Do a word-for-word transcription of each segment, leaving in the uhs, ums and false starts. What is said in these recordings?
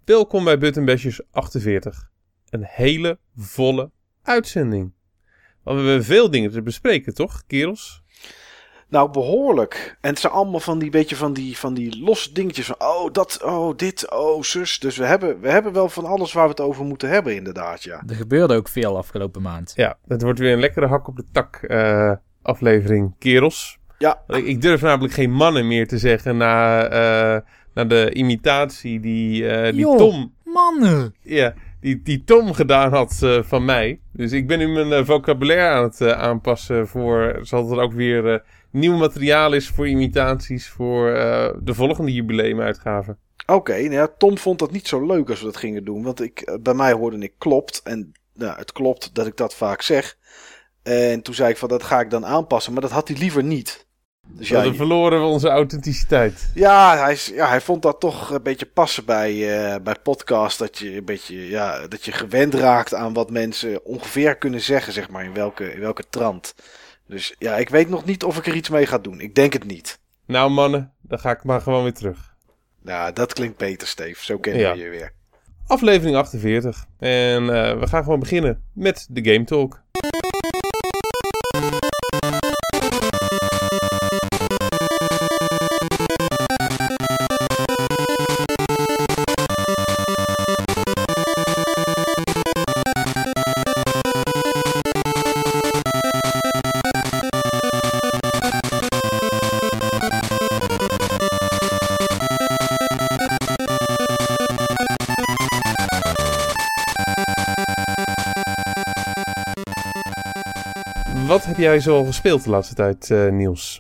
Welkom bij Button Bashers achtenveertig. Een hele volle uitzending. Want we hebben veel dingen te bespreken, toch, kerels? Nou, behoorlijk. En het zijn allemaal van die beetje van die, van die losse dingetjes van oh, dat, oh, dit, oh, zus. Dus we hebben, we hebben wel van alles waar we het over moeten hebben, inderdaad, ja. Er gebeurde ook veel afgelopen maand. Ja, het wordt weer een lekkere hak op de tak uh, aflevering, kerels. Ja. Ik, ik durf namelijk geen mannen meer te zeggen na, uh, na de imitatie die, uh, die Yo, Tom... mannen! Ja, die, die Tom gedaan had uh, van mij. Dus ik ben nu mijn uh, vocabulaire aan het uh, aanpassen voor... Zodat er ook weer uh, nieuw materiaal is voor imitaties voor uh, de volgende jubileumuitgave. Oké, okay, nou ja, Tom vond dat niet zo leuk als we dat gingen doen. Want ik, uh, bij mij hoorde ik klopt. En nou, het klopt dat ik dat vaak zeg. En toen zei ik van dat ga ik dan aanpassen. Maar dat had hij liever niet. Dus ja, ja, dan verloren we onze authenticiteit. Ja, hij, ja, hij vond dat toch een beetje passen bij, uh, bij podcast. Dat je een beetje ja, dat je gewend raakt aan wat mensen ongeveer kunnen zeggen, zeg maar, in welke, in welke trant. Dus ja, ik weet nog niet of ik er iets mee ga doen. Ik denk het niet. Nou mannen, dan ga ik maar gewoon weer terug. Nou, dat klinkt beter, Steve. Zo kennen ja. we je weer. Aflevering achtenveertig. En uh, we gaan gewoon beginnen met de Game Talk. Wat heb jij zo al gespeeld de laatste tijd, uh, Niels?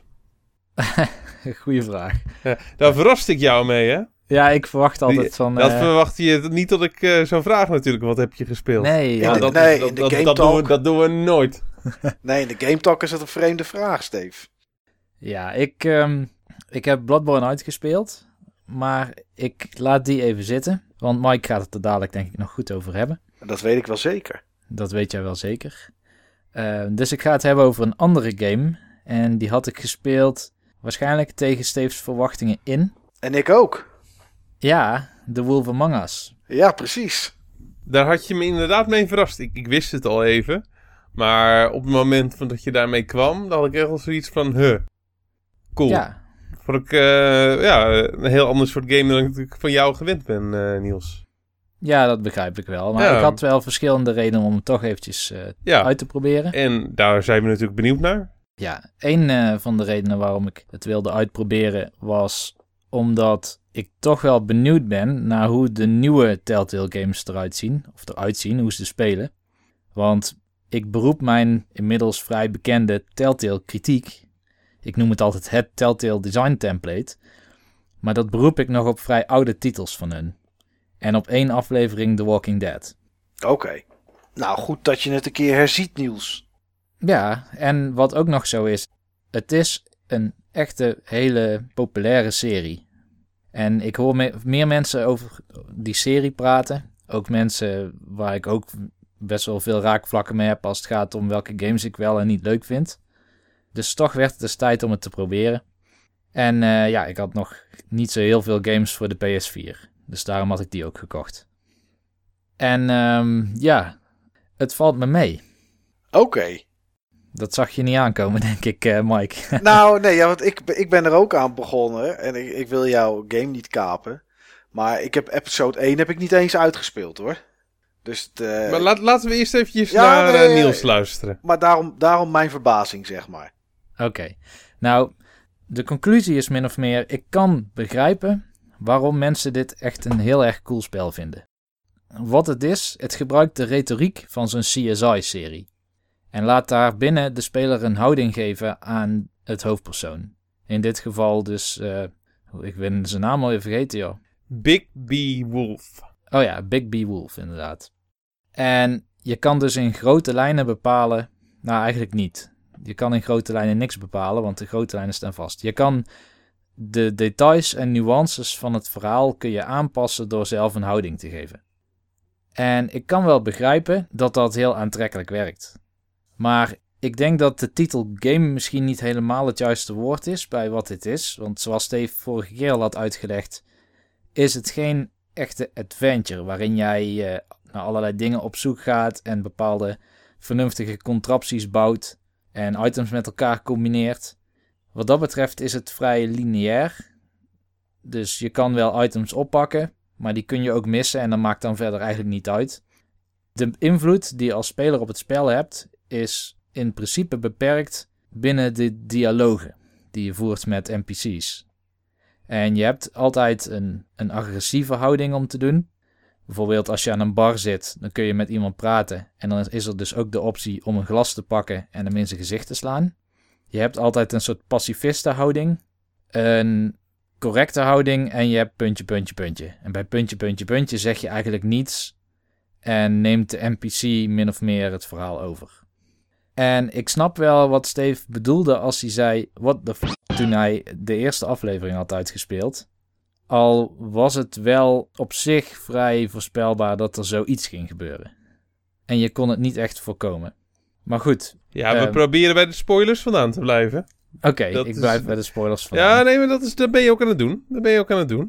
Goeie vraag. Ja, daar verrast ik jou mee, hè? Ja, ik verwacht altijd Die, van... Dat uh... verwacht je niet dat ik uh, zou vragen natuurlijk. Wat heb je gespeeld? Nee, ja, de, dat, nee dat, dat, dat, dat, doen we, dat doen we nooit. Nee, in de Game Talk is het een vreemde vraag, Steve. Ja, ik, um, ik heb Bloodborne uitgespeeld. Maar ik laat die even zitten. Want Mike gaat het er dadelijk denk ik nog goed over hebben. Dat weet ik wel zeker. Dat weet jij wel zeker. Uh, dus ik ga het hebben over een andere game. En die had ik gespeeld waarschijnlijk tegen Steve's verwachtingen in. En ik ook. Ja, The Wolf Among Us. Ja, precies. Daar had je me inderdaad mee verrast. Ik, ik wist het al even. Maar op het moment dat je daarmee kwam, dan had ik echt al zoiets van, huh, cool. Ja. Vond ik uh, ja, een heel ander soort game dan ik van jou gewend ben, uh, Niels. Ja, dat begrijp ik wel. Maar ja. ik had wel verschillende redenen om het toch eventjes uh, ja. uit te proberen. En daar zijn we natuurlijk benieuwd naar. Ja, een uh, van de redenen waarom ik het wilde uitproberen was omdat ik toch wel benieuwd ben naar hoe de nieuwe Telltale games eruit zien. Of eruit zien, hoe ze spelen. Want ik beroep mijn inmiddels vrij bekende Telltale kritiek. Ik noem het altijd het Telltale Design Template. Maar dat beroep ik nog op vrij oude titels van hun. En op één aflevering The Walking Dead. Oké. Okay. Nou, goed dat je het een keer herziet, Niels. Ja, en wat ook nog zo is. Het is een echte hele populaire serie. En ik hoor me- meer mensen over die serie praten. Ook mensen waar ik ook best wel veel raakvlakken mee heb als het gaat om welke games ik wel en niet leuk vind. Dus toch werd het dus tijd om het te proberen. En uh, ja, ik had nog niet zo heel veel games voor de P S vier. Dus daarom had ik die ook gekocht. En um, ja, het valt me mee. Oké. Okay. Dat zag je niet aankomen, denk ik, uh, Mike. Nou, nee, ja, want ik, ik ben er ook aan begonnen. En ik, ik wil jouw game niet kapen. Maar ik heb episode één heb ik niet eens uitgespeeld, hoor. Dus het, uh, maar laat, laten we eerst eventjes ja, naar nee, uh, Niels luisteren. Maar daarom, daarom mijn verbazing, zeg maar. Oké. Okay. Nou, de conclusie is min of meer, ik kan begrijpen waarom mensen dit echt een heel erg cool spel vinden. Wat het is, het gebruikt de retoriek van zo'n C S I-serie. En laat daar binnen de speler een houding geven aan het hoofdpersoon. In dit geval dus, uh, ik ben zijn naam al even vergeten, joh. Big B. Wolf. Oh ja, Big B. Wolf, inderdaad. En je kan dus in grote lijnen bepalen, nou eigenlijk niet. Je kan in grote lijnen niks bepalen, want de grote lijnen staan vast. Je kan de details en nuances van het verhaal kun je aanpassen door zelf een houding te geven. En ik kan wel begrijpen dat dat heel aantrekkelijk werkt. Maar ik denk dat de titel game misschien niet helemaal het juiste woord is bij wat dit is. Want zoals Steve vorige keer al had uitgelegd, is het geen echte adventure, waarin jij uh, naar allerlei dingen op zoek gaat en bepaalde vernuftige contrapties bouwt en items met elkaar combineert. Wat dat betreft is het vrij lineair. Dus je kan wel items oppakken, maar die kun je ook missen en dat maakt dan verder eigenlijk niet uit. De invloed die je als speler op het spel hebt, is in principe beperkt binnen de dialogen die je voert met N P C's. En je hebt altijd een, een agressieve houding om te doen. Bijvoorbeeld als je aan een bar zit, dan kun je met iemand praten. En dan is er dus ook de optie om een glas te pakken en hem in zijn gezicht te slaan. Je hebt altijd een soort pacifiste-houding, een correcte houding en je hebt puntje, puntje, puntje. En bij puntje, puntje, puntje zeg je eigenlijk niets en neemt de N P C min of meer het verhaal over. En ik snap wel wat Steve bedoelde als hij zei, what the f***, toen hij de eerste aflevering had uitgespeeld. Al was het wel op zich vrij voorspelbaar dat er zoiets ging gebeuren. En je kon het niet echt voorkomen. Maar goed. Ja, we uh, proberen bij de spoilers vandaan te blijven. Oké, okay, ik is... blijf bij de spoilers vandaan. Ja, nee, maar dat, is, dat ben je ook aan het doen. Dat ben je ook aan het doen.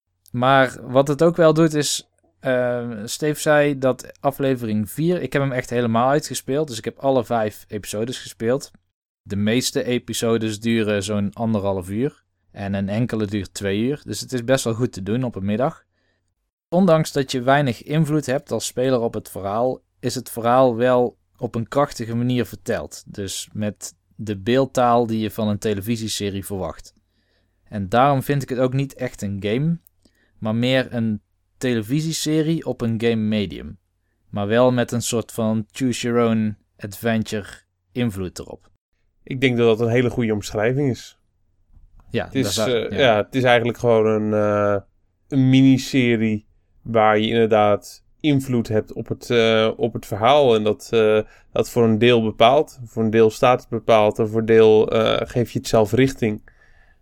Maar wat het ook wel doet is... Uh, Steve zei dat aflevering vier... Ik heb hem echt helemaal uitgespeeld. Dus ik heb alle vijf episodes gespeeld. De meeste episodes duren zo'n anderhalf uur. En een enkele duurt twee uur. Dus het is best wel goed te doen op een middag. Ondanks dat je weinig invloed hebt als speler op het verhaal... is het verhaal wel op een krachtige manier verteld. Dus met de beeldtaal die je van een televisieserie verwacht. En daarom vind ik het ook niet echt een game... maar meer een televisieserie op een game medium. Maar wel met een soort van choose your own adventure invloed erop. Ik denk dat dat een hele goede omschrijving is. Ja, het is, zou, uh, ja. ja, het is eigenlijk gewoon een, uh, een miniserie waar je inderdaad invloed hebt op het, uh, op het verhaal. En dat, uh, dat voor een deel bepaalt. Voor een deel staat het bepaald. En voor een deel uh, geef je het zelf richting.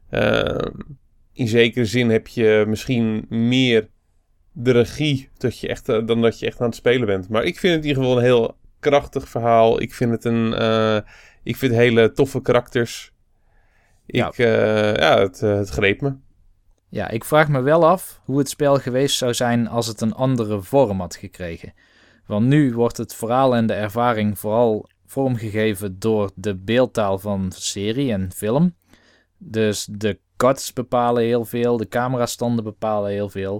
Uh, in zekere zin heb je misschien meer de regie dat je echt, uh, dan dat je echt aan het spelen bent. Maar ik vind het in ieder geval een heel krachtig verhaal. Ik vind het een... Uh, ik vind hele toffe karakters. Ik, ja, uh, ja het, uh, het greep me. Ja, ik vraag me wel af hoe het spel geweest zou zijn als het een andere vorm had gekregen. Want nu wordt het verhaal en de ervaring vooral vormgegeven door de beeldtaal van serie en film. Dus de cuts bepalen heel veel, de camerastanden bepalen heel veel.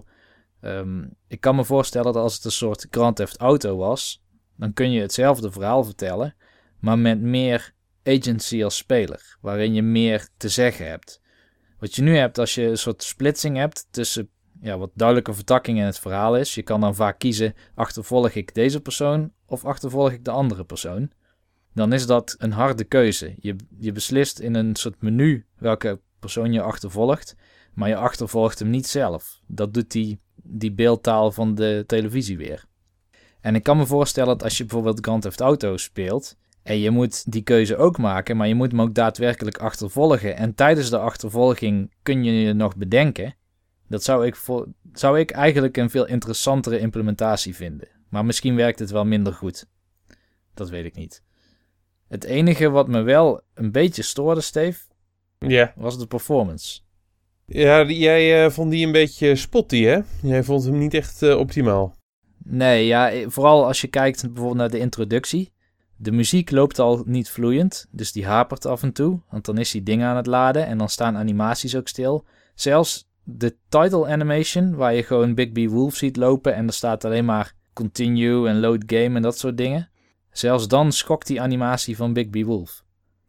Um, ik kan me voorstellen dat als het een soort Grand Theft Auto was, dan kun je hetzelfde verhaal vertellen, maar met meer agency als speler, waarin je meer te zeggen hebt. Wat je nu hebt als je een soort splitsing hebt tussen ja, wat duidelijke vertakking in het verhaal is. Je kan dan vaak kiezen, achtervolg ik deze persoon of achtervolg ik de andere persoon. Dan is dat een harde keuze. Je, je beslist in een soort menu welke persoon je achtervolgt, maar je achtervolgt hem niet zelf. Dat doet die, die beeldtaal van de televisie weer. En ik kan me voorstellen dat als je bijvoorbeeld Grand Theft Auto speelt en je moet die keuze ook maken, maar je moet hem ook daadwerkelijk achtervolgen. En tijdens de achtervolging kun je je nog bedenken. Dat zou ik, voor, zou ik eigenlijk een veel interessantere implementatie vinden. Maar misschien werkt het wel minder goed. Dat weet ik niet. Het enige wat me wel een beetje stoorde, Steve, yeah. was de performance. Ja, jij uh, vond die een beetje spotty, hè? Jij vond hem niet echt uh, optimaal. Nee, ja, vooral als je kijkt bijvoorbeeld naar de introductie. De muziek loopt al niet vloeiend, dus die hapert af en toe. Want dan is die dingen aan het laden en dan staan animaties ook stil. Zelfs de title animation, waar je gewoon Big B Wolf ziet lopen en er staat alleen maar continue en load game en dat soort dingen. Zelfs dan schokt die animatie van Big B Wolf.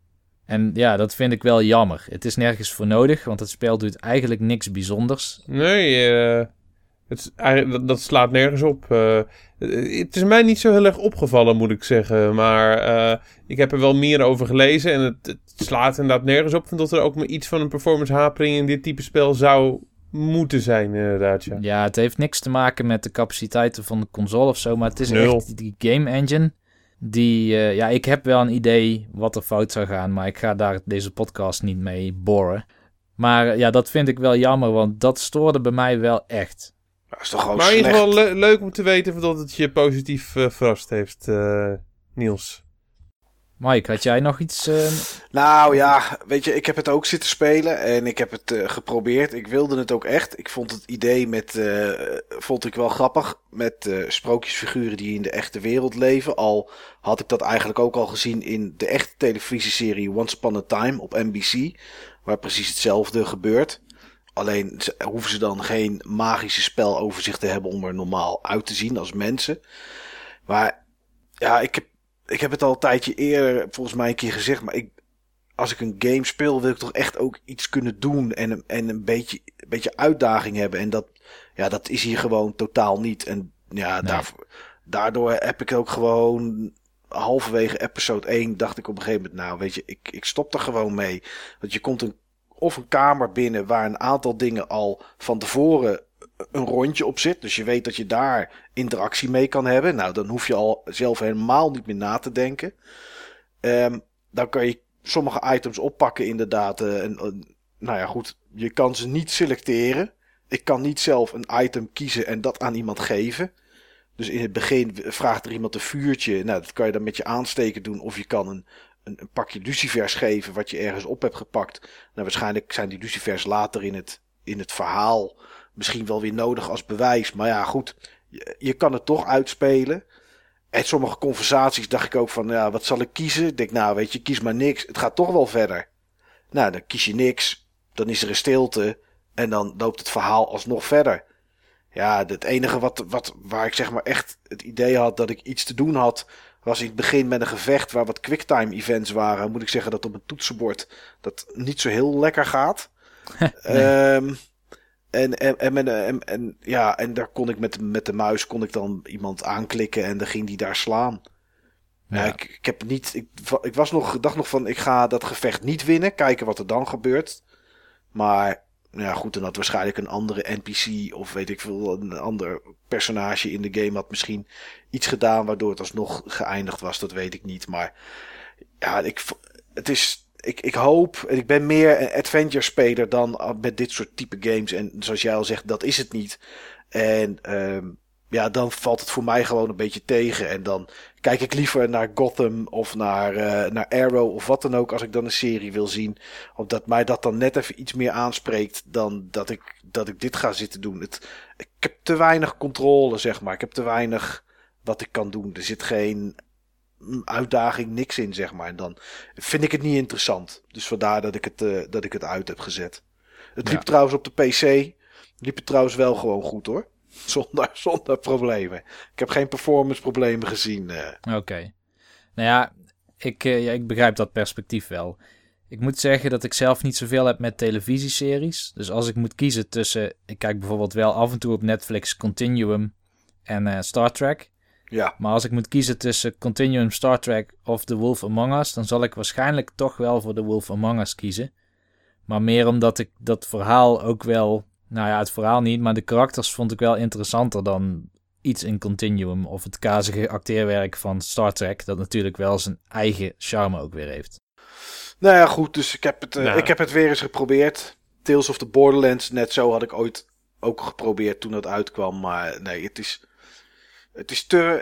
En ja, dat vind ik wel jammer. Het is nergens voor nodig, want het spel doet eigenlijk niks bijzonders. Nee, uh, het, dat, dat slaat nergens op. Uh, het is mij niet zo heel erg opgevallen, moet ik zeggen. Maar uh, ik heb er wel meer over gelezen en het, het slaat inderdaad nergens op. Dat er ook maar iets van een performance hapering in dit type spel zou moeten zijn, inderdaad. Ja, ja het heeft niks te maken met de capaciteiten van de console of zo, maar het is Nul. echt die game engine. Die, uh, ja, ik heb wel een idee wat er fout zou gaan, maar ik ga daar deze podcast niet mee boren. Maar uh, ja, dat vind ik wel jammer, want dat stoorde bij mij wel echt. Dat is toch gewoon maar in ieder slecht. geval le- leuk om te weten dat het je positief uh, verrast heeft, uh, Niels. Mike, had jij nog iets? Uh... Nou ja, weet je, ik heb het ook zitten spelen en ik heb het uh, geprobeerd. Ik wilde het ook echt. Ik vond het idee met, uh, vond ik wel grappig, met uh, sprookjesfiguren die in de echte wereld leven. Al had ik dat eigenlijk ook al gezien in de echte televisieserie Once Upon a Time op N B C, waar precies hetzelfde gebeurt. Alleen hoeven ze dan geen magische speloverzicht te hebben om er normaal uit te zien als mensen. Maar ja, ik heb Ik heb het al een tijdje eerder volgens mij een keer gezegd, maar ik, als ik een game speel wil ik toch echt ook iets kunnen doen en, en een beetje, een beetje uitdaging hebben. En dat, ja, dat is hier gewoon totaal niet. En ja, nee. daarvoor, daardoor heb ik ook gewoon halverwege episode één dacht ik op een gegeven moment, nou weet je, ik, ik stop er gewoon mee. Want je komt een, of een kamer binnen waar een aantal dingen al van tevoren een rondje op zit. Dus je weet dat je daar interactie mee kan hebben. Nou, dan hoef je al zelf helemaal niet meer na te denken. Um, dan kan je sommige items oppakken inderdaad. Uh, en, uh, nou ja, goed. Je kan ze niet selecteren. Ik kan niet zelf een item kiezen en dat aan iemand geven. Dus in het begin vraagt er iemand een vuurtje. Nou, dat kan je dan met je aansteken doen. Of je kan een, een, een pakje lucifers geven wat je ergens op hebt gepakt. Nou, waarschijnlijk zijn die lucifers later in het, in het verhaal misschien wel weer nodig als bewijs. Maar ja, goed. Je, je kan het toch uitspelen. En sommige conversaties dacht ik ook van, ja, wat zal ik kiezen? Ik denk, nou, weet je, kies maar niks. Het gaat toch wel verder. Nou, dan kies je niks. Dan is er een stilte. En dan loopt het verhaal alsnog verder. Ja, het enige wat, wat, waar ik zeg maar echt het idee had dat ik iets te doen had, was in het begin met een gevecht waar wat quicktime events waren. Moet ik zeggen dat op een toetsenbord dat niet zo heel lekker gaat. nee. um, En, en, en, en, en, ja, en daar kon ik met, met de muis kon ik dan iemand aanklikken en dan ging die daar slaan. Ja. Ja, ik, ik heb niet. Ik, ik was nog, dacht nog van, ik ga dat gevecht niet winnen. Kijken wat er dan gebeurt. Maar ja, goed, dan had waarschijnlijk een andere N P C of weet ik veel, een ander personage in de game had misschien iets gedaan waardoor het alsnog geëindigd was. Dat weet ik niet. Maar ja, ik, het is. Ik, ik hoop, en ik ben meer een adventure speler dan met dit soort type games. En zoals jij al zegt, dat is het niet. En um, ja, dan valt het voor mij gewoon een beetje tegen. En dan kijk ik liever naar Gotham of naar, uh, naar Arrow of wat dan ook als ik dan een serie wil zien. Omdat mij dat dan net even iets meer aanspreekt dan dat ik, dat ik dit ga zitten doen. Het, ik heb te weinig controle, zeg maar. Ik heb te weinig wat ik kan doen. Er zit geen uitdaging, niks in, zeg maar. En dan vind ik het niet interessant. Dus vandaar dat ik het, uh, dat ik het uit heb gezet. Het liep ja. trouwens op de P C. Liep het trouwens wel gewoon goed, hoor. Zonder, zonder problemen. Ik heb geen performance problemen gezien. Uh. Oké. Okay. Nou ja ik, uh, ja, ik begrijp dat perspectief wel. Ik moet zeggen dat ik zelf niet zoveel heb met televisieseries. Dus als ik moet kiezen tussen... Ik kijk bijvoorbeeld wel af en toe op Netflix Continuum en uh, Star Trek. Ja. Maar als ik moet kiezen tussen Continuum, Star Trek of The Wolf Among Us, dan zal ik waarschijnlijk toch wel voor The Wolf Among Us kiezen. Maar meer omdat ik dat verhaal ook wel... Nou ja, het verhaal niet, maar de karakters vond ik wel interessanter dan iets in Continuum of het kazige acteerwerk van Star Trek, dat natuurlijk wel zijn eigen charme ook weer heeft. Nou ja, goed, dus ik heb het, uh, nou. ik heb het weer eens geprobeerd. Tales of the Borderlands, net zo had ik ooit ook geprobeerd toen dat uitkwam, maar nee, het is... Het is te,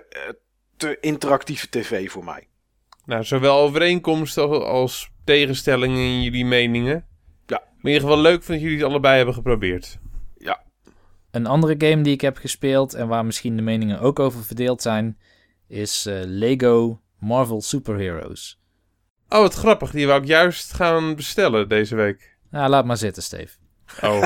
te interactieve tv voor mij. Nou, zowel overeenkomsten als tegenstellingen in jullie meningen. Ja. Maar in ieder geval leuk dat jullie het allebei hebben geprobeerd. Ja. Een andere game die ik heb gespeeld en waar misschien de meningen ook over verdeeld zijn, is uh, Lego Marvel Super Heroes. Oh, wat grappig. Die wou ik juist gaan bestellen deze week. Nou, laat maar zitten, Steve. Oh.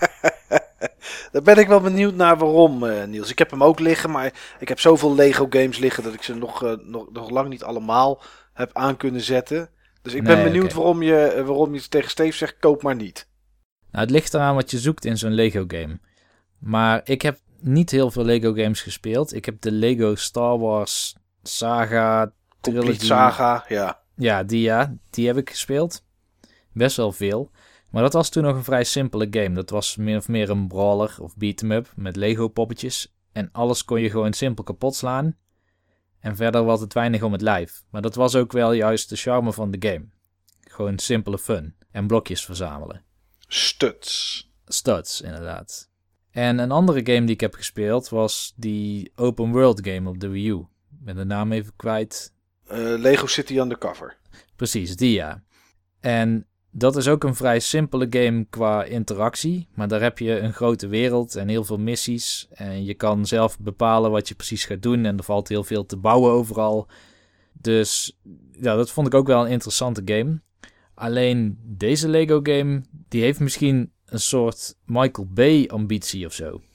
Daar ben ik wel benieuwd naar waarom, uh, Niels. Ik heb hem ook liggen, maar ik heb zoveel Lego games liggen dat ik ze nog, uh, nog, nog lang niet allemaal heb aan kunnen zetten. Dus ik ben nee, benieuwd okay. waarom, je, uh, waarom je tegen Steve zegt, koop maar niet. Nou, het ligt eraan wat je zoekt in zo'n Lego game. Maar ik heb niet heel veel Lego games gespeeld. Ik heb de Lego Star Wars Saga Complete Saga, ja. Ja, die ja, die heb ik gespeeld. Best wel veel. Maar dat was toen nog een vrij simpele game. Dat was meer of meer een brawler of beat-em-up met Lego poppetjes. En alles kon je gewoon simpel kapot slaan. En verder was het weinig om het lijf. Maar dat was ook wel juist de charme van de game. Gewoon simpele fun. En blokjes verzamelen. Studs. Studs, inderdaad. En een andere game die ik heb gespeeld was die open world game op de Wii U. Ik ben de naam even kwijt. Uh, Lego City Undercover. Precies, die ja. En dat is ook een vrij simpele game qua interactie. Maar daar heb je een grote wereld en heel veel missies. En je kan zelf bepalen wat je precies gaat doen. En er valt heel veel te bouwen overal. Dus ja, dat vond ik ook wel een interessante game. Alleen deze Lego game, die heeft misschien een soort Michael Bay ambitie of zo.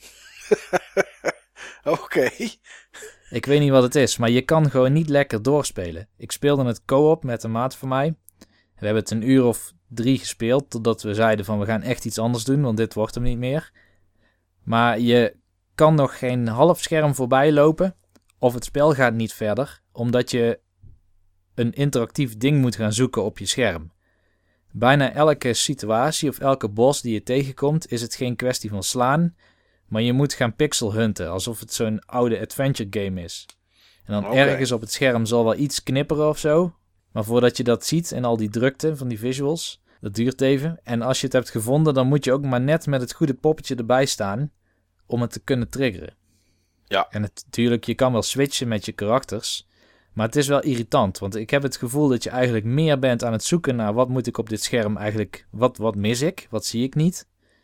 Oké. Okay. Ik weet niet wat het is, maar je kan gewoon niet lekker doorspelen. Ik speelde het co-op met een maat van mij. We hebben het een uur of drie gespeeld, totdat we zeiden van we gaan echt iets anders doen, want dit wordt hem niet meer. Maar je kan nog geen half scherm voorbij lopen, of het spel gaat niet verder, omdat je een interactief ding moet gaan zoeken op je scherm. Bijna elke situatie of elke boss die je tegenkomt, is het geen kwestie van slaan, maar je moet gaan pixel hunten, alsof het zo'n oude adventure game is. En dan okay. ergens op het scherm zal wel iets knipperen of zo, maar voordat je dat ziet en al die drukte van die visuals, dat duurt even. En als je het hebt gevonden, dan moet je ook maar net met het goede poppetje erbij staan om het te kunnen triggeren. Ja. En het, natuurlijk, je kan wel switchen met je karakters, maar het is wel irritant, want ik heb het gevoel dat je eigenlijk meer bent aan het zoeken naar wat moet ik op dit scherm eigenlijk, wat, wat mis ik, wat zie ik niet.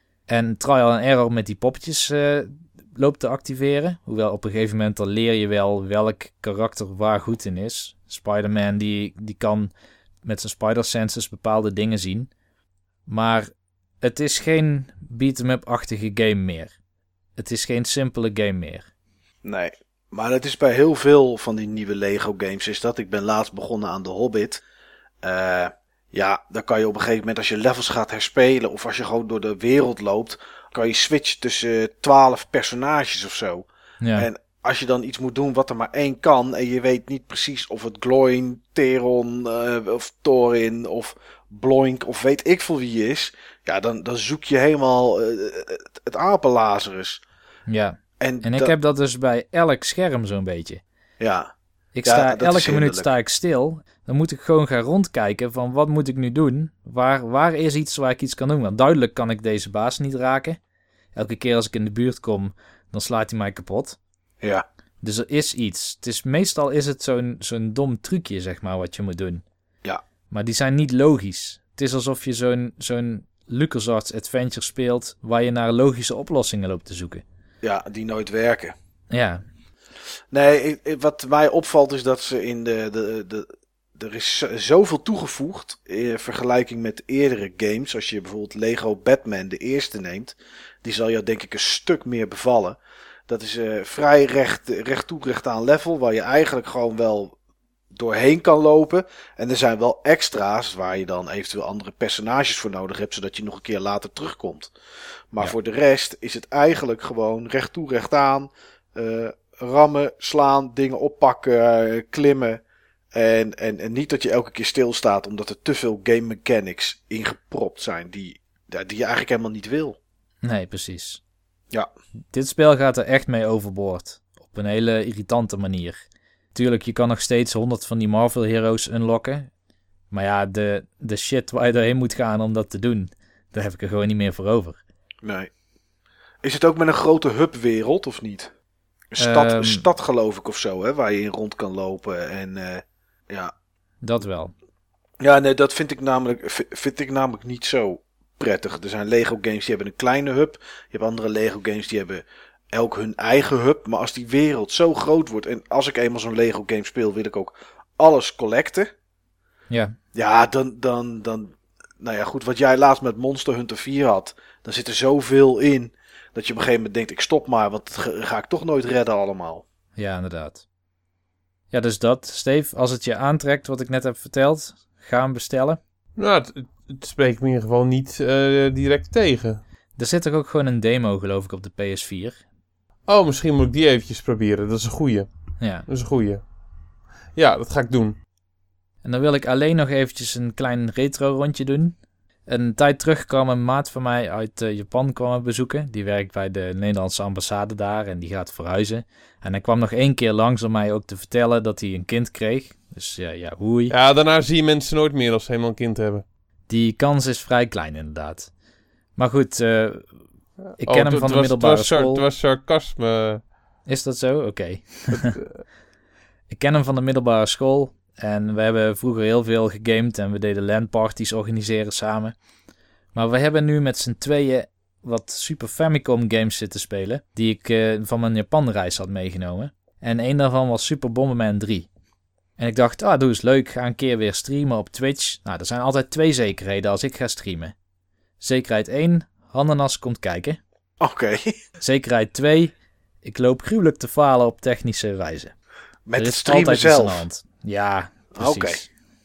En trial and error met die poppetjes uh, loopt te activeren. Hoewel op een gegeven moment dan leer je wel welk karakter waar goed in is. Spider-Man die, die kan met zijn spider senses bepaalde dingen zien. Maar het is geen beat-em-up-achtige game meer. Het is geen simpele game meer. Nee, maar het is bij heel veel van die nieuwe Lego games is dat. Ik ben laatst begonnen aan The Hobbit. Uh, ja, dan kan je op een gegeven moment als je levels gaat herspelen of als je gewoon door de wereld loopt, kan je switchen tussen twaalf personages of zo. Ja. En als je dan iets moet doen wat er maar één kan en je weet niet precies of het Gloin, Theron uh, of Thorin of Bloink of weet ik veel wie is, ja, dan, dan zoek je helemaal uh, het, het apenlazarus. Ja, en, en ik dat, heb dat dus bij elk scherm zo'n beetje. Ja. Ik ja, sta elke minuut sta ik stil. Dan moet ik gewoon gaan rondkijken van wat moet ik nu doen? Waar, waar is iets waar ik iets kan doen? Want duidelijk kan ik deze baas niet raken. Elke keer als ik in de buurt kom, dan slaat hij mij kapot. Ja. Dus er is iets. Het is, meestal is het zo'n, zo'n dom trucje, zeg maar, wat je moet doen. Ja. Maar die zijn niet logisch. Het is alsof je zo'n, zo'n LucasArts adventure speelt waar je naar logische oplossingen loopt te zoeken. Ja, die nooit werken. Ja. Nee, ik, ik, wat mij opvalt is dat ze in de, de, de... Er is zoveel toegevoegd in vergelijking met eerdere games. Als je bijvoorbeeld Lego Batman, de eerste, neemt. Die zal jou denk ik een stuk meer bevallen. Dat is uh, vrij recht, recht toe, recht aan level. Waar je eigenlijk gewoon wel doorheen kan lopen. En er zijn wel extra's waar je dan eventueel andere personages voor nodig hebt. Zodat je nog een keer later terugkomt. Maar ja. Voor de rest is het eigenlijk gewoon recht toe, recht aan. Uh, rammen, slaan, dingen oppakken, uh, klimmen. En, en, en niet dat je elke keer stilstaat omdat er te veel game mechanics ingepropt zijn die, die je eigenlijk helemaal niet wil. Nee, precies. Ja. Dit spel gaat er echt mee overboord. Op een hele irritante manier. Tuurlijk, je kan nog steeds honderd van die Marvel heroes unlocken. Maar ja, de, de shit waar je doorheen moet gaan om dat te doen, daar heb ik er gewoon niet meer voor over. Nee. Is het ook met een grote hubwereld of niet? Een stad, um, een stad geloof ik of zo, hè, waar je in rond kan lopen en... Uh... Ja. Dat wel. Ja, nee, dat vind ik namelijk, vind ik namelijk niet zo prettig. Er zijn Lego games die hebben een kleine hub. Je hebt andere Lego games die hebben elk hun eigen hub. Maar als die wereld zo groot wordt en als ik eenmaal zo'n Lego game speel, wil ik ook alles collecten. Ja. Ja, dan, dan, dan, nou ja, goed, wat jij laatst met Monster Hunter vier had, dan zit er zoveel in dat je op een gegeven moment denkt, ik stop maar, want dat ga ik toch nooit redden allemaal. Ja, inderdaad. Ja, dus dat, Steve, als het je aantrekt wat ik net heb verteld, ga hem bestellen. Nou, het, het spreekt me in ieder geval niet uh, direct tegen. Er zit toch ook gewoon een demo, geloof ik, op de P S vier? Oh, misschien moet ik die eventjes proberen. Dat is een goeie. Ja. Dat is een goeie. Ja, dat ga ik doen. En dan wil ik alleen nog eventjes een klein retro rondje doen. Een tijd terug kwam een maat van mij uit uh, Japan kwam me bezoeken. Die werkt bij de Nederlandse ambassade daar en die gaat verhuizen. En hij kwam nog één keer langs om mij ook te vertellen dat hij een kind kreeg. Dus ja, ja, hoei. Ja, daarna zie je mensen nooit meer als ze helemaal een kind hebben. Die kans is vrij klein inderdaad. Maar goed, uh, ik ken oh, hem van de was, middelbare het was, school. Het was sarcasme. Is dat zo? Oké. Okay. Ik ken hem van de middelbare school. En we hebben vroeger heel veel gegamed en we deden LAN-parties organiseren samen. Maar we hebben nu met z'n tweeën wat Super Famicom games zitten spelen, die ik uh, van mijn Japanreis had meegenomen. En één daarvan was Super Bomberman drie. En ik dacht, ah, doe eens leuk, ga een keer weer streamen op Twitch. Nou, er zijn altijd twee zekerheden als ik ga streamen. Zekerheid één, Hannenas komt kijken. Oké. Okay. Zekerheid twee, ik loop gruwelijk te falen op technische wijze. Met het streamen zelf? Ja, precies. Oké. Okay.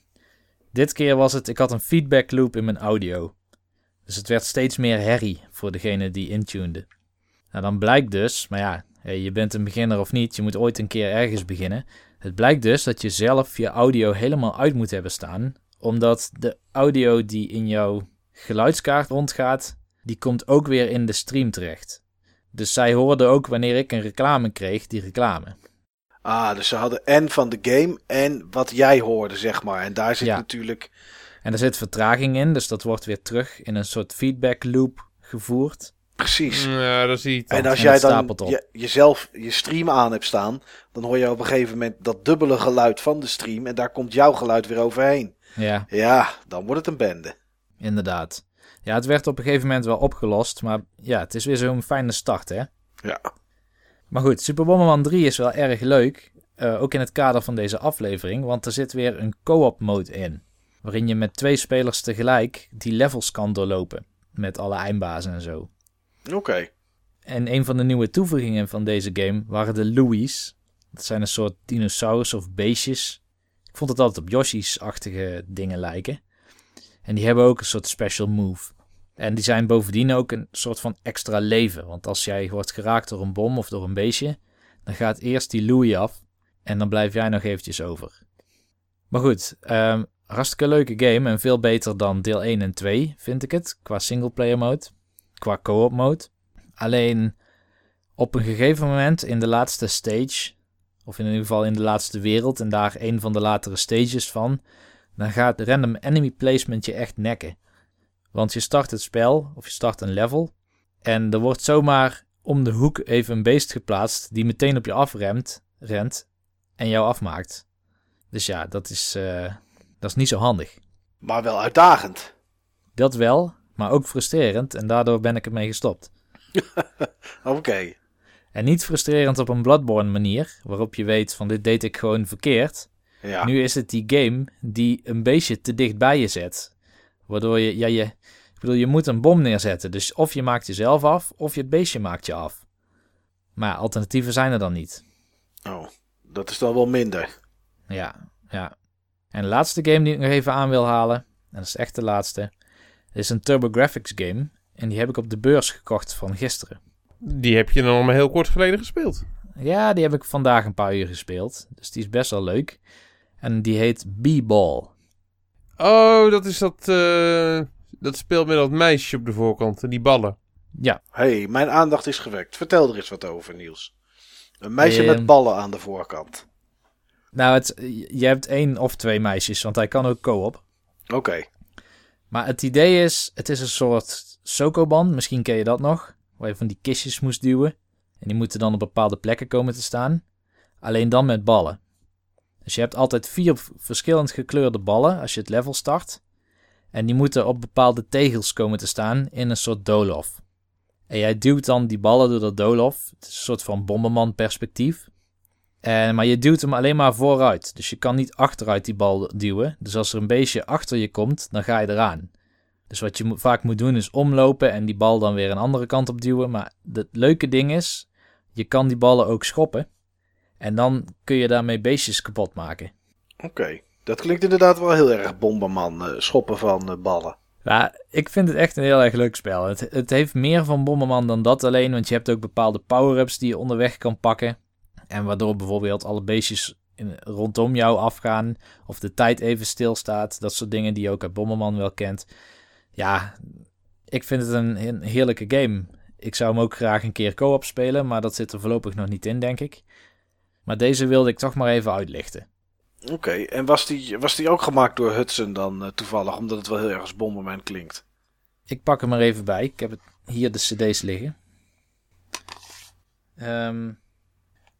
Dit keer was het, ik had een feedback loop in mijn audio. Dus het werd steeds meer herrie voor degene die intunede. Nou, dan blijkt dus, maar ja, hey, je bent een beginner of niet, je moet ooit een keer ergens beginnen. Het blijkt dus dat je zelf je audio helemaal uit moet hebben staan, omdat de audio die in jouw geluidskaart rondgaat, die komt ook weer in de stream terecht. Dus zij hoorden ook wanneer ik een reclame kreeg, die reclame. Ah, dus ze hadden en van de game en wat jij hoorde, zeg maar. En daar zit ja. natuurlijk... En er zit vertraging in, dus dat wordt weer terug in een soort feedback loop gevoerd. Precies. Ja, dat zie je dan. En als en jij dan je, jezelf je stream aan hebt staan, dan hoor je op een gegeven moment dat dubbele geluid van de stream en daar komt jouw geluid weer overheen. Ja. Ja, dan wordt het een bende. Inderdaad. Ja, het werd op een gegeven moment wel opgelost, maar ja, het is weer zo'n fijne start, hè? Ja. Maar goed, Super Bomberman drie is wel erg leuk, uh, ook in het kader van deze aflevering, want er zit weer een co-op mode in, waarin je met twee spelers tegelijk die levels kan doorlopen, met alle eindbazen en zo. Oké. Okay. En een van de nieuwe toevoegingen van deze game waren de Louis. Dat zijn een soort dinosaurus of beestjes. Ik vond het altijd op Yoshi's-achtige dingen lijken. En die hebben ook een soort special move. En die zijn bovendien ook een soort van extra leven. Want als jij wordt geraakt door een bom of door een beestje, dan gaat eerst die Louis af en dan blijf jij nog eventjes over. Maar goed, um, hartstikke leuke game en veel beter dan deel één en twee, vind ik het, qua singleplayer mode. Qua co-op mode. Alleen op een gegeven moment in de laatste stage, of in ieder geval in de laatste wereld en daar een van de latere stages van, dan gaat random enemy placement je echt nekken. Want je start het spel, of je start een level, en er wordt zomaar om de hoek even een beest geplaatst die meteen op je afremt, rent en jou afmaakt. Dus ja, dat is, uh, dat is niet zo handig. Maar wel uitdagend. Dat wel. Maar ook frustrerend en daardoor ben ik ermee gestopt. Oké. Okay. En niet frustrerend op een Bloodborne manier, waarop je weet van dit deed ik gewoon verkeerd. Ja. Nu is het die game die een beestje te dicht bij je zet. Waardoor je, ja, je, ik bedoel, je moet een bom neerzetten. Dus of je maakt jezelf af, of je beestje maakt je af. Maar alternatieven zijn er dan niet. Oh, dat is dan wel minder. Ja, ja. En de laatste game die ik nog even aan wil halen, en dat is echt de laatste, is een TurboGrafx game. En die heb ik op de beurs gekocht van gisteren. Die heb je dan al maar heel kort geleden gespeeld? Ja, die heb ik vandaag een paar uur gespeeld. Dus die is best wel leuk. En die heet B-Ball. Oh, dat is dat... Uh, dat speelt met dat meisje op de voorkant. En die ballen. Ja. Hey, mijn aandacht is gewekt. Vertel er eens wat over, Niels. Een meisje um, met ballen aan de voorkant. Nou, het, je hebt één of twee meisjes, want hij kan ook co-op. Oké. Okay. Maar het idee is, het is een soort Sokoban, misschien ken je dat nog, waar je van die kistjes moest duwen. En die moeten dan op bepaalde plekken komen te staan. Alleen dan met ballen. Dus je hebt altijd vier verschillend gekleurde ballen als je het level start. En die moeten op bepaalde tegels komen te staan in een soort doolhof. En jij duwt dan die ballen door dat doolhof. Het is een soort van bomberman perspectief. En, maar je duwt hem alleen maar vooruit. Dus je kan niet achteruit die bal duwen. Dus als er een beestje achter je komt, dan ga je eraan. Dus wat je mo- vaak moet doen is omlopen en die bal dan weer een andere kant op duwen. Maar het leuke ding is, je kan die ballen ook schoppen. En dan kun je daarmee beestjes kapot maken. Oké, okay. Dat klinkt inderdaad wel heel erg bomberman, uh, schoppen van uh, ballen. Ja, ik vind het echt een heel erg leuk spel. Het, het heeft meer van Bomberman dan dat alleen, want je hebt ook bepaalde power-ups die je onderweg kan pakken. En waardoor bijvoorbeeld alle beestjes in, rondom jou afgaan, of de tijd even stilstaat. Dat soort dingen die je ook uit Bomberman wel kent. Ja, ik vind het een, een heerlijke game. Ik zou hem ook graag een keer co-op spelen, maar dat zit er voorlopig nog niet in, denk ik. Maar deze wilde ik toch maar even uitlichten. Oké, okay, en was die, was die ook gemaakt door Hudson dan uh, toevallig, omdat het wel heel erg als Bomberman klinkt? Ik pak hem er even bij. Ik heb het hier de cd's liggen. Um,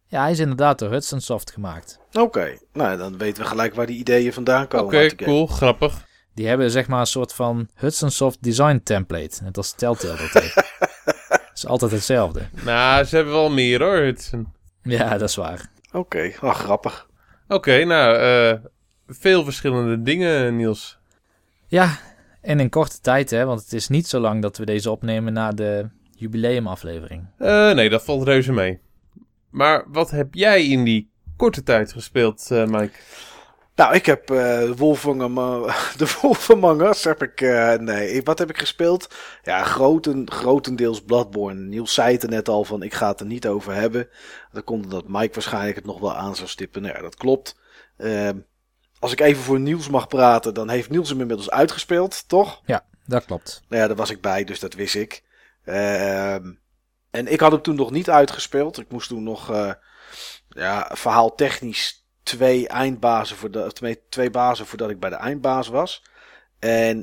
Ja, hij is inderdaad door Hudson Soft gemaakt. Oké, okay. Nou dan weten we gelijk waar die ideeën vandaan komen. Oké, okay, cool, grappig. Die hebben zeg maar een soort van Hudson Soft design template. Net als Telltale dat heeft. Het is altijd hetzelfde. Nou, ze hebben wel meer hoor, Hudson. Ja, dat is waar. Oké, okay. oh, grappig. Oké, okay, nou, uh, veel verschillende dingen, Niels. Ja, en in korte tijd, hè, want het is niet zo lang dat we deze opnemen na de jubileumaflevering. Uh, nee, dat valt reuze mee. Maar wat heb jij in die korte tijd gespeeld, uh, Mike? Nou, ik heb uh, Wolf Among, de Wolf Among Us heb ik... Uh, nee, wat heb ik gespeeld? Ja, groten, grotendeels Bloodborne. Niels zei het er net al van, ik ga het er niet over hebben. Dan komt omdat Mike waarschijnlijk het nog wel aan zou stippen. Nou ja, dat klopt. Uh, als ik even voor Niels mag praten, dan heeft Niels hem inmiddels uitgespeeld, toch? Ja, dat klopt. Nou ja, daar was ik bij, dus dat wist ik. Uh, en ik had hem toen nog niet uitgespeeld. Ik moest toen nog, uh, ja, verhaaltechnisch... Twee eindbazen voor de, twee, twee bazen voordat ik bij de eindbaas was. En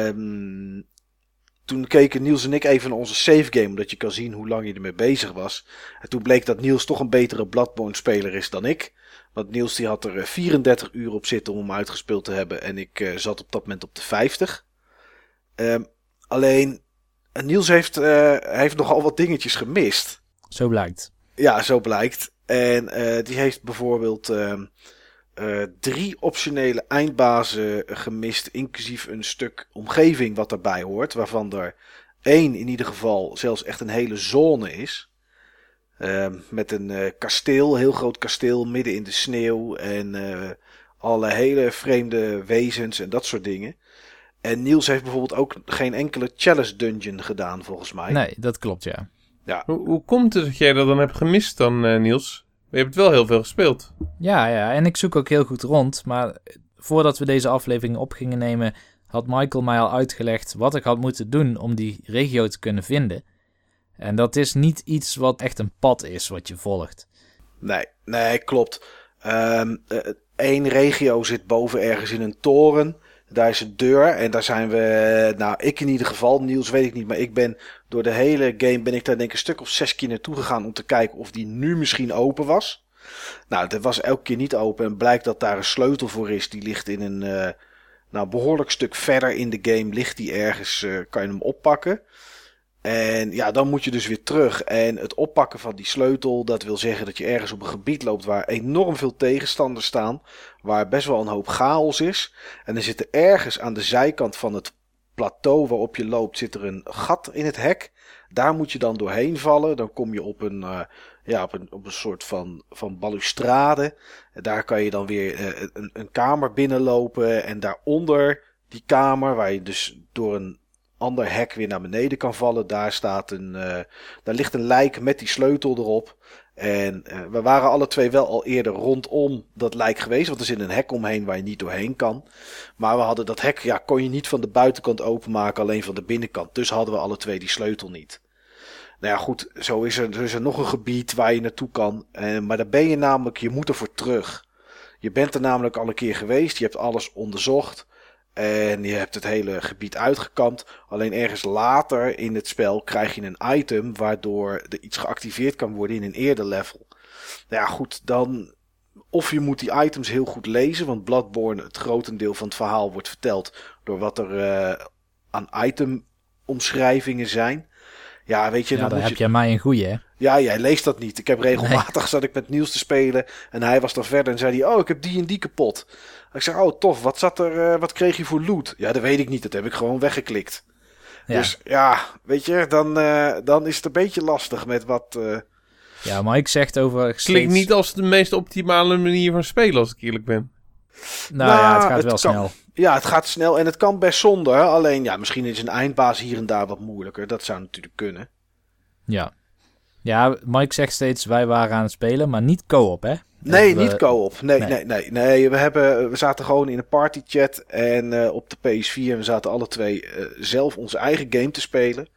um, toen keken Niels en ik even naar onze save game, omdat je kan zien hoe lang je ermee bezig was. En toen bleek dat Niels toch een betere Bloodborne speler is dan ik. Want Niels die had er vierendertig uur op zitten om hem uitgespeeld te hebben. En ik uh, zat op dat moment op de vijftig. Um, alleen, Niels heeft, uh, heeft nogal wat dingetjes gemist. Zo blijkt. Ja, zo blijkt. En uh, die heeft bijvoorbeeld uh, uh, drie optionele eindbazen gemist, inclusief een stuk omgeving wat daarbij hoort. Waarvan er één in ieder geval zelfs echt een hele zone is. Uh, met een uh, kasteel, heel groot kasteel midden in de sneeuw. En uh, alle hele vreemde wezens en dat soort dingen. En Niels heeft bijvoorbeeld ook geen enkele chalice dungeon gedaan volgens mij. Nee, dat klopt ja. Ja. Hoe, hoe komt het dat jij dat dan hebt gemist dan, uh, Niels? Je hebt wel heel veel gespeeld. Ja, ja, en ik zoek ook heel goed rond. Maar voordat we deze aflevering op gingen nemen, had Michael mij al uitgelegd wat ik had moeten doen om die regio te kunnen vinden. En dat is niet iets wat echt een pad is wat je volgt. Nee, nee, klopt. Um, Eén regio zit boven ergens in een toren. Daar is een deur en daar zijn we, nou ik in ieder geval, Niels weet ik niet, maar ik ben door de hele game ben ik daar denk ik een stuk of zes keer naartoe gegaan om te kijken of die nu misschien open was. Nou, dat was elke keer niet open en blijkt dat daar een sleutel voor is, die ligt in een uh, nou, behoorlijk stuk verder in de game, ligt die ergens, uh, kan je hem oppakken. En ja, dan moet je dus weer terug. En het oppakken van die sleutel, dat wil zeggen dat je ergens op een gebied loopt waar enorm veel tegenstanders staan. Waar best wel een hoop chaos is. En dan zit er ergens aan de zijkant van het plateau waarop je loopt, zit er een gat in het hek. Daar moet je dan doorheen vallen. Dan kom je op een, uh, ja, op een, op een soort van, van balustrade. En daar kan je dan weer uh, een, een kamer binnenlopen. En daaronder die kamer, waar je dus door een ander hek weer naar beneden kan vallen. Daar staat een, uh, daar ligt een lijk met die sleutel erop. En uh, we waren alle twee wel al eerder rondom dat lijk geweest. Want er zit een hek omheen waar je niet doorheen kan. Maar we hadden dat hek, ja, kon je niet van de buitenkant openmaken, alleen van de binnenkant. Dus hadden we alle twee die sleutel niet. Nou ja, goed, zo is er, er is er nog een gebied waar je naartoe kan. Uh, maar daar ben je namelijk, je moet ervoor terug. Je bent er namelijk al een keer geweest. Je hebt alles onderzocht. En je hebt het hele gebied uitgekampt. Alleen ergens later in het spel krijg je een item waardoor er iets geactiveerd kan worden in een eerder level. Nou ja, goed, dan of je moet die items heel goed lezen, want Bloodborne, het grotendeel van het verhaal wordt verteld door wat er uh, aan itemomschrijvingen zijn. Ja, weet je, ja, dan, dan moet heb je... jij mij een goeie, hè? Ja, jij leest dat niet. Ik heb regelmatig nee. zat ik met Niels te spelen en hij was dan verder en zei hij, oh, ik heb die en die kapot. Ik zeg, oh tof, wat zat er, uh, wat kreeg je voor loot? Ja, dat weet ik niet, dat heb ik gewoon weggeklikt. Ja. Dus ja, weet je, dan, uh, dan is het een beetje lastig met wat... Uh... Ja, Mike zegt over... Klinkt steeds... niet als de meest optimale manier van spelen, als ik eerlijk ben. Nou, nou ja, het gaat het wel kan, snel. Ja, het gaat snel en het kan best zonder. Alleen, ja, misschien is een eindbaas hier en daar wat moeilijker. Dat zou natuurlijk kunnen. Ja. Ja, Mike zegt steeds, wij waren aan het spelen, maar niet co-op, hè? Nee, we... niet co-op. Nee, nee, nee. nee. nee. We, hebben, we zaten gewoon in een partychat en uh, op de P S vier. En we zaten alle twee uh, zelf onze eigen game te spelen.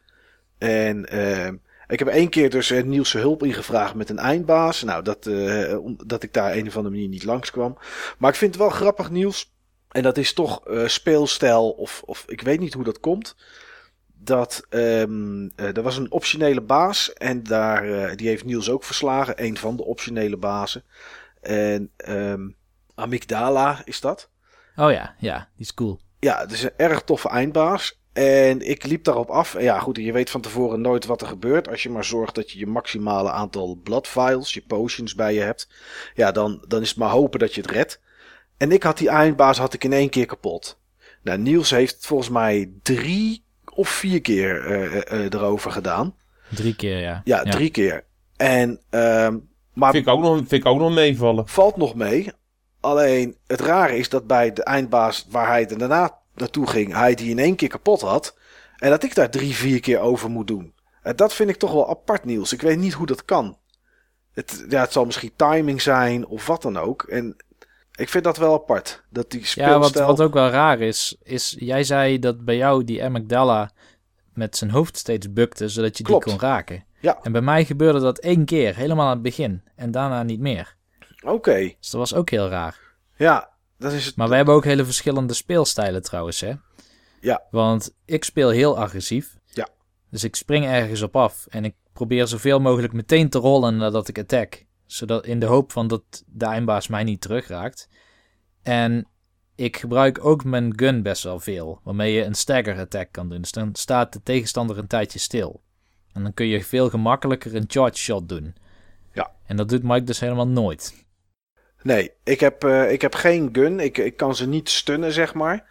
En uh, ik heb één keer dus uh, Niels' hulp ingevraagd met een eindbaas. Nou, dat, uh, dat ik daar een of andere manier niet langskwam. Maar ik vind het wel grappig, Niels. En dat is toch uh, speelstijl, of, of ik weet niet hoe dat komt. dat um, uh, er was een optionele baas. En daar, uh, die heeft Niels ook verslagen. Een van de optionele bazen. En um, Amygdala is dat. Oh ja, ja, die is cool. Ja, het is een erg toffe eindbaas. En ik liep daarop af. En ja, goed, je weet van tevoren nooit wat er gebeurt. Als je maar zorgt dat je je maximale aantal blood vials, je potions bij je hebt. Ja, dan, dan is het maar hopen dat je het redt. En ik had die eindbaas had ik in één keer kapot. Nou, Niels heeft het volgens mij drie of vier keer uh, uh, erover gedaan. Drie keer, ja. Ja, ja. drie keer. En, um, maar Vind ik ook nog, vind ik ook nog meevallen. Valt nog mee. Alleen, het rare is dat bij de eindbaas waar hij er daarna naartoe ging, hij die in één keer kapot had. En dat ik daar drie, vier keer over moet doen. En dat vind ik toch wel apart, Niels. Ik weet niet hoe dat kan. Het, ja, het zal misschien timing zijn of wat dan ook. En ik vind dat wel apart. Dat die speelstijl... Ja, wat, wat ook wel raar is, is... Jij zei dat bij jou die Amygdala met zijn hoofd steeds bukte, zodat je Klopt. die kon raken. Ja. En bij mij gebeurde dat één keer, helemaal aan het begin. En daarna niet meer. Oké. Okay. Dus dat was ook heel raar. Ja, dat is het. Maar wij hebben ook hele verschillende speelstijlen trouwens, hè? Ja. Want ik speel heel agressief. Ja. Dus ik spring ergens op af en ik probeer zoveel mogelijk meteen te rollen nadat ik attack. Zodat in de hoop van dat de eindbaas mij niet terugraakt. En ik gebruik ook mijn gun best wel veel, waarmee je een stagger attack kan doen. Dus dan staat de tegenstander een tijdje stil. En dan kun je veel gemakkelijker een charge shot doen. Ja. En dat doet Mike dus helemaal nooit. Nee, ik heb, uh, ik heb geen gun. Ik, ik kan ze niet stunnen, zeg maar.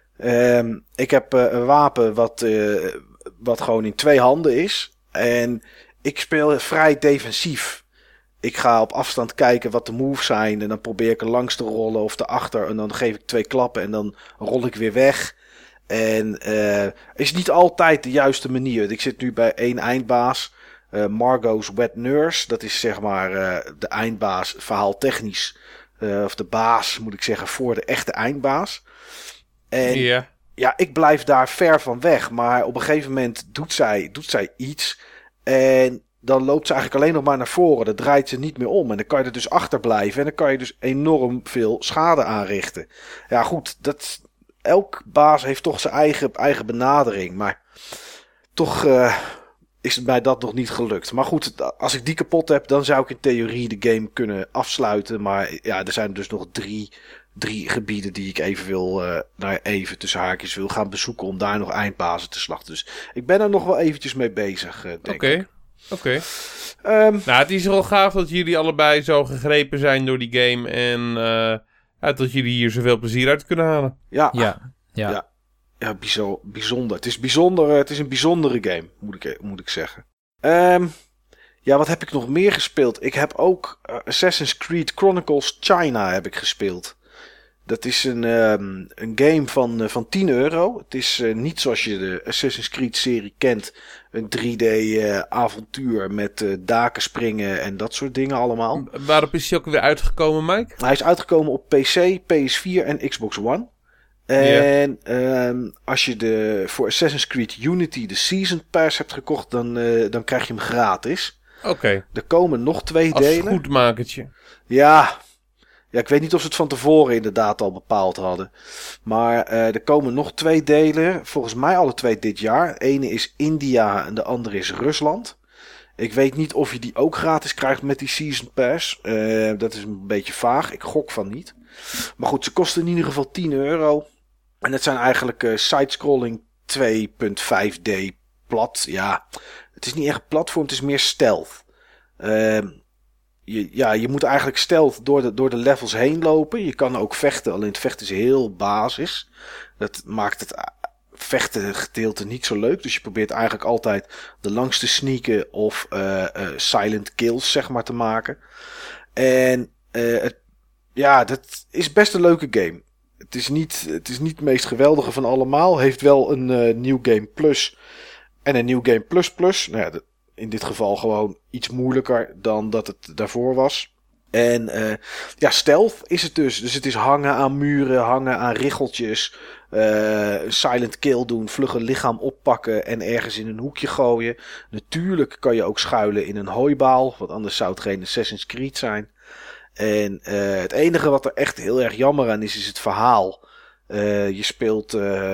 Um, ik heb uh, een wapen wat, uh, wat gewoon in twee handen is. En ik speel vrij defensief. Ik ga op afstand kijken wat de moves zijn. En dan probeer ik er langs te rollen of erachter. En dan geef ik twee klappen en dan rol ik weer weg. En uh, is niet altijd de juiste manier. Ik zit nu bij één eindbaas. Uh, Margot's Wet Nurse. Dat is zeg maar uh, de eindbaas verhaaltechnisch. Uh, of de baas moet ik zeggen voor de echte eindbaas. En yeah. ja, ik blijf daar ver van weg. Maar op een gegeven moment doet zij, doet zij iets. En dan loopt ze eigenlijk alleen nog maar naar voren. Dan draait ze niet meer om. En dan kan je er dus achter blijven. En dan kan je dus enorm veel schade aanrichten. Ja goed, dat, elk baas heeft toch zijn eigen, eigen benadering. Maar toch uh, is het mij dat nog niet gelukt. Maar goed, als ik die kapot heb, dan zou ik in theorie de game kunnen afsluiten. Maar ja, er zijn dus nog drie... Drie gebieden die ik even wil, uh, nou even tussen haakjes wil gaan bezoeken om daar nog eindbazen te slachten. Dus ik ben er nog wel eventjes mee bezig, uh, denk okay. ik. Oké, oké. Okay. Um, nou, het is wel gaaf dat jullie allebei zo gegrepen zijn door die game en uh, ja, dat jullie hier zoveel plezier uit kunnen halen. Ja, ja, ja. ja, ja bijzo- bijzonder. Het is bijzonder. Het is een bijzondere game, moet ik, moet ik zeggen. Um, ja, wat heb ik nog meer gespeeld? Ik heb ook uh, Assassin's Creed Chronicles China heb ik gespeeld. Dat is een, um, een game van, uh, van tien euro. Het is uh, niet zoals je de Assassin's Creed serie kent. Een drie D uh, avontuur met uh, daken springen en dat soort dingen allemaal. Waarop is hij ook weer uitgekomen, Mike? Hij is uitgekomen op P C, P S vier en Xbox One. En yeah. um, als je de, voor Assassin's Creed Unity de Season Pass hebt gekocht, dan, uh, dan krijg je hem gratis. Oké. Okay. Er komen nog twee Als delen. Als goedmakertje. Ja... Ja, ik weet niet of ze het van tevoren inderdaad al bepaald hadden. Maar uh, er komen nog twee delen. Volgens mij alle twee dit jaar. De ene is India en de andere is Rusland. Ik weet niet of je die ook gratis krijgt met die Season Pass. Uh, dat is een beetje vaag. Ik gok van niet. Maar goed, ze kosten in ieder geval tien euro. En het zijn eigenlijk uh, sidescrolling twee punt vijf D plat. Ja, het is niet echt platform, het is meer stealth. Uh, Je, ja, je moet eigenlijk stealth door de, door de levels heen lopen. Je kan ook vechten, alleen het vechten is heel basis. Dat maakt het vechten gedeelte niet zo leuk. Dus je probeert eigenlijk altijd de langs te sneaken of uh, uh, silent kills zeg maar te maken. En uh, het, ja, dat is best een leuke game. Het is niet het is niet het meest geweldige van allemaal. Heeft wel een uh, New Game Plus en een New Game Plus Plus. Nou ja, dat, in dit geval gewoon iets moeilijker dan dat het daarvoor was. En uh, ja, stealth is het dus. Dus het is hangen aan muren, hangen aan riggeltjes. Uh, silent kill doen, vlug een lichaam oppakken en ergens in een hoekje gooien. Natuurlijk kan je ook schuilen in een hooibaal. Want anders zou het geen Assassin's Creed zijn. En uh, het enige wat er echt heel erg jammer aan is, is het verhaal. Uh, je speelt... Uh,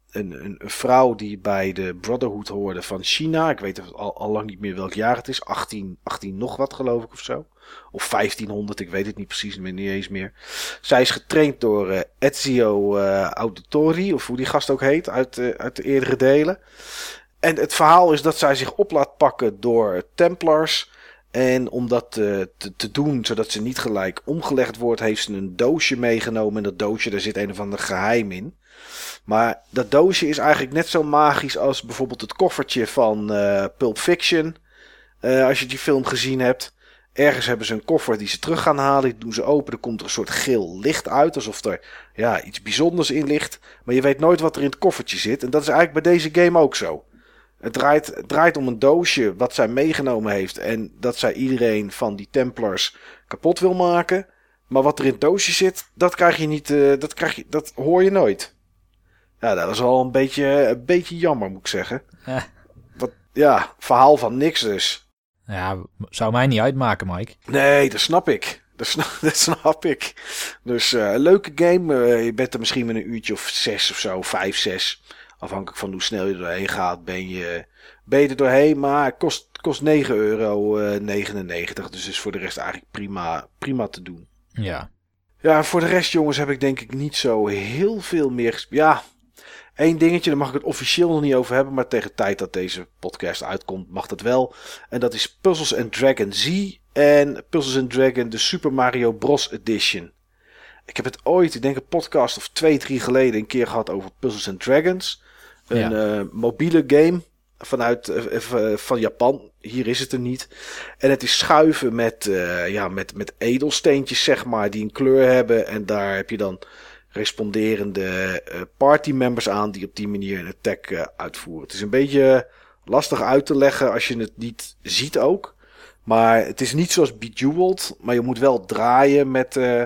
een, een, een vrouw die bij de Brotherhood hoorde van China. Ik weet al, al lang niet meer welk jaar het is. achttien, achttien nog wat geloof ik of zo. Of vijftienhonderd, ik weet het niet precies, niet eens meer. Zij is getraind door uh, Ezio uh, Auditore, of hoe die gast ook heet, uit, uh, uit de eerdere delen. En het verhaal is dat zij zich op laat pakken door Templars. En om dat uh, te, te doen, zodat ze niet gelijk omgelegd wordt, heeft ze een doosje meegenomen. En dat doosje, daar zit een of ander geheim in. Maar dat doosje is eigenlijk net zo magisch als bijvoorbeeld het koffertje van uh, Pulp Fiction. Uh, als je die film gezien hebt. Ergens hebben ze een koffer die ze terug gaan halen. Die doen ze open. Er komt er een soort geel licht uit. Alsof er ja, iets bijzonders in ligt. Maar je weet nooit wat er in het koffertje zit. En dat is eigenlijk bij deze game ook zo. Het draait, het draait om een doosje wat zij meegenomen heeft. En dat zij iedereen van die Templars kapot wil maken. Maar wat er in het doosje zit, dat krijg je niet. Uh, dat, krijg je, dat hoor je nooit. Ja, dat is wel een beetje, een beetje jammer, moet ik zeggen. Ja. Wat, ja, verhaal van niks dus. Ja, zou mij niet uitmaken, Mike. Nee, dat snap ik. Dat snap, dat snap ik. Dus uh, een leuke game. Uh, je bent er misschien met een uurtje of zes of zo, vijf, zes. Afhankelijk van hoe snel je er doorheen gaat, ben je, ben je er doorheen. Maar het kost, kost negen euro negenennegentig. Dus is voor de rest eigenlijk prima, prima te doen. Ja. Ja, voor de rest, jongens, heb ik denk ik niet zo heel veel meer gespeeld. Ja, één dingetje, daar mag ik het officieel nog niet over hebben. Maar tegen de tijd dat deze podcast uitkomt, mag dat wel. En dat is Puzzles and Dragons Z en Puzzles and Dragons, de Super Mario Bros. Edition. Ik heb het ooit, ik denk een podcast of twee, drie geleden, een keer gehad over Puzzles and Dragons. Een ja. uh, mobiele game vanuit uh, van Japan. Hier is het er niet. En het is schuiven met, uh, ja, met, met edelsteentjes, zeg maar, die een kleur hebben. En daar heb je dan responderende uh, partymembers aan die op die manier een attack uh, uitvoeren. Het is een beetje lastig uit te leggen als je het niet ziet ook. Maar het is niet zoals Bejeweled, maar je moet wel draaien met... Uh,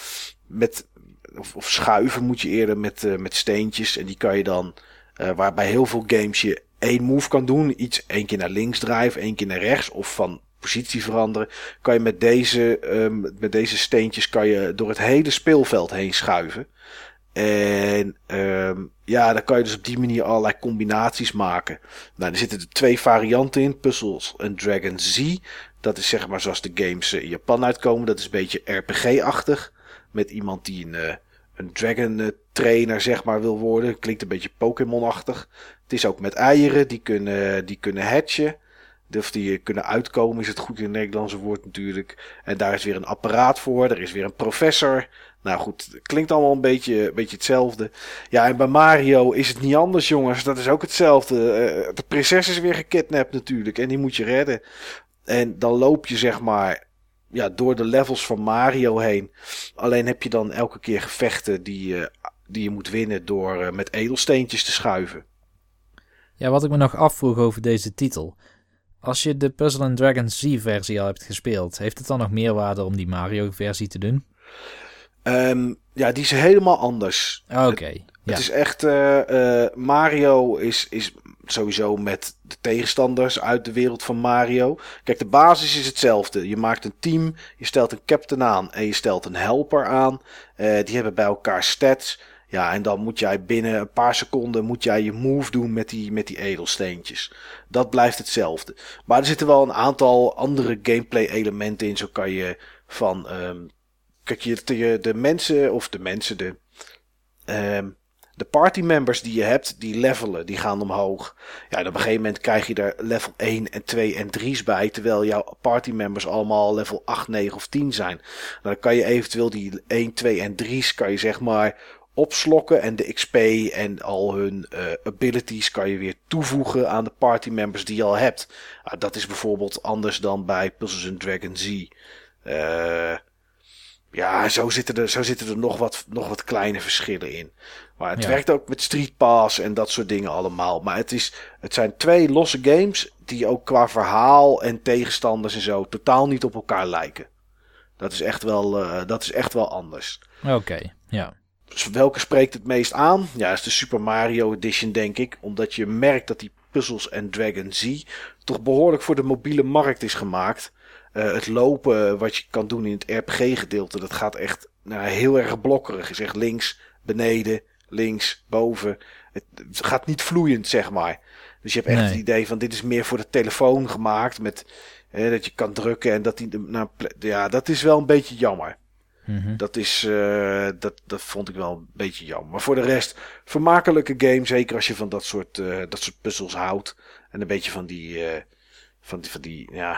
met of, of schuiven moet je eerder met, uh, met steentjes. En die kan je dan... Uh, waar bij heel veel games je één move kan doen. Iets één keer naar links draaien, één keer naar rechts. Of van positie veranderen. Kan je met deze, um, met deze steentjes kan je door het hele speelveld heen schuiven. En um, ja, dan kan je dus op die manier allerlei combinaties maken. Nou, er zitten er twee varianten in. Puzzles and Dragons Z. Dat is zeg maar zoals de games in Japan uitkomen. Dat is een beetje R P G-achtig. Met iemand die een... Uh, een dragon trainer, zeg maar, wil worden. Klinkt een beetje Pokémon-achtig. Het is ook met eieren. Die kunnen, die kunnen hatchen. Of die kunnen uitkomen, is het goed in het Nederlandse woord natuurlijk. En daar is weer een apparaat voor. Er is weer een professor. Nou goed, klinkt allemaal een beetje, een beetje hetzelfde. Ja, en bij Mario is het niet anders, jongens. Dat is ook hetzelfde. Uh, de prinses is weer gekidnapt natuurlijk. En die moet je redden. En dan loop je, zeg maar... Ja, door de levels van Mario heen. Alleen heb je dan elke keer gevechten die, uh, die je moet winnen door uh, met edelsteentjes te schuiven. Ja, wat ik me nog afvroeg over deze titel. Als je de Puzzle and Dragons Z-versie al hebt gespeeld, heeft het dan nog meerwaarde om die Mario-versie te doen? Um, ja, die is helemaal anders. Oké. Okay, het, ja. het is echt... Uh, uh, Mario is... is sowieso met de tegenstanders uit de wereld van Mario. Kijk, de basis is hetzelfde. Je maakt een team, je stelt een captain aan en je stelt een helper aan. Uh, die hebben bij elkaar stats. Ja, en dan moet jij binnen een paar seconden moet jij je move doen met die, met die edelsteentjes. Dat blijft hetzelfde. Maar er zitten wel een aantal andere gameplay elementen in. Zo kan je van... Um, kijk, je, de, de mensen, of de mensen, de... Um, De partymembers die je hebt, die levelen, die gaan omhoog. Ja, en op een gegeven moment krijg je er level één en twee en drie's bij. Terwijl jouw partymembers allemaal level acht, negen of tien zijn. Dan kan je eventueel die één, twee en drie's kan je zeg maar opslokken. En de X P en al hun uh, abilities kan je weer toevoegen aan de partymembers die je al hebt. Uh, dat is bijvoorbeeld anders dan bij Puzzles and Dragons Z. Uh, ja, zo zitten er, zo zitten er nog, wat, nog wat kleine verschillen in. Maar het ja. werkt ook met Street Pass en dat soort dingen allemaal. Maar het, is, het zijn twee losse games die ook qua verhaal en tegenstanders en zo totaal niet op elkaar lijken. Dat is echt wel, uh, dat is echt wel anders. Oké, okay, ja. Dus welke spreekt het meest aan? Ja, dat is de Super Mario Edition, denk ik. Omdat je merkt dat die Puzzles and Dragons Z toch behoorlijk voor de mobiele markt is gemaakt. Uh, het lopen wat je kan doen in het R P G-gedeelte, dat gaat echt nou, heel erg blokkerig. Is echt links, beneden, links, boven. Het, het gaat niet vloeiend, zeg maar. Dus je hebt echt Nee. het idee van dit is meer voor de telefoon gemaakt. Met, hè, dat je kan drukken en dat die... Nou, ja, dat is wel een beetje jammer. Mm-hmm. Dat is, uh, dat, dat vond ik wel een beetje jammer. Maar voor de rest, vermakelijke game. Zeker als je van dat soort, uh, dat soort puzzels houdt. En een beetje van die, uh, van die, van die ja,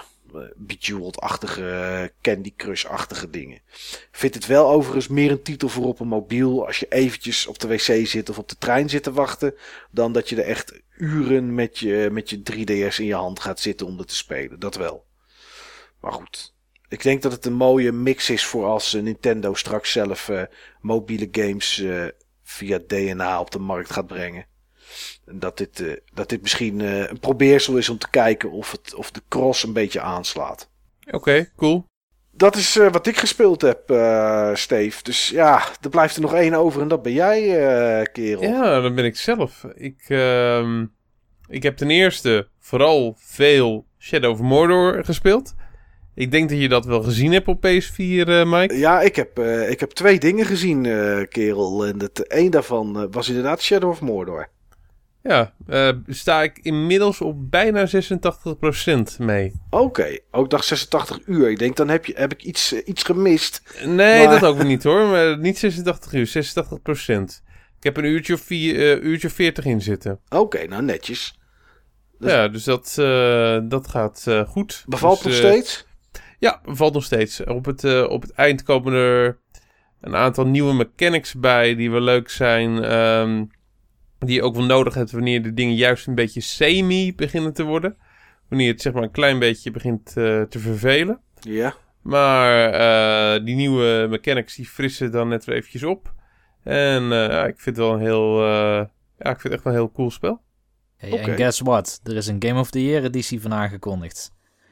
Bejeweled-achtige, Candy Crush-achtige dingen. Ik vind het wel overigens meer een titel voor op een mobiel. Als je eventjes op de wc zit of op de trein zit te wachten. Dan dat je er echt uren met je, met je drie D S in je hand gaat zitten om het te spelen. Dat wel. Maar goed. Ik denk dat het een mooie mix is voor als uh, Nintendo straks zelf uh, mobiele games uh, via D N A op de markt gaat brengen. En dat dit, uh, dat dit misschien uh, een probeersel is om te kijken of, het, of de cross een beetje aanslaat. Oké, okay, cool. Dat is uh, wat ik gespeeld heb, uh, Steve. Dus ja, er blijft er nog één over en dat ben jij, uh, kerel. Ja, dat ben ik zelf. Ik, uh, ik heb ten eerste vooral veel Shadow of Mordor gespeeld. Ik denk dat je dat wel gezien hebt op P S vier, uh, Mike. Ja, ik heb, uh, ik heb twee dingen gezien, uh, kerel. En het, een daarvan uh, was inderdaad Shadow of Mordor. Ja, uh, sta ik inmiddels op bijna zesentachtig procent mee. Oké, okay. Ook dag zesentachtig uur. Ik denk, dan heb, je, heb ik iets, uh, iets gemist. Nee, maar... dat ook niet hoor. Maar niet zesentachtig uur, zesentachtig procent. Ik heb een uurtje of, vier, uh, uurtje veertig in zitten. Oké, okay, nou netjes. Dus... Ja, dus dat, uh, dat gaat uh, goed. Bevalt dus, nog uh, steeds? Ja, bevalt nog steeds. Op het, uh, op het eind komen er een aantal nieuwe mechanics bij die wel leuk zijn. Um, die je ook wel nodig hebt wanneer de dingen juist een beetje semi beginnen te worden. Wanneer het zeg maar een klein beetje begint uh, te vervelen. Ja. Maar uh, die nieuwe mechanics die frissen dan net weer eventjes op. En uh, ja, ik vind het wel een heel, uh, ja, ik vind het echt wel een heel cool spel. Hey, okay. En guess what? Er is een Game of the Year editie van aangekondigd.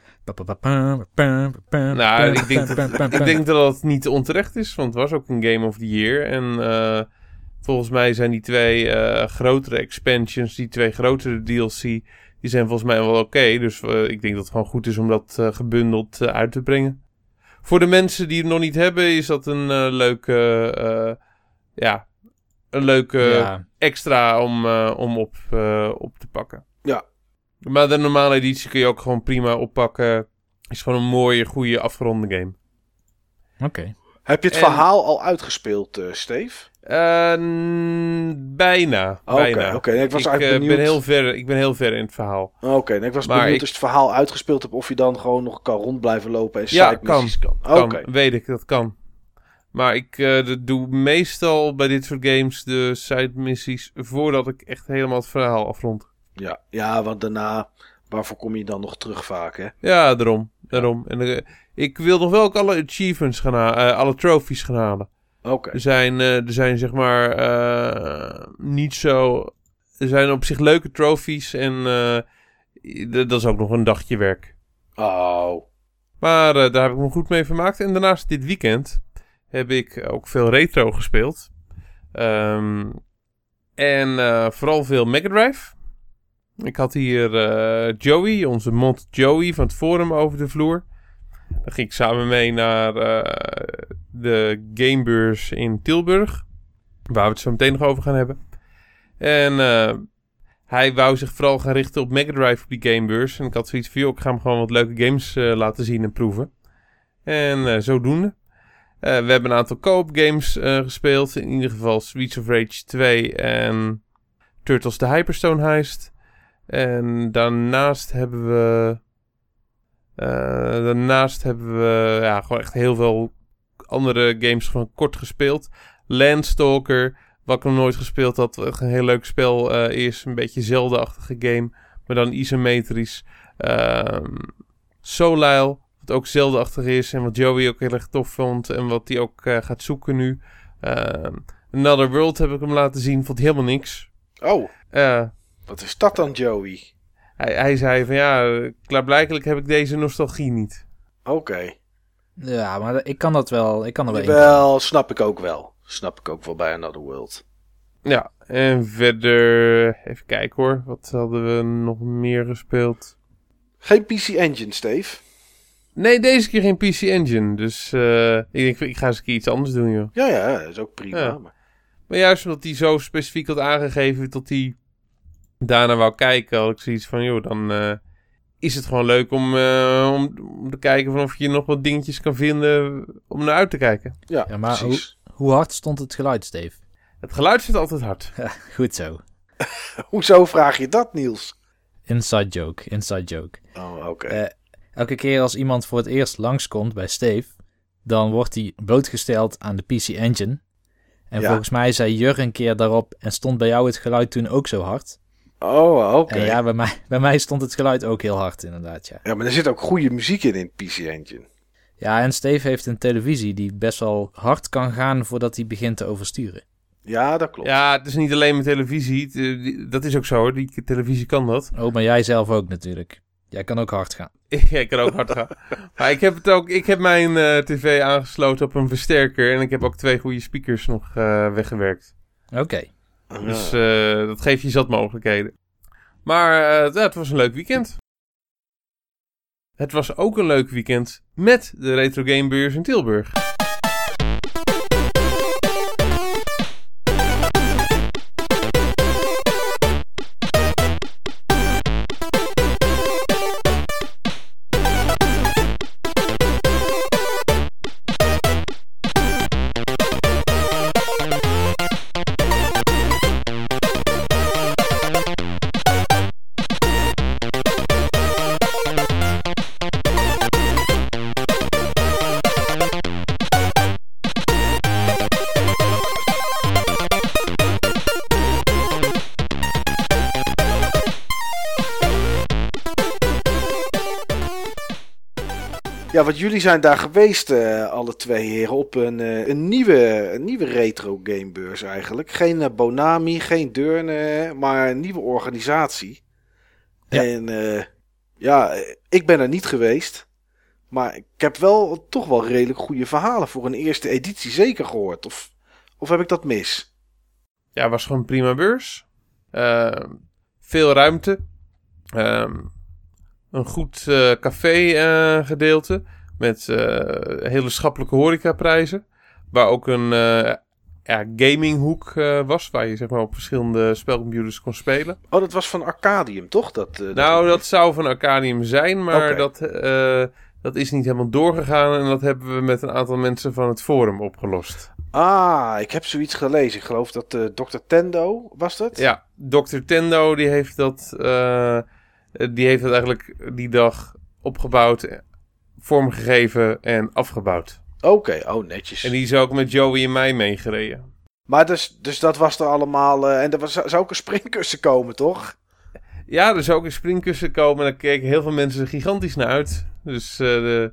Nou, ik denk, dat, ik denk dat het niet onterecht is, want het was ook een Game of the Year. En uh, volgens mij zijn die twee uh, grotere expansions, die twee grotere D L C, die zijn volgens mij wel oké. Okay. Dus uh, ik denk dat het gewoon goed is om dat uh, gebundeld uh, uit te brengen. Voor de mensen die het nog niet hebben, is dat een uh, leuke, uh, ja, een leuke ja. extra om, uh, om op, uh, op te pakken. Ja. Maar de normale editie kun je ook gewoon prima oppakken. Is gewoon een mooie, goede, afgeronde game. Oké. Okay. Heb je het en... verhaal al uitgespeeld, uh, Steve? Uh, n- bijna. Oké, okay, oké. Okay. Ik was ik, eigenlijk uh, ben heel ver. Ik ben heel ver in het verhaal. Oké, okay. Ik was maar benieuwd ik... als je het verhaal uitgespeeld hebt, of je dan gewoon nog kan rond blijven lopen en ja, side missies kan. kan. Oké, okay. Weet ik, dat kan. Maar ik uh, doe meestal bij dit soort games de side missies voordat ik echt helemaal het verhaal afrond. Ja, ja, want daarna, waarvoor kom je dan nog terug vaak, hè? Ja, daarom. daarom. En uh, ik wil nog wel ook alle achievements gaan halen, uh, alle trophies gaan halen. Oké. Okay. Er zijn, uh, er zijn zeg maar uh, niet zo... Er zijn op zich leuke trophies en uh, d- dat is ook nog een dagje werk. Oh. Maar uh, daar heb ik me goed mee vermaakt. En daarnaast dit weekend heb ik ook veel retro gespeeld. Um, en uh, vooral veel Mega Drive. Ik had hier uh, Joey, onze mod Joey van het forum over de vloer. Dan ging ik samen mee naar uh, de gamebeurs in Tilburg. Waar we het zo meteen nog over gaan hebben. En uh, hij wou zich vooral gaan richten op Mega Drive op die gamebeurs. En ik had zoiets van, joh, ik ga hem gewoon wat leuke games uh, laten zien en proeven. En uh, zodoende. Uh, we hebben een aantal co-op games uh, gespeeld. In ieder geval Streets of Rage twee en Turtles the Hyperstone Heist. En daarnaast hebben we... Uh, daarnaast hebben we ja, gewoon echt heel veel andere games van kort gespeeld. Landstalker, wat ik nog nooit gespeeld had. Wat een heel leuk spel uh, is. Een beetje Zelda-achtige game. Maar dan isometrisch. Uh, Soleil, wat ook Zelda-achtig is. En wat Joey ook heel erg tof vond. En wat hij ook uh, gaat zoeken nu. Uh, Another World heb ik hem laten zien. Vond hij helemaal niks. Oh. Uh, Wat is dat dan, Joey? Hij, hij zei van ja, klaarblijkelijk heb ik deze nostalgie niet. Oké. Okay. Ja, maar ik kan dat wel. Ik kan er wel. Wel, snap ik ook wel. Snap ik ook wel bij Another World. Ja, en verder... Even kijken hoor. Wat hadden we nog meer gespeeld? Geen P C Engine, Steve? Nee, deze keer geen P C Engine. Dus uh, ik denk, ik ga eens een keer iets anders doen, joh. Ja, ja, dat is ook prima. Ja. Maar... Maar juist omdat hij zo specifiek had aangegeven tot hij daarna wou kijken, had ik zoiets van, joh, dan uh, is het gewoon leuk om, uh, om, om te kijken van of je nog wat dingetjes kan vinden om naar uit te kijken. Ja, Ja, maar hoe, precies. hoe hard stond het geluid, Steve? Het geluid zit altijd hard. Ja, goed zo. Hoezo vraag je dat, Niels? Inside joke, inside joke. Oh, oké. Eh, elke keer als iemand voor het eerst langskomt bij Steve, dan wordt hij blootgesteld aan de P C Engine. En Ja. volgens mij zei Jur een keer daarop en stond bij jou het geluid toen ook zo hard. Oh, oké. En ja, bij mij, bij mij stond het geluid ook heel hard inderdaad, ja. Ja, maar er zit ook goede muziek in in het P C Engine. Ja, en Steve heeft een televisie die best wel hard kan gaan voordat hij begint te oversturen. Ja, dat klopt. Ja, het is niet alleen met televisie. Het, uh, die- Dat is ook zo hoor. Die televisie kan dat. Oh, maar jij zelf ook natuurlijk. Jij kan ook hard gaan. Ik kan ook hard gaan. Maar ik heb, het ook, ik heb mijn uh, tv aangesloten op een versterker. En ik heb ook twee goede speakers nog uh, weggewerkt. Oké. Ah. Dus uh, dat geeft je zat mogelijkheden. Maar uh, ja, het was een leuk weekend. Het was ook een leuk weekend met de Retro Gamebeurs in Tilburg. Ja, want jullie zijn daar geweest, uh, alle twee heren, op een, uh, een, nieuwe, een nieuwe retro gamebeurs eigenlijk. Geen uh, Bonami, geen Deurne, maar een nieuwe organisatie. Ja. En uh, ja, ik ben er niet geweest. Maar ik heb wel toch wel redelijk goede verhalen voor een eerste editie zeker gehoord. Of, of heb ik dat mis? Ja, het was gewoon een prima beurs. Uh, veel ruimte. Um, een goed uh, café uh, gedeelte. Met uh, hele schappelijke horecaprijzen. Waar ook een uh, ja, gaminghoek uh, was. Waar je zeg maar op verschillende spelcomputers kon spelen. Oh, dat was van Arcadium, toch? Dat, uh, dat nou, dat zou van Arcadium zijn. Maar okay. dat, uh, dat is niet helemaal doorgegaan. En dat hebben we met een aantal mensen van het forum opgelost. Ah, ik heb zoiets gelezen. Ik geloof dat uh, dokter Tendo, was dat? Ja, dokter Tendo die heeft dat... Uh, die heeft dat eigenlijk die dag opgebouwd, vormgegeven en afgebouwd. Oké, okay, oh netjes. En die is ook met Joey en mij meegereden. Maar dus, dus dat was er allemaal... Uh, en er was, zou ook een springkussen komen, toch? Ja, er zou ook een springkussen komen. Daar keken heel veel mensen gigantisch naar uit. Dus uh, de,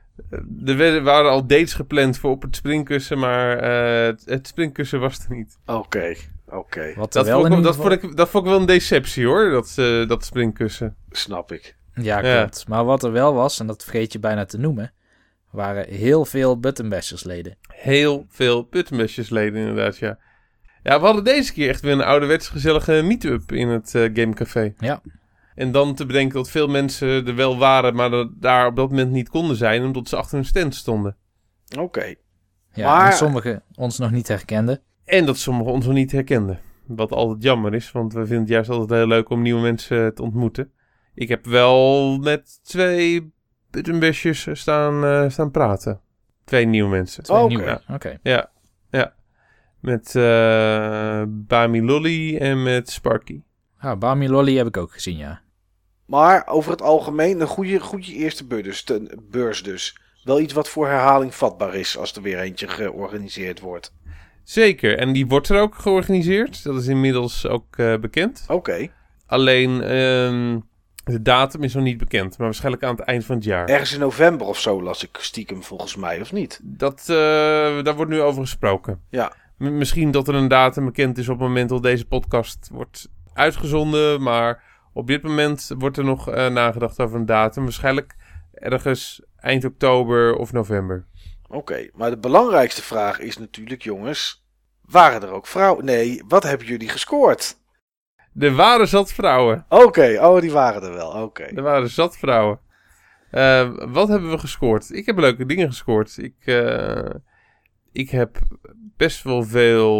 er waren al dates gepland voor op het springkussen, maar uh, het, het springkussen was er niet. Oké, okay, oké. Okay. Dat, dat, dat, vond ik, dat vond ik wel een deceptie hoor, dat, uh, dat springkussen. Snap ik. Ja, klopt. Ja. Maar wat er wel was, en dat vergeet je bijna te noemen, waren heel veel Buttonbashers leden. Heel veel Buttonbashers leden inderdaad, ja. Ja, we hadden deze keer echt weer een ouderwets gezellige meet-up in het uh, gamecafé. Ja. En dan te bedenken dat veel mensen er wel waren, maar dat daar op dat moment niet konden zijn, omdat ze achter hun stand stonden. Oké. Okay. Ja, maar... en sommigen ons nog niet herkenden. En dat sommigen ons nog niet herkenden. Wat altijd jammer is, want we vinden het juist altijd heel leuk om nieuwe mensen te ontmoeten. Ik heb wel met twee Buttonbashers staan, uh, staan praten. Twee nieuwe mensen. Twee oh, nieuwe, ja. oké. Okay. Ja, ja. Met uh, Bami Lolly en met Sparky. Ah, Bami Lolly heb ik ook gezien, ja. Maar over het algemeen een goede, goede eerste beurs, beurs dus. Wel iets wat voor herhaling vatbaar is als er weer eentje georganiseerd wordt. Zeker, en die wordt er ook georganiseerd. Dat is inmiddels ook uh, bekend. Oké. Okay. Alleen uh, de datum is nog niet bekend, maar waarschijnlijk aan het eind van het jaar. Ergens in november of zo las ik stiekem volgens mij, of niet? Dat, uh, daar wordt nu over gesproken. Ja. M- misschien dat er een datum bekend is op het moment dat deze podcast wordt uitgezonden, maar op dit moment wordt er nog uh, nagedacht over een datum. Waarschijnlijk ergens eind oktober of november. Oké, okay, maar de belangrijkste vraag is natuurlijk, jongens, waren er ook vrouwen? Nee, wat hebben jullie gescoord? Er waren zat vrouwen. Oké, okay, oh, die waren er wel, oké. Okay. Er waren zat vrouwen. Uh, wat hebben we gescoord? Ik heb leuke dingen gescoord. Ik, uh, ik heb best wel veel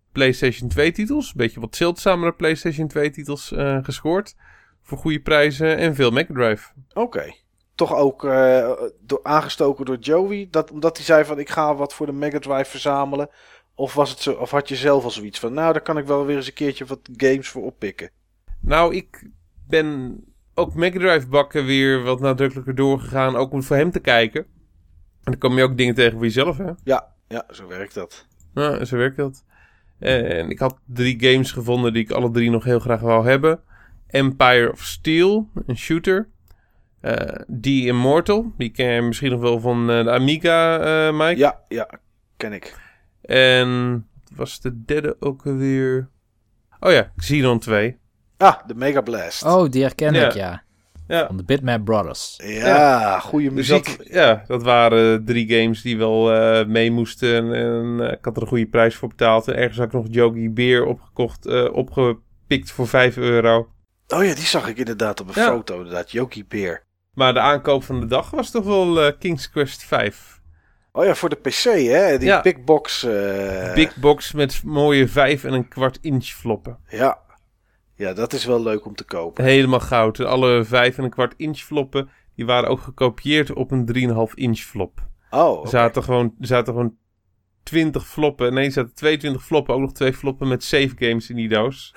PlayStation twee titels. Een beetje wat zeldzamere PlayStation twee titels uh, gescoord. Voor goede prijzen en veel Mega Drive. Oké. Okay. Toch ook uh, door, aangestoken door Joey. Dat, omdat hij zei van ik ga wat voor de Mega Drive verzamelen. Of, was het zo, of had je zelf al zoiets van nou daar kan ik wel weer eens een keertje wat games voor oppikken. Nou ik ben ook Mega Drive bakken weer wat nadrukkelijker doorgegaan. Ook om voor hem te kijken. En dan kom je ook dingen tegen voor jezelf hè. Ja, ja zo werkt dat. Ja, zo werkt dat. En ik had drie games gevonden die ik alle drie nog heel graag wou hebben. Empire of Steel, een shooter. Uh, The Immortal, die ken je misschien nog wel van uh, de Amiga, uh, Mike. Ja, ja, ken ik. En wat was de derde ook alweer? Oh ja, Xenon twee. Ah, de Mega Blast. Oh, die herken ja. ik, ja. ja. Van de Bitmap Brothers. Ja, ja. Goede muziek. Dus dat, ja, dat waren drie games die wel uh, mee moesten. En, en uh, ik had er een goede prijs voor betaald. En ergens had ik nog Yogi Bear opgekocht, uh, opgepikt voor vijf euro. Oh ja, die zag ik inderdaad op een ja. foto, inderdaad. Yogi Bear. Maar de aankoop van de dag was toch wel uh, King's Quest vijf. Oh ja, voor de P C, hè? Die ja. big box. Uh... Big box met mooie vijf en een kwart inch floppen. Ja. Ja, dat is wel leuk om te kopen. Helemaal goud. Alle vijf en een kwart inch floppen, die waren ook gekopieerd op een drie komma vijf inch flop. Oh, okay. Er zaten gewoon, er zaten gewoon twintig floppen. Nee, er zaten tweeëntwintig floppen. Ook nog twee floppen met save games in die doos.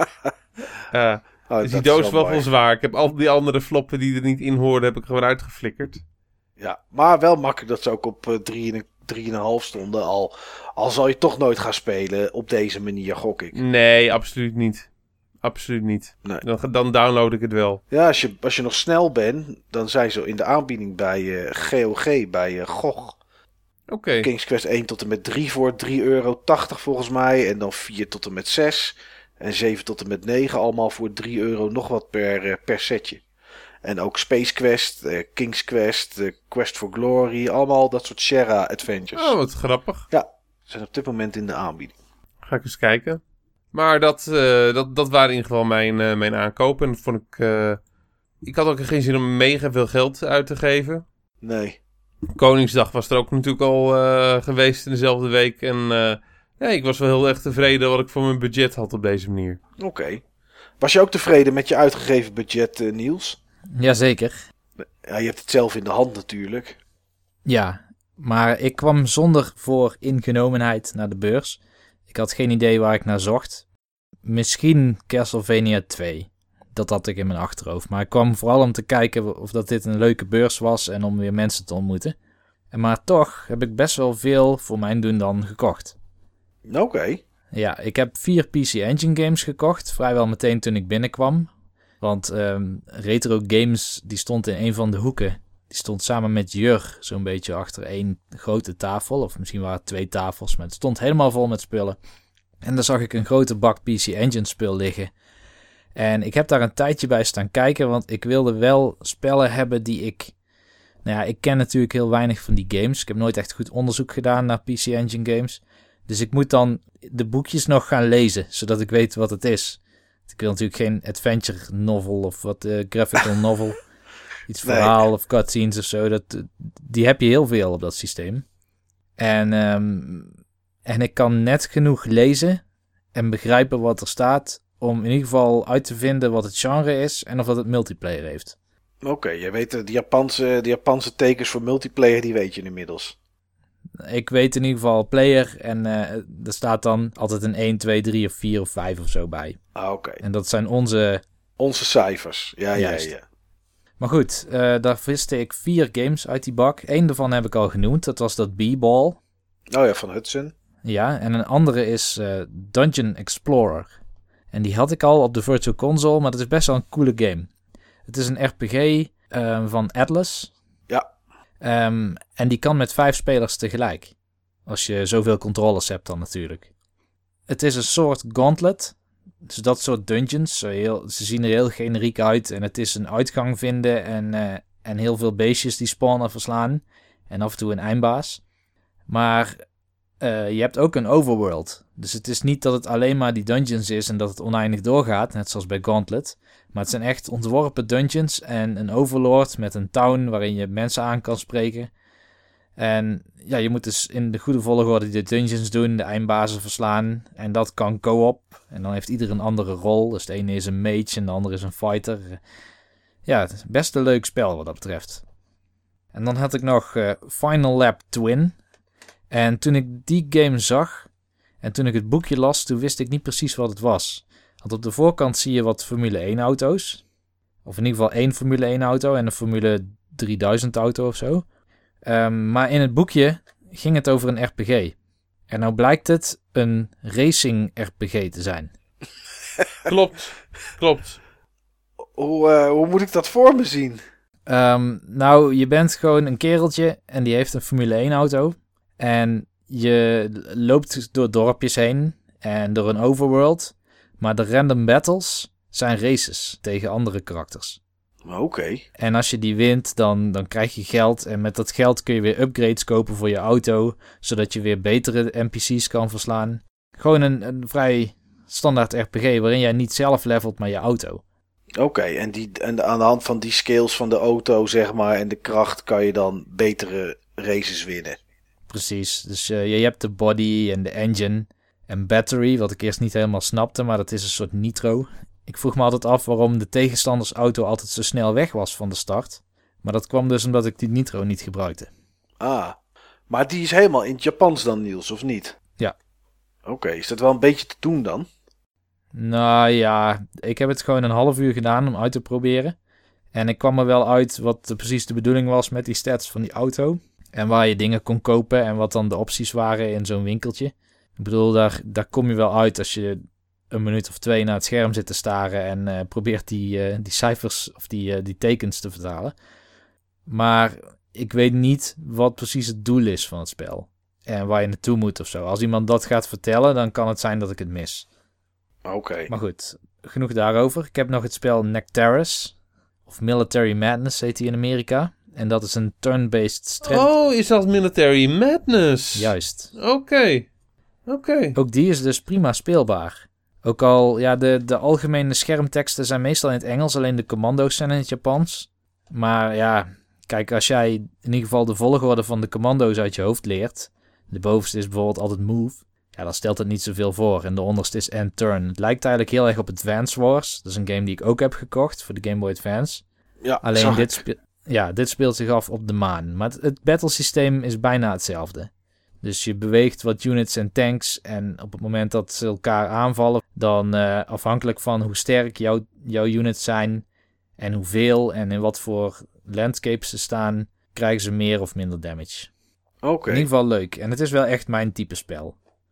uh, oh, dus die doos is wel wel wel zwaar. Ik heb al die andere floppen die er niet in hoorden, heb ik gewoon uitgeflikkerd. Ja, maar wel makkelijk dat ze ook op uh, drie komma vijf stonden. Al, al zal je toch nooit gaan spelen op deze manier, gok ik. Nee, absoluut niet. Absoluut niet. Nee. Dan, dan download ik het wel. Ja, als je, als je nog snel bent, dan zijn ze in de aanbieding bij uh, G O G, bij uh, G O G. Oké. Okay. King's Quest één tot en met drie voor drie euro tachtig volgens mij. En dan vier tot en met zes. En zeven tot en met negen allemaal voor drie euro nog wat per, uh, per setje. En ook Space Quest, uh, King's Quest, uh, Quest for Glory. Allemaal dat soort Sierra Adventures. Oh, wat grappig. Ja, zijn op dit moment in de aanbieding. Ga ik eens kijken. Maar dat, uh, dat, dat waren in ieder geval mijn, uh, mijn aankopen. En dat vond ik... Uh, ik had ook geen zin om mega veel geld uit te geven. Nee. Koningsdag was er ook natuurlijk al uh, geweest in dezelfde week. En uh, ja, ik was wel heel erg tevreden wat ik voor mijn budget had op deze manier. Oké. Okay. Was je ook tevreden met je uitgegeven budget, uh, Niels? Jazeker. Ja, je hebt het zelf in de hand natuurlijk. Ja, maar ik kwam zonder vooringenomenheid naar de beurs. Ik had geen idee waar ik naar zocht. Misschien Castlevania twee. Dat had ik in mijn achterhoofd. Maar ik kwam vooral om te kijken of dat dit een leuke beurs was en om weer mensen te ontmoeten. En maar toch heb ik best wel veel voor mijn doen dan gekocht. Oké. Okay. Ja, ik heb vier P C Engine games gekocht. Vrijwel meteen toen ik binnenkwam. Want um, Retro Games die stond in een van de hoeken. Die stond samen met Jur zo'n beetje achter één grote tafel. Of misschien waren het twee tafels. Maar het stond helemaal vol met spullen. En daar zag ik een grote bak P C Engine spul liggen. En ik heb daar een tijdje bij staan kijken. Want ik wilde wel spellen hebben die ik... Nou ja, ik ken natuurlijk heel weinig van die games. Ik heb nooit echt goed onderzoek gedaan naar P C Engine games. Dus ik moet dan de boekjes nog gaan lezen. Zodat ik weet wat het is. Ik wil natuurlijk geen adventure novel of wat uh, graphical novel. Iets verhaal nee. of cutscenes of zo. Dat, die heb je heel veel op dat systeem. En, um, en ik kan net genoeg lezen en begrijpen wat er staat om in ieder geval uit te vinden wat het genre is en of dat het multiplayer heeft. Oké, okay, je weet de Japanse, de Japanse tekens voor multiplayer, die weet je inmiddels. Ik weet in ieder geval player en uh, er staat dan altijd een één, twee, drie of vier of vijf of zo bij. Ah, oké. Okay. En dat zijn onze... Onze cijfers, ja, ja, ja. Maar goed, uh, daar viste ik vier games uit die bak. Eén daarvan heb ik al genoemd, dat was dat B-Ball. Oh ja, van Hudson. Ja, en een andere is uh, Dungeon Explorer. En die had ik al op de Virtual Console, maar dat is best wel een coole game. Het is een R P G uh, van Atlas. Ja. Um, en die kan met vijf spelers tegelijk. Als je zoveel controllers hebt dan natuurlijk. Het is een soort gauntlet. Dus dat soort dungeons. Heel, ze zien er heel generiek uit. En het is een uitgang vinden. En, uh, en heel veel beestjes die spawnen verslaan. En af en toe een eindbaas. Maar uh, je hebt ook een overworld. Dus het is niet dat het alleen maar die dungeons is. En dat het oneindig doorgaat. Net zoals bij Gauntlet. Maar het zijn echt ontworpen dungeons. En een overlord met een town waarin je mensen aan kan spreken. En ja, je moet dus in de goede volgorde de dungeons doen, de eindbazen verslaan. En dat kan co-op. En dan heeft ieder een andere rol. Dus de ene is een mage en de andere is een fighter. Ja, het is best een leuk spel wat dat betreft. En dan had ik nog uh, Final Lap Twin. En toen ik die game zag en toen ik het boekje las, toen wist ik niet precies wat het was. Want op de voorkant zie je wat Formule één auto's. Of in ieder geval één Formule één auto en een Formule drieduizend auto of zo. Um, maar in het boekje ging het over een R P G. En nou blijkt het een racing R P G te zijn. Klopt, klopt. Hoe, uh, hoe moet ik dat voor me zien? Um, nou, je bent gewoon een kereltje en die heeft een Formule één auto. En je loopt door dorpjes heen en door een overworld. Maar de random battles zijn races tegen andere karakters. Oké. Okay. En als je die wint, dan, dan krijg je geld. En met dat geld kun je weer upgrades kopen voor je auto. Zodat je weer betere N P C's kan verslaan. Gewoon een, een vrij standaard R P G waarin jij niet zelf levelt, maar je auto. Oké, okay, en, die, en aan de hand van die skills van de auto, zeg maar, en de kracht kan je dan betere races winnen. Precies, dus uh, je hebt de body en de engine en battery, wat ik eerst niet helemaal snapte, maar dat is een soort nitro. Ik vroeg me altijd af waarom de tegenstanders auto altijd zo snel weg was van de start. Maar dat kwam dus omdat ik die nitro niet gebruikte. Ah, maar die is helemaal in het Japans dan, Niels, of niet? Ja. Oké, okay, is dat wel een beetje te doen dan? Nou ja, ik heb het gewoon een half uur gedaan om uit te proberen. En ik kwam er wel uit wat de, precies de bedoeling was met die stats van die auto. En waar je dingen kon kopen en wat dan de opties waren in zo'n winkeltje. Ik bedoel, daar, daar kom je wel uit als je een minuut of twee naar het scherm zit te staren en uh, probeert die, uh, die cijfers of die, uh, die tekens te vertalen. Maar ik weet niet wat precies het doel is van het spel. En waar je naartoe moet of zo. Als iemand dat gaat vertellen, dan kan het zijn dat ik het mis. Oké. Okay. Maar goed, genoeg daarover. Ik heb nog het spel Nectaris. Of Military Madness heet die in Amerika. En dat is een turn-based strategy. Oh, is dat Military Madness? Juist. Oké. Okay. Oké. Okay. Ook die is dus prima speelbaar. Ook al, ja, de, de algemene schermteksten zijn meestal in het Engels. Alleen de commando's zijn in het Japans. Maar ja, kijk, als jij in ieder geval de volgorde van de commando's uit je hoofd leert. De bovenste is bijvoorbeeld altijd move. Ja, dan stelt het niet zoveel voor. En de onderste is end turn. Het lijkt eigenlijk heel erg op Advance Wars. Dat is een game die ik ook heb gekocht voor de Game Boy Advance. Ja, alleen dit, spe- ja, dit speelt zich af op de maan. Maar het, het battlesysteem is bijna hetzelfde. Dus je beweegt wat units en tanks. En op het moment dat ze elkaar aanvallen, dan uh, afhankelijk van hoe sterk jouw, jouw units zijn en hoeveel en in wat voor landscapes ze staan, krijgen ze meer of minder damage. Oké. Okay. In ieder geval leuk. En het is wel echt mijn type spel.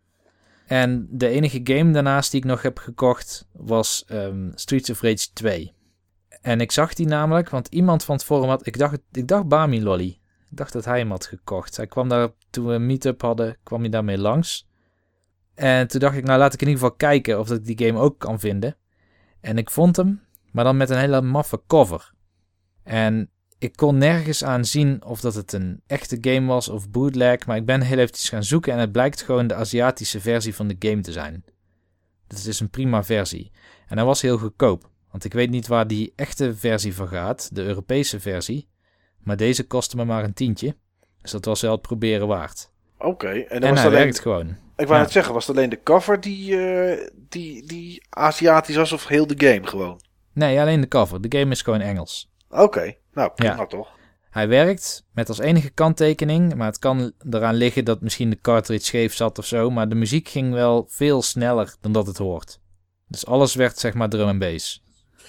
En de enige game daarnaast die ik nog heb gekocht was um, Streets of Rage twee. En ik zag die namelijk, want iemand van het forum had... Ik dacht, ik dacht Bami Lolly. Ik dacht dat hij hem had gekocht. Hij kwam daar, toen we een meet-up hadden, kwam hij daarmee langs. En toen dacht ik, nou laat ik in ieder geval kijken of ik die game ook kan vinden. En ik vond hem, maar dan met een hele maffe cover. En ik kon nergens aan zien of dat het een echte game was of bootleg. Maar ik ben heel eventjes gaan zoeken en het blijkt gewoon de Aziatische versie van de game te zijn. Dus het is een prima versie. En hij was heel goedkoop. Want ik weet niet waar die echte versie van gaat, de Europese versie. Maar deze kostte me maar een tientje. Dus dat was wel het proberen waard. Oké. Okay, en, en was hij alleen... werkt gewoon. Ik wou ja. net zeggen, was het alleen de cover die, uh, die, die Aziatisch was of heel de game gewoon? Nee, alleen de cover. De game is gewoon Engels. Oké, okay. Nou prima ja. toch. Hij werkt met als enige kanttekening, maar het kan eraan liggen dat misschien de cartridge scheef zat of zo. Maar de muziek ging wel veel sneller dan dat het hoort. Dus alles werd zeg maar drum en bass.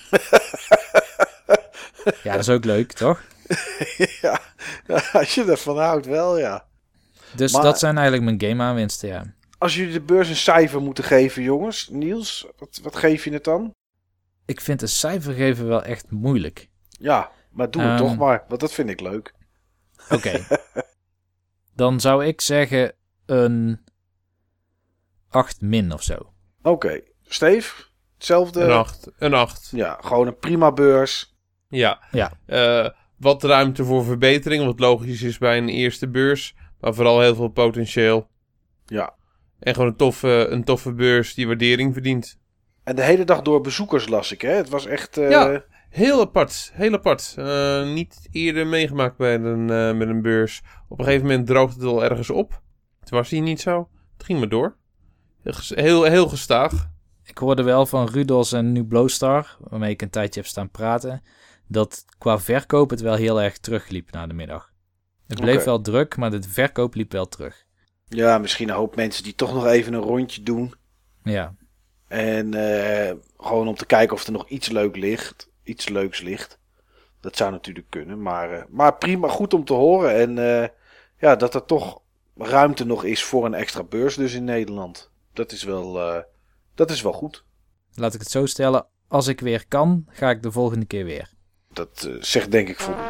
Ja, dat is ook leuk, toch? Ja, als je ervan houdt wel, ja. Dus maar, dat zijn eigenlijk mijn game aanwinsten, ja. Als jullie de beurs een cijfer moeten geven, jongens. Niels, wat, wat geef je het dan? Ik vind een cijfer geven wel echt moeilijk. Ja, maar doe het um, toch maar, want dat vind ik leuk. Oké. Okay. Dan zou ik zeggen een acht min of zo. Oké. Okay. Steve, hetzelfde? Een acht. Een acht. Ja, gewoon een prima beurs. Ja. Ja. Uh, wat ruimte voor verbetering, wat logisch is bij een eerste beurs. Maar vooral heel veel potentieel. Ja. En gewoon een toffe, een toffe beurs die waardering verdient. En de hele dag door bezoekers las ik, hè? Het was echt... Uh... Ja, Heel apart, heel apart. Uh, niet eerder meegemaakt bij een, uh, met een beurs. Op een gegeven moment droogde het al ergens op. Het was hier niet zo. Het ging maar door. Heel, heel gestaag. Ik hoorde wel van Rudos en nu Blowstar, waarmee ik een tijdje heb staan praten, dat qua verkoop het wel heel erg terugliep na de middag. Het bleef okay. wel druk, maar de verkoop liep wel terug. Ja, misschien een hoop mensen die toch nog even een rondje doen. Ja. En uh, gewoon om te kijken of er nog iets leuk ligt. Iets leuks ligt. Dat zou natuurlijk kunnen. Maar, uh, maar prima, goed om te horen. En uh, ja, dat er toch ruimte nog is voor een extra beurs dus in Nederland. Dat is wel, uh, dat is wel goed. Laat ik het zo stellen. Als ik weer kan, ga ik de volgende keer weer. Dat uh, zegt denk ik voldoende.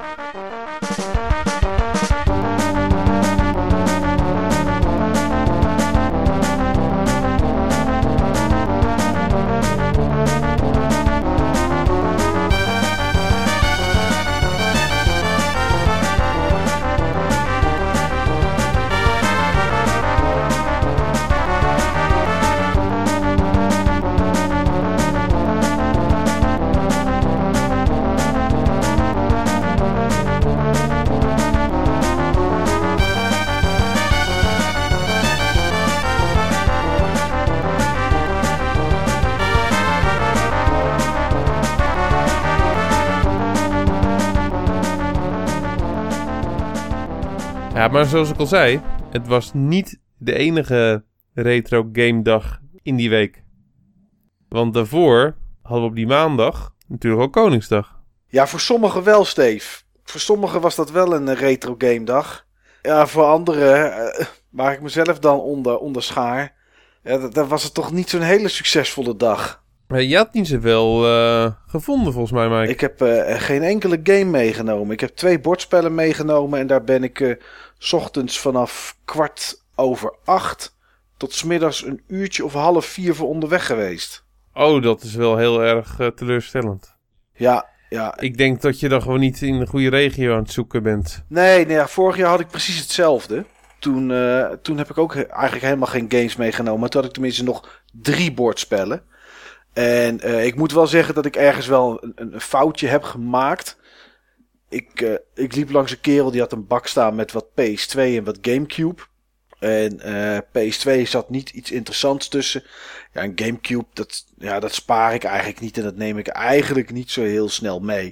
Ja, maar zoals ik al zei, het was niet de enige retro game dag in die week. Want daarvoor hadden we op die maandag natuurlijk ook Koningsdag. Ja, voor sommigen wel, Steve. Voor sommigen was dat wel een retro game dag. Ja, voor anderen, uh, waar ik mezelf dan onder, onder schaar, ja, dan was het toch niet zo'n hele succesvolle dag. Je had niet zoveel uh, gevonden volgens mij, Mike. Ik heb uh, geen enkele game meegenomen. Ik heb twee bordspellen meegenomen en daar ben ik uh, 's ochtends vanaf kwart over acht tot 's middags een uurtje of half vier voor onderweg geweest. Oh, dat is wel heel erg uh, teleurstellend. Ja, ja. Ik denk dat je dan gewoon niet in de goede regio aan het zoeken bent. Nee, nee ja, vorig jaar had ik precies hetzelfde. Toen, uh, toen heb ik ook eigenlijk helemaal geen games meegenomen. Maar toen had ik tenminste nog drie bordspellen. En uh, ik moet wel zeggen dat ik ergens wel een, een foutje heb gemaakt. Ik, uh, ik liep langs een kerel die had een bak staan met wat P S twee en wat Gamecube. En uh, P S twee zat niet iets interessants tussen. Ja, een Gamecube, dat, ja, dat spaar ik eigenlijk niet en dat neem ik eigenlijk niet zo heel snel mee.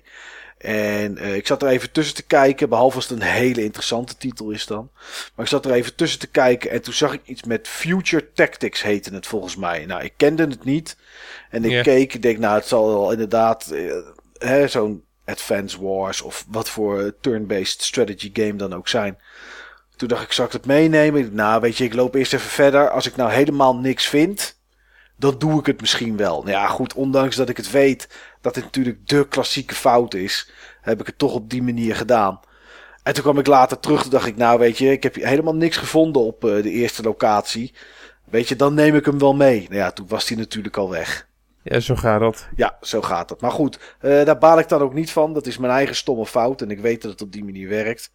En uh, ik zat er even tussen te kijken, behalve als het een hele interessante titel is dan. Maar ik zat er even tussen te kijken en toen zag ik iets met Future Tactics heette het volgens mij. Nou, ik kende het niet. En ik yeah. keek, ik denk nou het zal wel inderdaad uh, hè, zo'n Advance Wars of wat voor turn-based strategy game dan ook zijn. Toen dacht ik, zal ik het meenemen? Ik, nou weet je, ik loop eerst even verder. Als ik nou helemaal niks vind, dan doe ik het misschien wel. Nou ja goed, ondanks dat ik het weet dat dit natuurlijk de klassieke fout is, heb ik het toch op die manier gedaan. En toen kwam ik later terug, toen dacht ik, nou weet je, ik heb helemaal niks gevonden op uh, de eerste locatie. Weet je, dan neem ik hem wel mee. Nou ja, toen was hij natuurlijk al weg. Ja, zo gaat dat. Ja, zo gaat dat. Maar goed, uh, daar baal ik dan ook niet van. Dat is mijn eigen stomme fout en ik weet dat het op die manier werkt.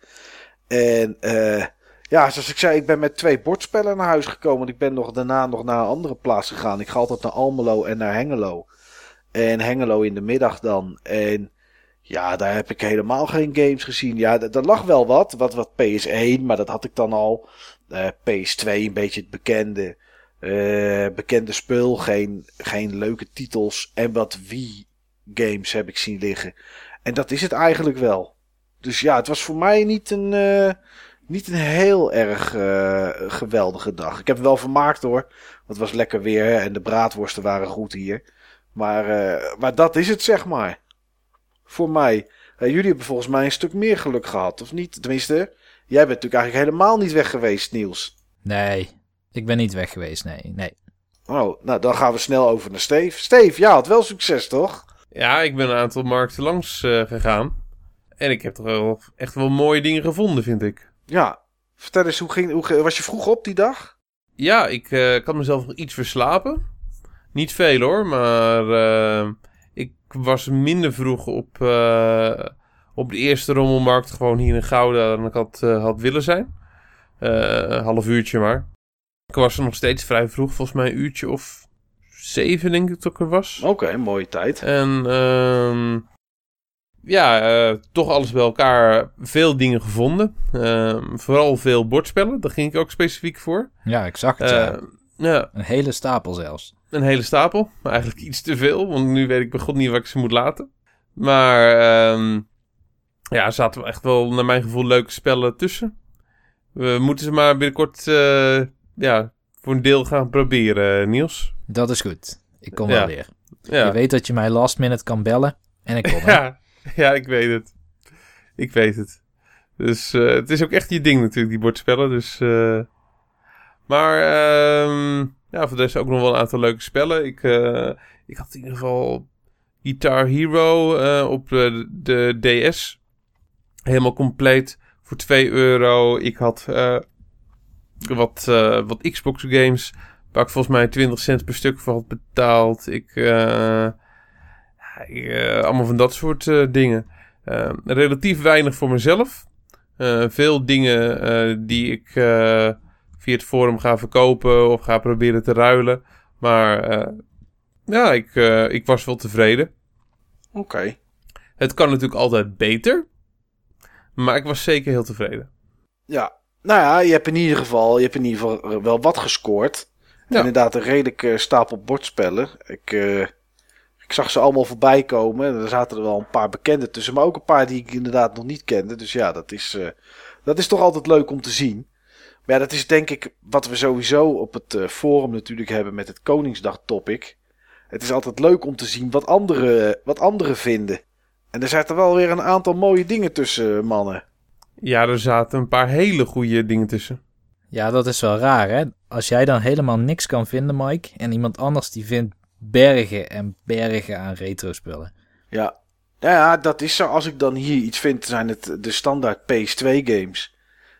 En uh, ja, zoals ik zei, ik ben met twee bordspellen naar huis gekomen. Ik ben nog daarna nog naar een andere plaats gegaan. Ik ga altijd naar Almelo en naar Hengelo. En Hengelo in de middag dan. En ja, daar heb ik helemaal geen games gezien. Ja, d- er lag wel wat, wat. Wat P S één, maar dat had ik dan al. Uh, P S twee, een beetje het bekende. Uh, bekende spul. Geen, geen leuke titels. En wat Wii games heb ik zien liggen. En dat is het eigenlijk wel. Dus ja, het was voor mij niet een, uh, niet een heel erg uh, geweldige dag. Ik heb het wel vermaakt hoor. Want het was lekker weer hè, en de braadworsten waren goed hier. Maar, uh, maar dat is het zeg maar. Voor mij. Uh, jullie hebben volgens mij een stuk meer geluk gehad, of niet? Tenminste, jij bent natuurlijk eigenlijk helemaal niet weg geweest, Niels. Nee, ik ben niet weg geweest, nee. nee. Oh, nou dan gaan we snel over naar Steve. Steve, ja, had wel succes toch? Ja, ik ben een aantal markten langs uh, gegaan. En ik heb toch wel echt wel mooie dingen gevonden, vind ik. Ja, vertel eens, hoe ging, hoe, was je vroeg op die dag? Ja, ik, uh, ik had mezelf nog iets verslapen. Niet veel hoor, maar uh, ik was minder vroeg op, uh, op de eerste rommelmarkt gewoon hier in Gouda dan ik had, uh, had willen zijn. Uh, een half uurtje maar. Ik was er nog steeds vrij vroeg, volgens mij een uurtje of zeven denk ik dat ik er was. Oké, okay, mooie tijd. En uh, ja, uh, toch alles bij elkaar veel dingen gevonden. Uh, vooral veel bordspellen, daar ging ik ook specifiek voor. Ja, ik zag het. Uh, ja. Ja. Een hele stapel zelfs. Een hele stapel, maar eigenlijk iets te veel, want nu weet ik bij God niet waar ik ze moet laten. Maar um, ja, er zaten echt wel naar mijn gevoel leuke spellen tussen. We moeten ze maar binnenkort uh, ja, voor een deel gaan proberen, Niels. Dat is goed. Ik kom ja. wel weer. Ja. Je weet dat je mij last minute kan bellen en ik kom. ja, ja, ik weet het. Ik weet het. Dus uh, het is ook echt je ding natuurlijk, die bordspellen. Dus, uh, maar um, ja, voor de rest ook nog wel een aantal leuke spellen. Ik, uh, ik had in ieder geval Guitar Hero uh, op de, de D S. Helemaal compleet voor twee euro. Ik had uh, wat, uh, wat Xbox games waar ik volgens mij twintig cent per stuk voor had betaald. Ik, uh, ik uh, allemaal van dat soort uh, dingen. Uh, relatief weinig voor mezelf. Uh, veel dingen uh, die ik uh, via het forum ga verkopen of ga proberen te ruilen. Maar uh, ja, ik, uh, ik was wel tevreden. Oké. Okay. Het kan natuurlijk altijd beter. Maar ik was zeker heel tevreden. Ja, nou ja, je hebt in ieder geval, je hebt in ieder geval wel wat gescoord. Ja. Inderdaad, een redelijk uh, stapel bordspellen. Ik, uh, ik zag ze allemaal voorbij komen. Er zaten er wel een paar bekende tussen, maar ook een paar die ik inderdaad nog niet kende. Dus ja, dat is, uh, dat is toch altijd leuk om te zien. Maar ja, dat is denk ik wat we sowieso op het uh, forum natuurlijk hebben met het Koningsdag topic. Het is altijd leuk om te zien wat anderen, wat anderen vinden. En er zaten wel weer een aantal mooie dingen tussen, mannen. Ja, er zaten een paar hele goede dingen tussen. Ja, dat is wel raar, hè? Als jij dan helemaal niks kan vinden, Mike, en iemand anders die vindt bergen en bergen aan retro-spullen. Ja. Ja, dat is zo. Als ik dan hier iets vind, zijn het de standaard P S twee games.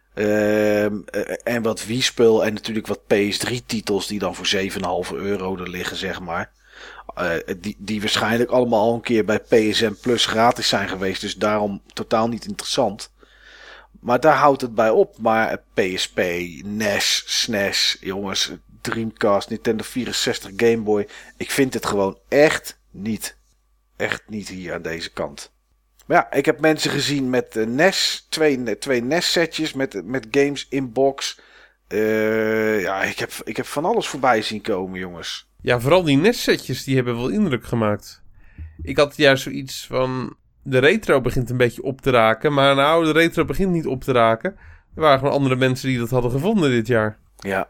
Uh, en wat Wii-spul en natuurlijk wat P S drie titels die dan voor zeven komma vijf euro er liggen, zeg maar. Uh, die, die waarschijnlijk allemaal al een keer bij P S N Plus gratis zijn geweest. Dus daarom totaal niet interessant. Maar daar houdt het bij op. Maar P S P, N E S, S N E S, jongens, Dreamcast, Nintendo vierenzestig, Game Boy. Ik vind het gewoon echt niet. Echt niet hier aan deze kant. Maar ja, ik heb mensen gezien met uh, N E S. Twee, twee N E S setjes met, met games in box. Uh, ja, ik heb, ik heb van alles voorbij zien komen, jongens. Ja, vooral die N E S-setjes, die hebben wel indruk gemaakt. Ik had juist zoiets van... De retro begint een beetje op te raken. Maar nou, de retro begint niet op te raken. Er waren gewoon andere mensen die dat hadden gevonden dit jaar. Ja,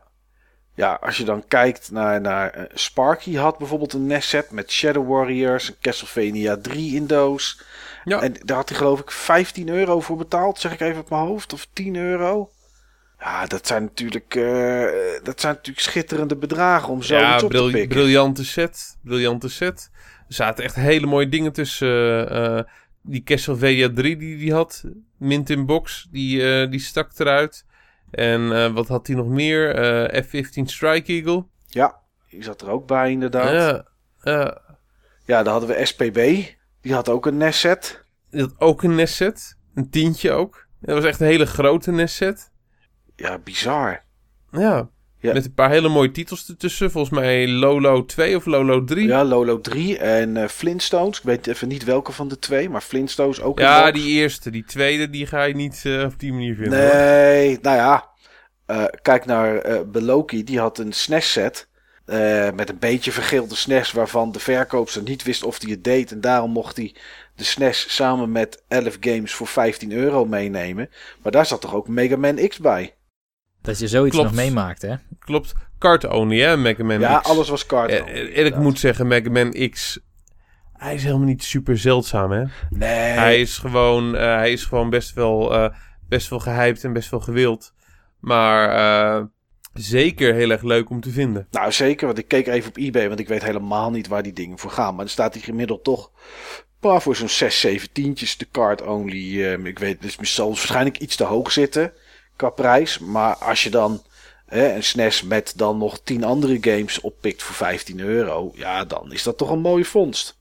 ja als je dan kijkt naar... naar uh, Sparky had bijvoorbeeld een N E S-set met Shadow Warriors... Castlevania drie in doos. Ja. En daar had hij geloof ik vijftien euro voor betaald. Zeg ik even op mijn hoofd. Of tien euro. Ja, dat zijn natuurlijk, uh, dat zijn natuurlijk schitterende bedragen om zoiets ja, op bril- te pikken. Briljante set. Briljante set. Er zaten echt hele mooie dingen tussen. Uh, die Castlevania drie die die had. Mint in box. Die, uh, die stak eruit. En uh, wat had hij nog meer? Uh, F vijftien Strike Eagle. Ja, die zat er ook bij inderdaad. Ja, uh, ja, dan hadden we S P B. Die had ook een N E S set. Die had ook een N E S set. Een tientje ook. Dat was echt een hele grote N E S set. Ja, bizar. Ja, ja, met een paar hele mooie titels ertussen. Volgens mij Lolo twee of Lolo drie. Ja, Lolo drie en uh, Flintstones. Ik weet even niet welke van de twee, maar Flintstones ook. Ja, die eerste. Die tweede, die ga je niet uh, op die manier vinden. Nee, hoor. Nou ja. Uh, kijk naar uh, Beloki. Die had een S N E S set. Uh, met een beetje vergeelde S N E S waarvan de verkoopster niet wist of hij het deed. En daarom mocht hij de S N E S samen met elf games voor vijftien euro meenemen. Maar daar zat toch ook Mega Man X bij. Dat je zoiets Klopt. nog meemaakt, hè? Klopt. Card only, hè, Mega Man ja, X. Ja, alles was card only. En ik moet zeggen, Mega Man X... Hij is helemaal niet super zeldzaam, hè? Nee. Hij is gewoon, uh, hij is gewoon best wel, uh, best wel gehyped en best wel gewild. Maar uh, zeker heel erg leuk om te vinden. Nou, zeker. Want ik keek even op eBay, want ik weet helemaal niet waar die dingen voor gaan. Maar er staat hier gemiddeld toch... Maar voor zo'n zes, zeven tientjes de card only. Uh, ik weet, dus het zal waarschijnlijk iets te hoog zitten... qua prijs, maar als je dan hè, een S N E S met dan nog tien andere games oppikt voor vijftien euro, ja, dan is dat toch een mooie vondst.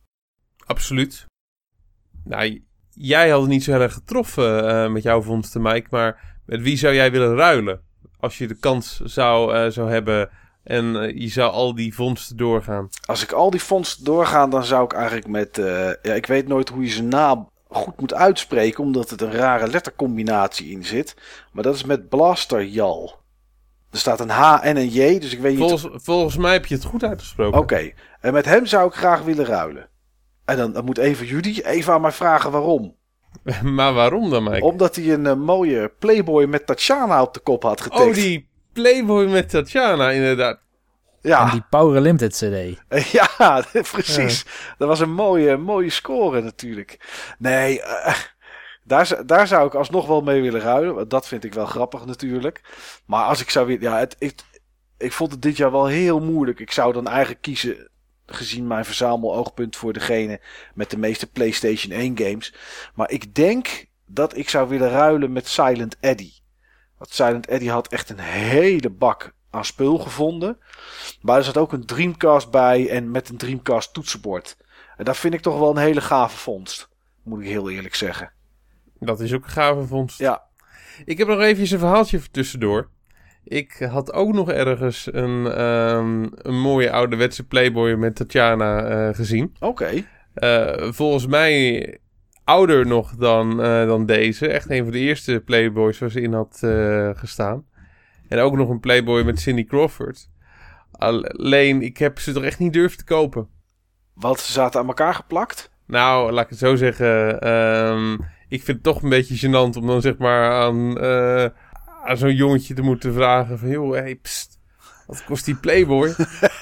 Absoluut. Nou, jij had het niet zo heel erg getroffen uh, met jouw vondsten, Mike, maar met wie zou jij willen ruilen? Als je de kans zou, uh, zou hebben en uh, je zou al die vondsten doorgaan. Als ik al die vondsten doorga, dan zou ik eigenlijk met, uh, ja, ik weet nooit hoe je zijn naam goed moet uitspreken, omdat het een rare lettercombinatie in zit. Maar dat is met Blasterjal. Er staat een H en een J, dus ik weet niet... Volgens, volgens mij heb je het goed uitgesproken. Oké, okay. En met hem zou ik graag willen ruilen. En dan, dan moet een van jullie even aan mij vragen waarom. Maar waarom dan, Mike? Omdat hij een uh, mooie Playboy met Tatjana op de kop had getikt. Oh, die Playboy met Tatjana, inderdaad. Ja. En die Power Limited C D. Ja, precies. Ja. Dat was een mooie, mooie score natuurlijk. Nee, uh, daar, daar zou ik alsnog wel mee willen ruilen. Want dat vind ik wel grappig natuurlijk. Maar als ik zou willen... Ja, het, ik, ik vond het dit jaar wel heel moeilijk. Ik zou dan eigenlijk kiezen... gezien mijn verzameloogpunt voor degene met de meeste PlayStation één games. Maar ik denk dat ik zou willen ruilen met Silent Eddy. Want Silent Eddy had echt een hele bak aan spul gevonden. Maar er zat ook een Dreamcast bij en met een Dreamcast toetsenbord. En dat vind ik toch wel een hele gave vondst. Moet ik heel eerlijk zeggen. Dat is ook een gave vondst. Ja. Ik heb nog even een verhaaltje tussendoor. Ik had ook nog ergens een, um, een mooie ouderwetse Playboy met Tatjana uh, gezien. Oké. Okay. Uh, volgens mij ouder nog dan, uh, dan deze. Echt een van de eerste Playboys waar ze in had uh, gestaan. En ook nog een Playboy met Cindy Crawford. Alleen, ik heb ze toch echt niet durven te kopen. Want ze zaten aan elkaar geplakt? Nou, laat ik het zo zeggen. Um, ik vind het toch een beetje gênant om dan zeg maar aan... Uh, aan zo'n jongetje te moeten vragen van... joh, hey, pst, wat kost die Playboy?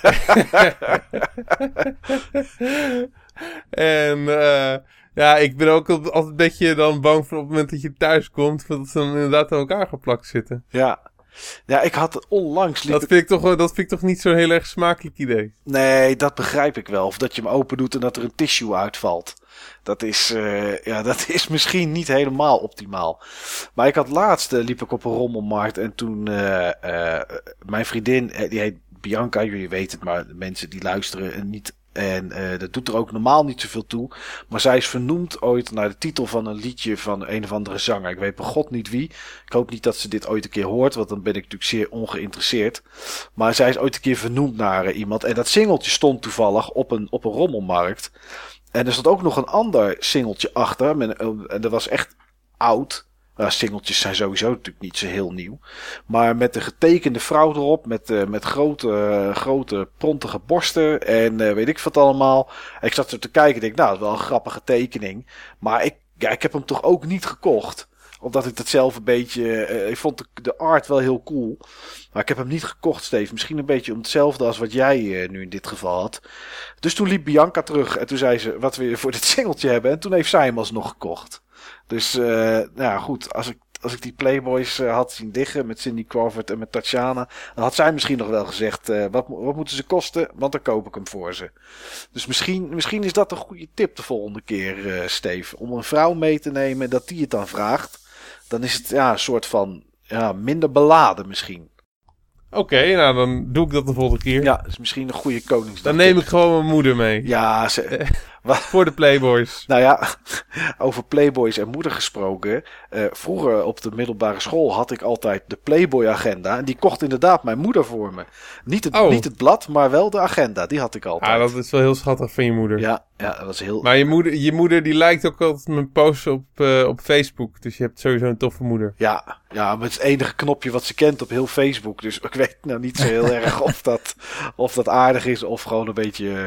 en uh, ja, ik ben ook altijd een beetje dan bang voor op het moment dat je thuis komt... dat ze dan inderdaad aan elkaar geplakt zitten. Ja. Ja, ik had onlangs... Dat vind ik toch, dat vind ik toch niet zo'n heel erg smakelijk idee. Nee, dat begrijp ik wel. Of dat je hem open doet en dat er een tissue uitvalt. Dat is, uh, ja, dat is misschien niet helemaal optimaal. Maar ik had laatst, uh, liep ik op een rommelmarkt en toen uh, uh, mijn vriendin, die heet Bianca, jullie weten het, maar de mensen die luisteren niet. En uh, dat doet er ook normaal niet zoveel toe. Maar zij is vernoemd ooit naar de titel van een liedje van een of andere zanger. Ik weet bij god niet wie. Ik hoop niet dat ze dit ooit een keer hoort, want dan ben ik natuurlijk zeer ongeïnteresseerd. Maar zij is ooit een keer vernoemd naar uh, iemand. En dat singeltje stond toevallig op een, op een rommelmarkt. En er stond ook nog een ander singeltje achter. En dat was echt oud. Nou, singeltjes zijn sowieso natuurlijk niet zo heel nieuw. Maar met een getekende vrouw erop. Met, uh, met grote, uh, grote prontige borsten. En uh, weet ik wat allemaal. En ik zat zo te kijken en denk, nou, dat is wel een grappige tekening. Maar ik, ja, ik heb hem toch ook niet gekocht. Omdat ik dat zelf een beetje... Uh, ik vond de, de art wel heel cool. Maar ik heb hem niet gekocht, Steve. Misschien een beetje om hetzelfde als wat jij uh, nu in dit geval had. Dus toen liep Bianca terug. En toen zei ze wat we voor dit singeltje hebben. En toen heeft zij hem alsnog gekocht. Dus uh, nou ja, goed. Als ik, als ik die Playboys uh, had zien liggen met Cindy Crawford en met Tatjana. Dan had zij misschien nog wel gezegd. Uh, wat, wat moeten ze kosten? Want dan koop ik hem voor ze. Dus misschien, misschien is dat een goede tip de volgende keer, uh, Steve. Om een vrouw mee te nemen dat die het dan vraagt. Dan is het ja, een soort van ja, minder beladen misschien. Oké, okay, nou dan doe ik dat de volgende keer. Ja, dat is misschien een goede Koningsdag. Dan neem ik gewoon mijn moeder mee. Ja, ze... voor de Playboys. Nou ja, over Playboys en moeder gesproken. Uh, vroeger op de middelbare school had ik altijd de Playboy agenda. En die kocht inderdaad mijn moeder voor me. Niet het, oh. niet het blad, maar wel de agenda. Die had ik altijd. Ah, dat is wel heel schattig van je moeder. Ja, ja dat was heel... Maar je moeder, je moeder die lijkt ook altijd mijn posts op, uh, op Facebook. Dus je hebt sowieso een toffe moeder. Ja, ja, maar het is het enige knopje wat ze kent op heel Facebook. Dus ik weet nou niet zo heel erg of dat, of dat aardig is of gewoon een beetje uh,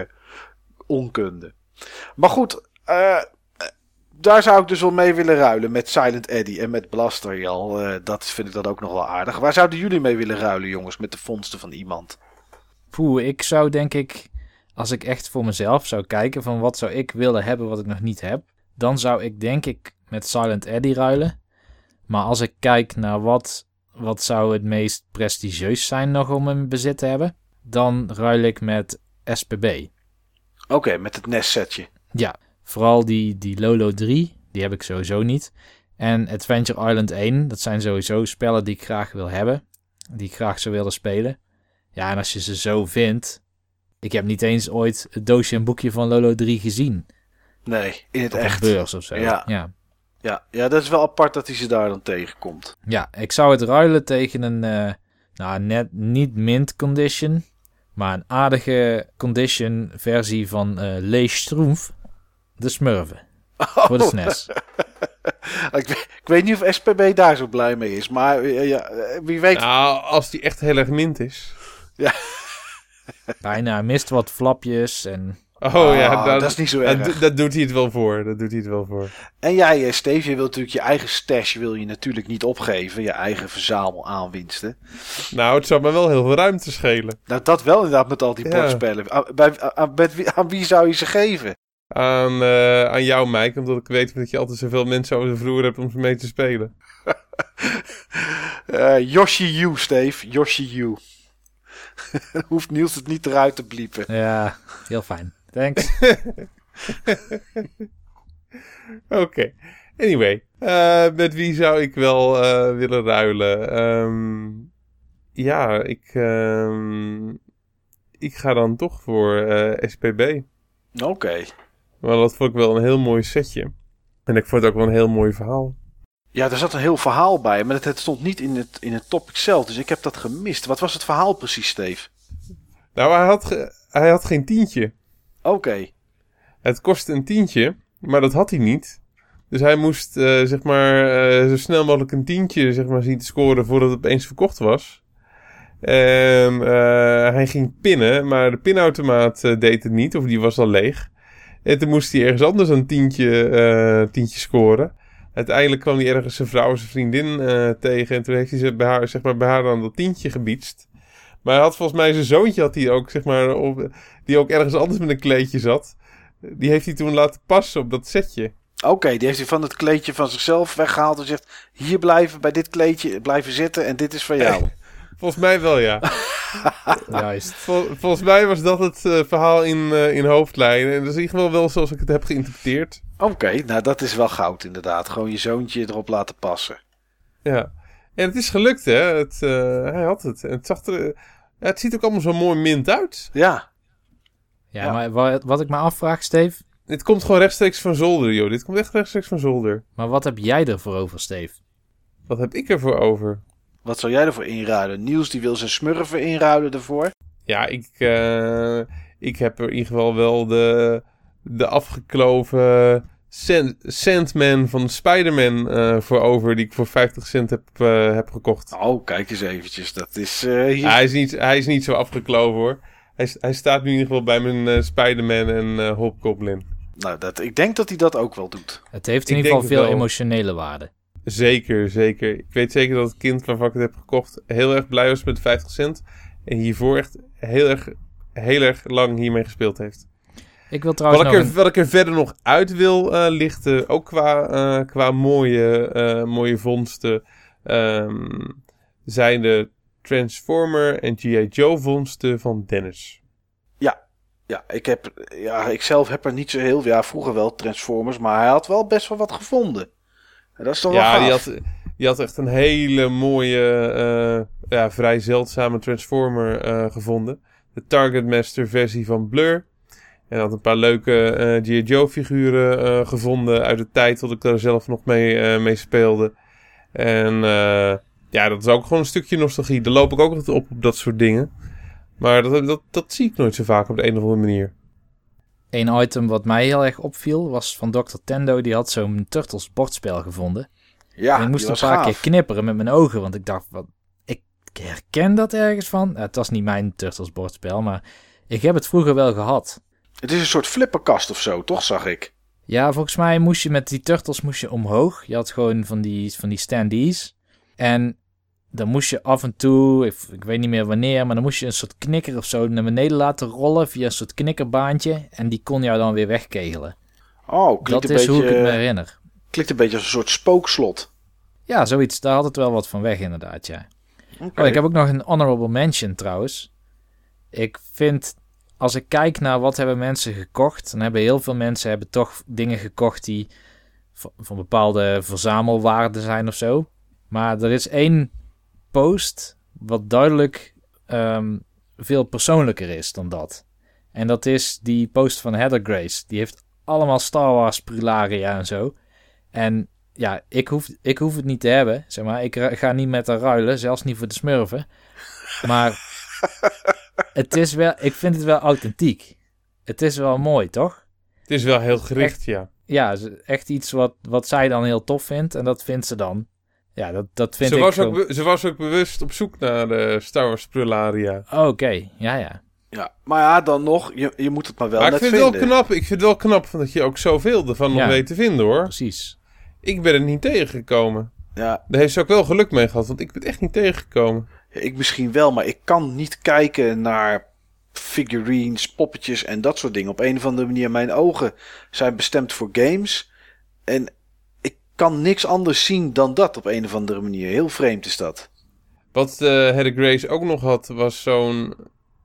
onkunde. Maar goed, uh, daar zou ik dus wel mee willen ruilen met Silent Eddy en met Blasterjal. Uh, dat vind ik dan ook nog wel aardig. Waar zouden jullie mee willen ruilen, jongens, met de vondsten van iemand? Poeh, ik zou denk ik, als ik echt voor mezelf zou kijken van wat zou ik willen hebben wat ik nog niet heb, dan zou ik denk ik met Silent Eddy ruilen. Maar als ik kijk naar wat, wat zou het meest prestigieus zijn nog om in bezit te hebben, dan ruil ik met S P B. Oké, okay, met het N E S-setje. Ja, vooral die, die Lolo drie, die heb ik sowieso niet. En Adventure Island één, dat zijn sowieso spellen die ik graag wil hebben. Die ik graag zou willen spelen. Ja, en als je ze zo vindt... Ik heb niet eens ooit het doosje en boekje van Lolo drie gezien. Nee, in het op echt. Op een beurs of zo. Ja. Ja. Ja, ja, dat is wel apart dat hij ze daar dan tegenkomt. Ja, ik zou het ruilen tegen een... Uh, nou, net niet mint condition... Maar een aardige condition versie van uh, Lee Schtroumpf, de Smurfen. Oh. Voor de S N E S. ik, weet, ik weet niet of S P B daar zo blij mee is, maar uh, ja, wie weet. Nou, als die echt heel erg mint is. Ja. Bijna, mist wat flapjes en... Oh, Oh, ja, dat, dat is niet zo erg. Dat, dat doet hij het wel voor. Dat doet hij het wel voor. En jij, Steve, je wilt natuurlijk je eigen stash wil je natuurlijk niet opgeven. Je eigen verzamel aanwinsten. Nou, het zou me wel heel veel ruimte schelen. Nou, dat wel inderdaad met al die Ja. bordspellen. Aan, bij, aan, met wie, aan wie zou je ze geven? Aan, uh, aan jou, Mike, omdat ik weet dat je altijd zoveel mensen over de vloer hebt om ze mee te spelen. uh, Yoshi U, Steve. Yoshi U. Hoeft Niels het niet eruit te bliepen. Ja, heel fijn. Thanks. Oké. Okay. Anyway. Uh, met wie zou ik wel uh, willen ruilen? Um, ja, ik... Um, ik ga dan toch voor uh, S P B. Oké. Okay. Maar dat vond ik wel een heel mooi setje. En ik vond het ook wel een heel mooi verhaal. Ja, er zat een heel verhaal bij, maar het, het stond niet in het, in het topic zelf, dus ik heb dat gemist. Wat was het verhaal precies, Steve? Nou, hij had, ge- hij had geen tientje. Oké. Okay. Het kostte een tientje, maar dat had hij niet. Dus hij moest, uh, zeg maar, uh, zo snel mogelijk een tientje, zeg maar, zien te scoren voordat het opeens verkocht was. En uh, hij ging pinnen, maar de pinautomaat uh, deed het niet, of die was al leeg. En toen moest hij ergens anders een tientje, uh, tientje scoren. Uiteindelijk kwam hij ergens zijn vrouw, zijn vriendin uh, tegen. En toen heeft hij ze bij haar, zeg maar, bij haar dan dat tientje gebiedst. Maar hij had volgens mij zijn zoontje, had hij ook, zeg maar, op, die ook ergens anders met een kleedje zat. Die heeft hij toen laten passen op dat setje. Oké, okay, die heeft hij van het kleedje van zichzelf weggehaald en zegt... Hier blijven, bij dit kleedje blijven zitten en dit is van jou. Volgens mij wel, ja. Juist. Vol, volgens mij was dat het uh, verhaal in, uh, in hoofdlijnen. En dat is in ieder geval wel zoals ik het heb geïnterpreteerd. Oké, okay, nou dat is wel goud inderdaad. Gewoon je zoontje erop laten passen. Ja, en het is gelukt, hè. Het, uh, hij had het. En het zag er... Uh, het ziet ook allemaal zo mooi mint uit. Ja. Ja, ja. Maar wat, wat ik me afvraag, Steve... Dit komt gewoon rechtstreeks van zolder, joh. Dit komt echt rechtstreeks van zolder. Maar wat heb jij ervoor over, Steve? Wat heb ik ervoor over? Wat zou jij ervoor inruilen? Niels die wil zijn smurfen inruilen ervoor. Ja, ik, uh, ik heb er in ieder geval wel de, de afgekloven Sand, Sandman van Spider-Man uh, voor over, die ik voor vijftig cent heb, uh, heb gekocht. Oh, kijk eens eventjes. Dat is uh, hier... ja, hij, is niet, hij is niet zo afgekloven, hoor. Hij, hij staat nu in ieder geval bij mijn uh, Spider-Man en uh, Hobgoblin. Nou, dat, ik denk dat hij dat ook wel doet. Het heeft in ik ieder geval veel emotionele waarde. Zeker, zeker. Ik weet zeker dat het kind waarvan ik het heb gekocht heel erg blij was met vijftig cent. En hiervoor echt heel erg, heel erg lang hiermee gespeeld heeft. Ik wil trouwens wat, ik er, een... wat ik er verder nog uit wil uh, lichten, ook qua, uh, qua mooie, uh, mooie vondsten, um, zijn de Transformer en G I. Joe vondsten van Dennis. Ja, ja, ik heb, ja, ik zelf heb er niet zo heel, ja, vroeger wel Transformers, maar hij had wel best wel wat gevonden. En dat is toch wel ja, gaaf. die had, die had echt een hele mooie, uh, ja, vrij zeldzame Transformer uh, gevonden. De Target Master versie van Blur. En had een paar leuke uh, G I. Joe figuren uh, gevonden uit de tijd dat ik daar zelf nog mee, uh, mee speelde. En uh, ja, dat is ook gewoon een stukje nostalgie. Daar loop ik ook altijd op op dat soort dingen. Maar dat, dat, dat zie ik nooit zo vaak op de een of andere manier. Een item wat mij heel erg opviel was van dokter Tendo. Die had zo'n Turtles bordspel gevonden. Ja, en ik moest die een paar gaaf. keer knipperen met mijn ogen. Want ik dacht, wat, ik herken dat ergens van. Ja, het was niet mijn Turtles bordspel, maar ik heb het vroeger wel gehad. Het is een soort flipperkast of zo, toch, zag ik? Ja, volgens mij moest je met die Turtles moest je omhoog. Je had gewoon van die, van die standees. En dan moest je af en toe, ik, ik weet niet meer wanneer, maar dan moest je een soort knikker of zo naar beneden laten rollen via een soort knikkerbaantje. En die kon jou dan weer wegkegelen. Oh, klinkt dat een is beetje, hoe ik het me herinner. Klinkt een beetje als een soort spookslot. Ja, zoiets. Daar had het wel wat van weg inderdaad, ja. Okay. Oh, ik heb ook nog een honorable mention trouwens. Ik vind, als ik kijk naar wat hebben mensen gekocht, dan hebben heel veel mensen hebben toch dingen gekocht die van, van bepaalde verzamelwaarde zijn of zo. Maar er is één post wat duidelijk um, veel persoonlijker is dan dat. En dat is die post van Heather Grace. Die heeft allemaal Star Wars prularia en zo. En ja, ik hoef, ik hoef het niet te hebben. Zeg maar, ik ga niet met haar ruilen, zelfs niet voor de smurfen. Maar het is wel, ik vind het wel authentiek. Het is wel mooi, toch? Het is wel heel gericht, echt, ja. ja, echt iets wat, wat zij dan heel tof vindt. En dat vindt ze dan. Ja, dat, dat vind ze ik... Was gewoon... ook, ze was ook bewust op zoek naar de Star Wars Prularia. Oké, okay. ja, ja. Ja, maar ja, dan nog, je, je moet het maar wel maar net ik vind vinden. Het wel knap, ik vind het wel knap dat je ook zoveel ervan ja, nog weet te vinden, hoor. Precies. Ik ben er niet tegengekomen. Ja. Daar heeft ze ook wel geluk mee gehad, want ik ben echt niet tegengekomen. Ja, ik misschien wel, maar ik kan niet kijken naar figurines, poppetjes en dat soort dingen. Op een of andere manier, mijn ogen zijn bestemd voor games. En ik kan niks anders zien dan dat op een of andere manier. Heel vreemd is dat. Wat uh, Heather Grace ook nog had, was zo'n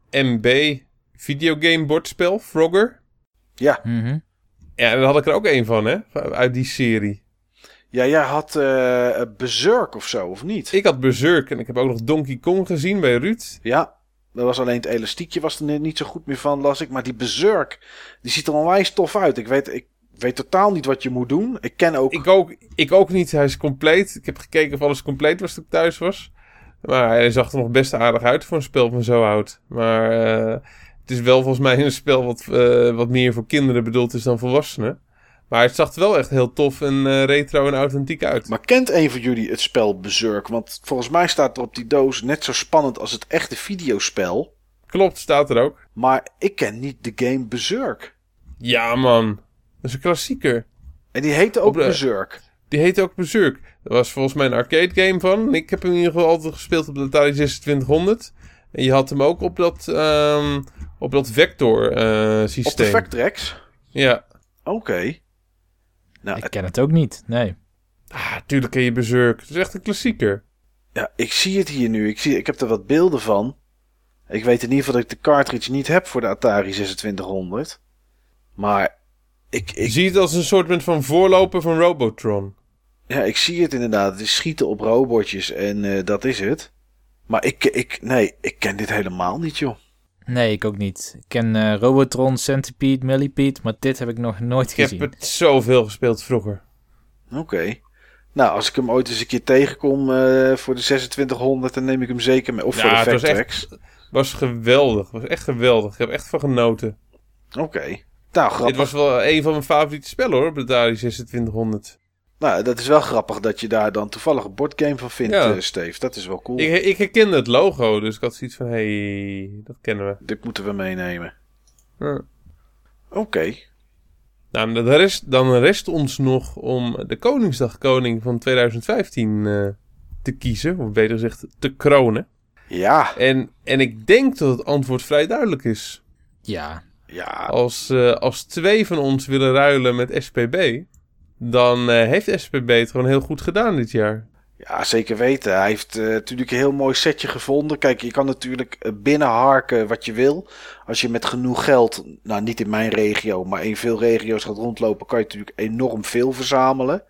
M B videogamebordspel, Frogger. Ja. Mm-hmm. Ja, daar had ik er ook één van, hè? Uit die serie. Ja, jij had uh, Berserk of zo, of niet? Ik had Berserk en ik heb ook nog Donkey Kong gezien bij Ruud. Ja, dat was alleen het elastiekje was er niet zo goed meer van, las ik. Maar die Berserk, die ziet er onwijs tof uit. Ik weet, ik weet totaal niet wat je moet doen. Ik ken ook... Ik ook, ik ook niet, hij is compleet. Ik heb gekeken of alles compleet was toen ik thuis was. Maar hij zag er nog best aardig uit voor een spel van zo oud. Maar uh, het is wel volgens mij een spel wat, uh, wat meer voor kinderen bedoeld is dan volwassenen. Maar het zag er wel echt heel tof en uh, retro en authentiek uit. Maar kent een van jullie het spel Berserk? Want volgens mij staat er op die doos net zo spannend als het echte videospel. Klopt, staat er ook. Maar ik ken niet de game Berserk. Ja, man. Dat is een klassieker. En die heette ook de, Berserk. Die heette ook Berserk. Dat was volgens mij een arcade game van. Ik heb hem in ieder geval altijd gespeeld op de Atari zesentwintighonderd. En je had hem ook op dat, um, op dat Vector uh, systeem. Op de Vectrex? Ja. Oké. Okay. Nou, ik ken het ook niet, nee. Ah, tuurlijk ken je Berserk. Het is echt een klassieker. Ja, ik zie het hier nu. Ik, zie, ik heb er wat beelden van. Ik weet in ieder geval dat ik de cartridge niet heb voor de Atari zesentwintighonderd. Maar ik... ik... Zie je het als een soort van voorloper van Robotron? Ja, ik zie het inderdaad. Het is schieten op robotjes en uh, dat is het. Maar ik, ik... Nee, ik ken dit helemaal niet, joh. Nee, ik ook niet. Ik ken uh, Robotron, Centipede, Millipede, maar dit heb ik nog nooit ik gezien. Ik heb het zoveel gespeeld vroeger. Oké. Okay. Nou, als ik hem ooit eens een keer tegenkom uh, voor de zesentwintighonderd, dan neem ik hem zeker mee. Of ja, voor de Vectrex. Het was geweldig. Het was echt geweldig. Ik heb echt van genoten. Oké. Okay. Nou, grappig. Dit was wel een van mijn favoriete spellen, hoor, op de Atari zesentwintighonderd. Nou, dat is wel grappig dat je daar dan toevallig een bordgame van vindt, ja. uh, Steve. Dat is wel cool. Ik, ik herkende het logo, dus ik had zoiets van, hé, hey, dat kennen we. Dit moeten we meenemen. Ja. Oké. Okay. Nou, dan rest, dan rest ons nog om de Koningsdag-koning van twintig vijftien uh, te kiezen. Of beter gezegd, te kronen. Ja. En, en ik denk dat het antwoord vrij duidelijk is. Ja. Ja. Als, uh, als twee van ons willen ruilen met S P B... dan uh, heeft S P B het gewoon heel goed gedaan dit jaar. Ja, zeker weten. Hij heeft uh, natuurlijk een heel mooi setje gevonden. Kijk, je kan natuurlijk uh, binnenharken wat je wil. Als je met genoeg geld, nou niet in mijn regio, maar in veel regio's gaat rondlopen, kan je natuurlijk enorm veel verzamelen.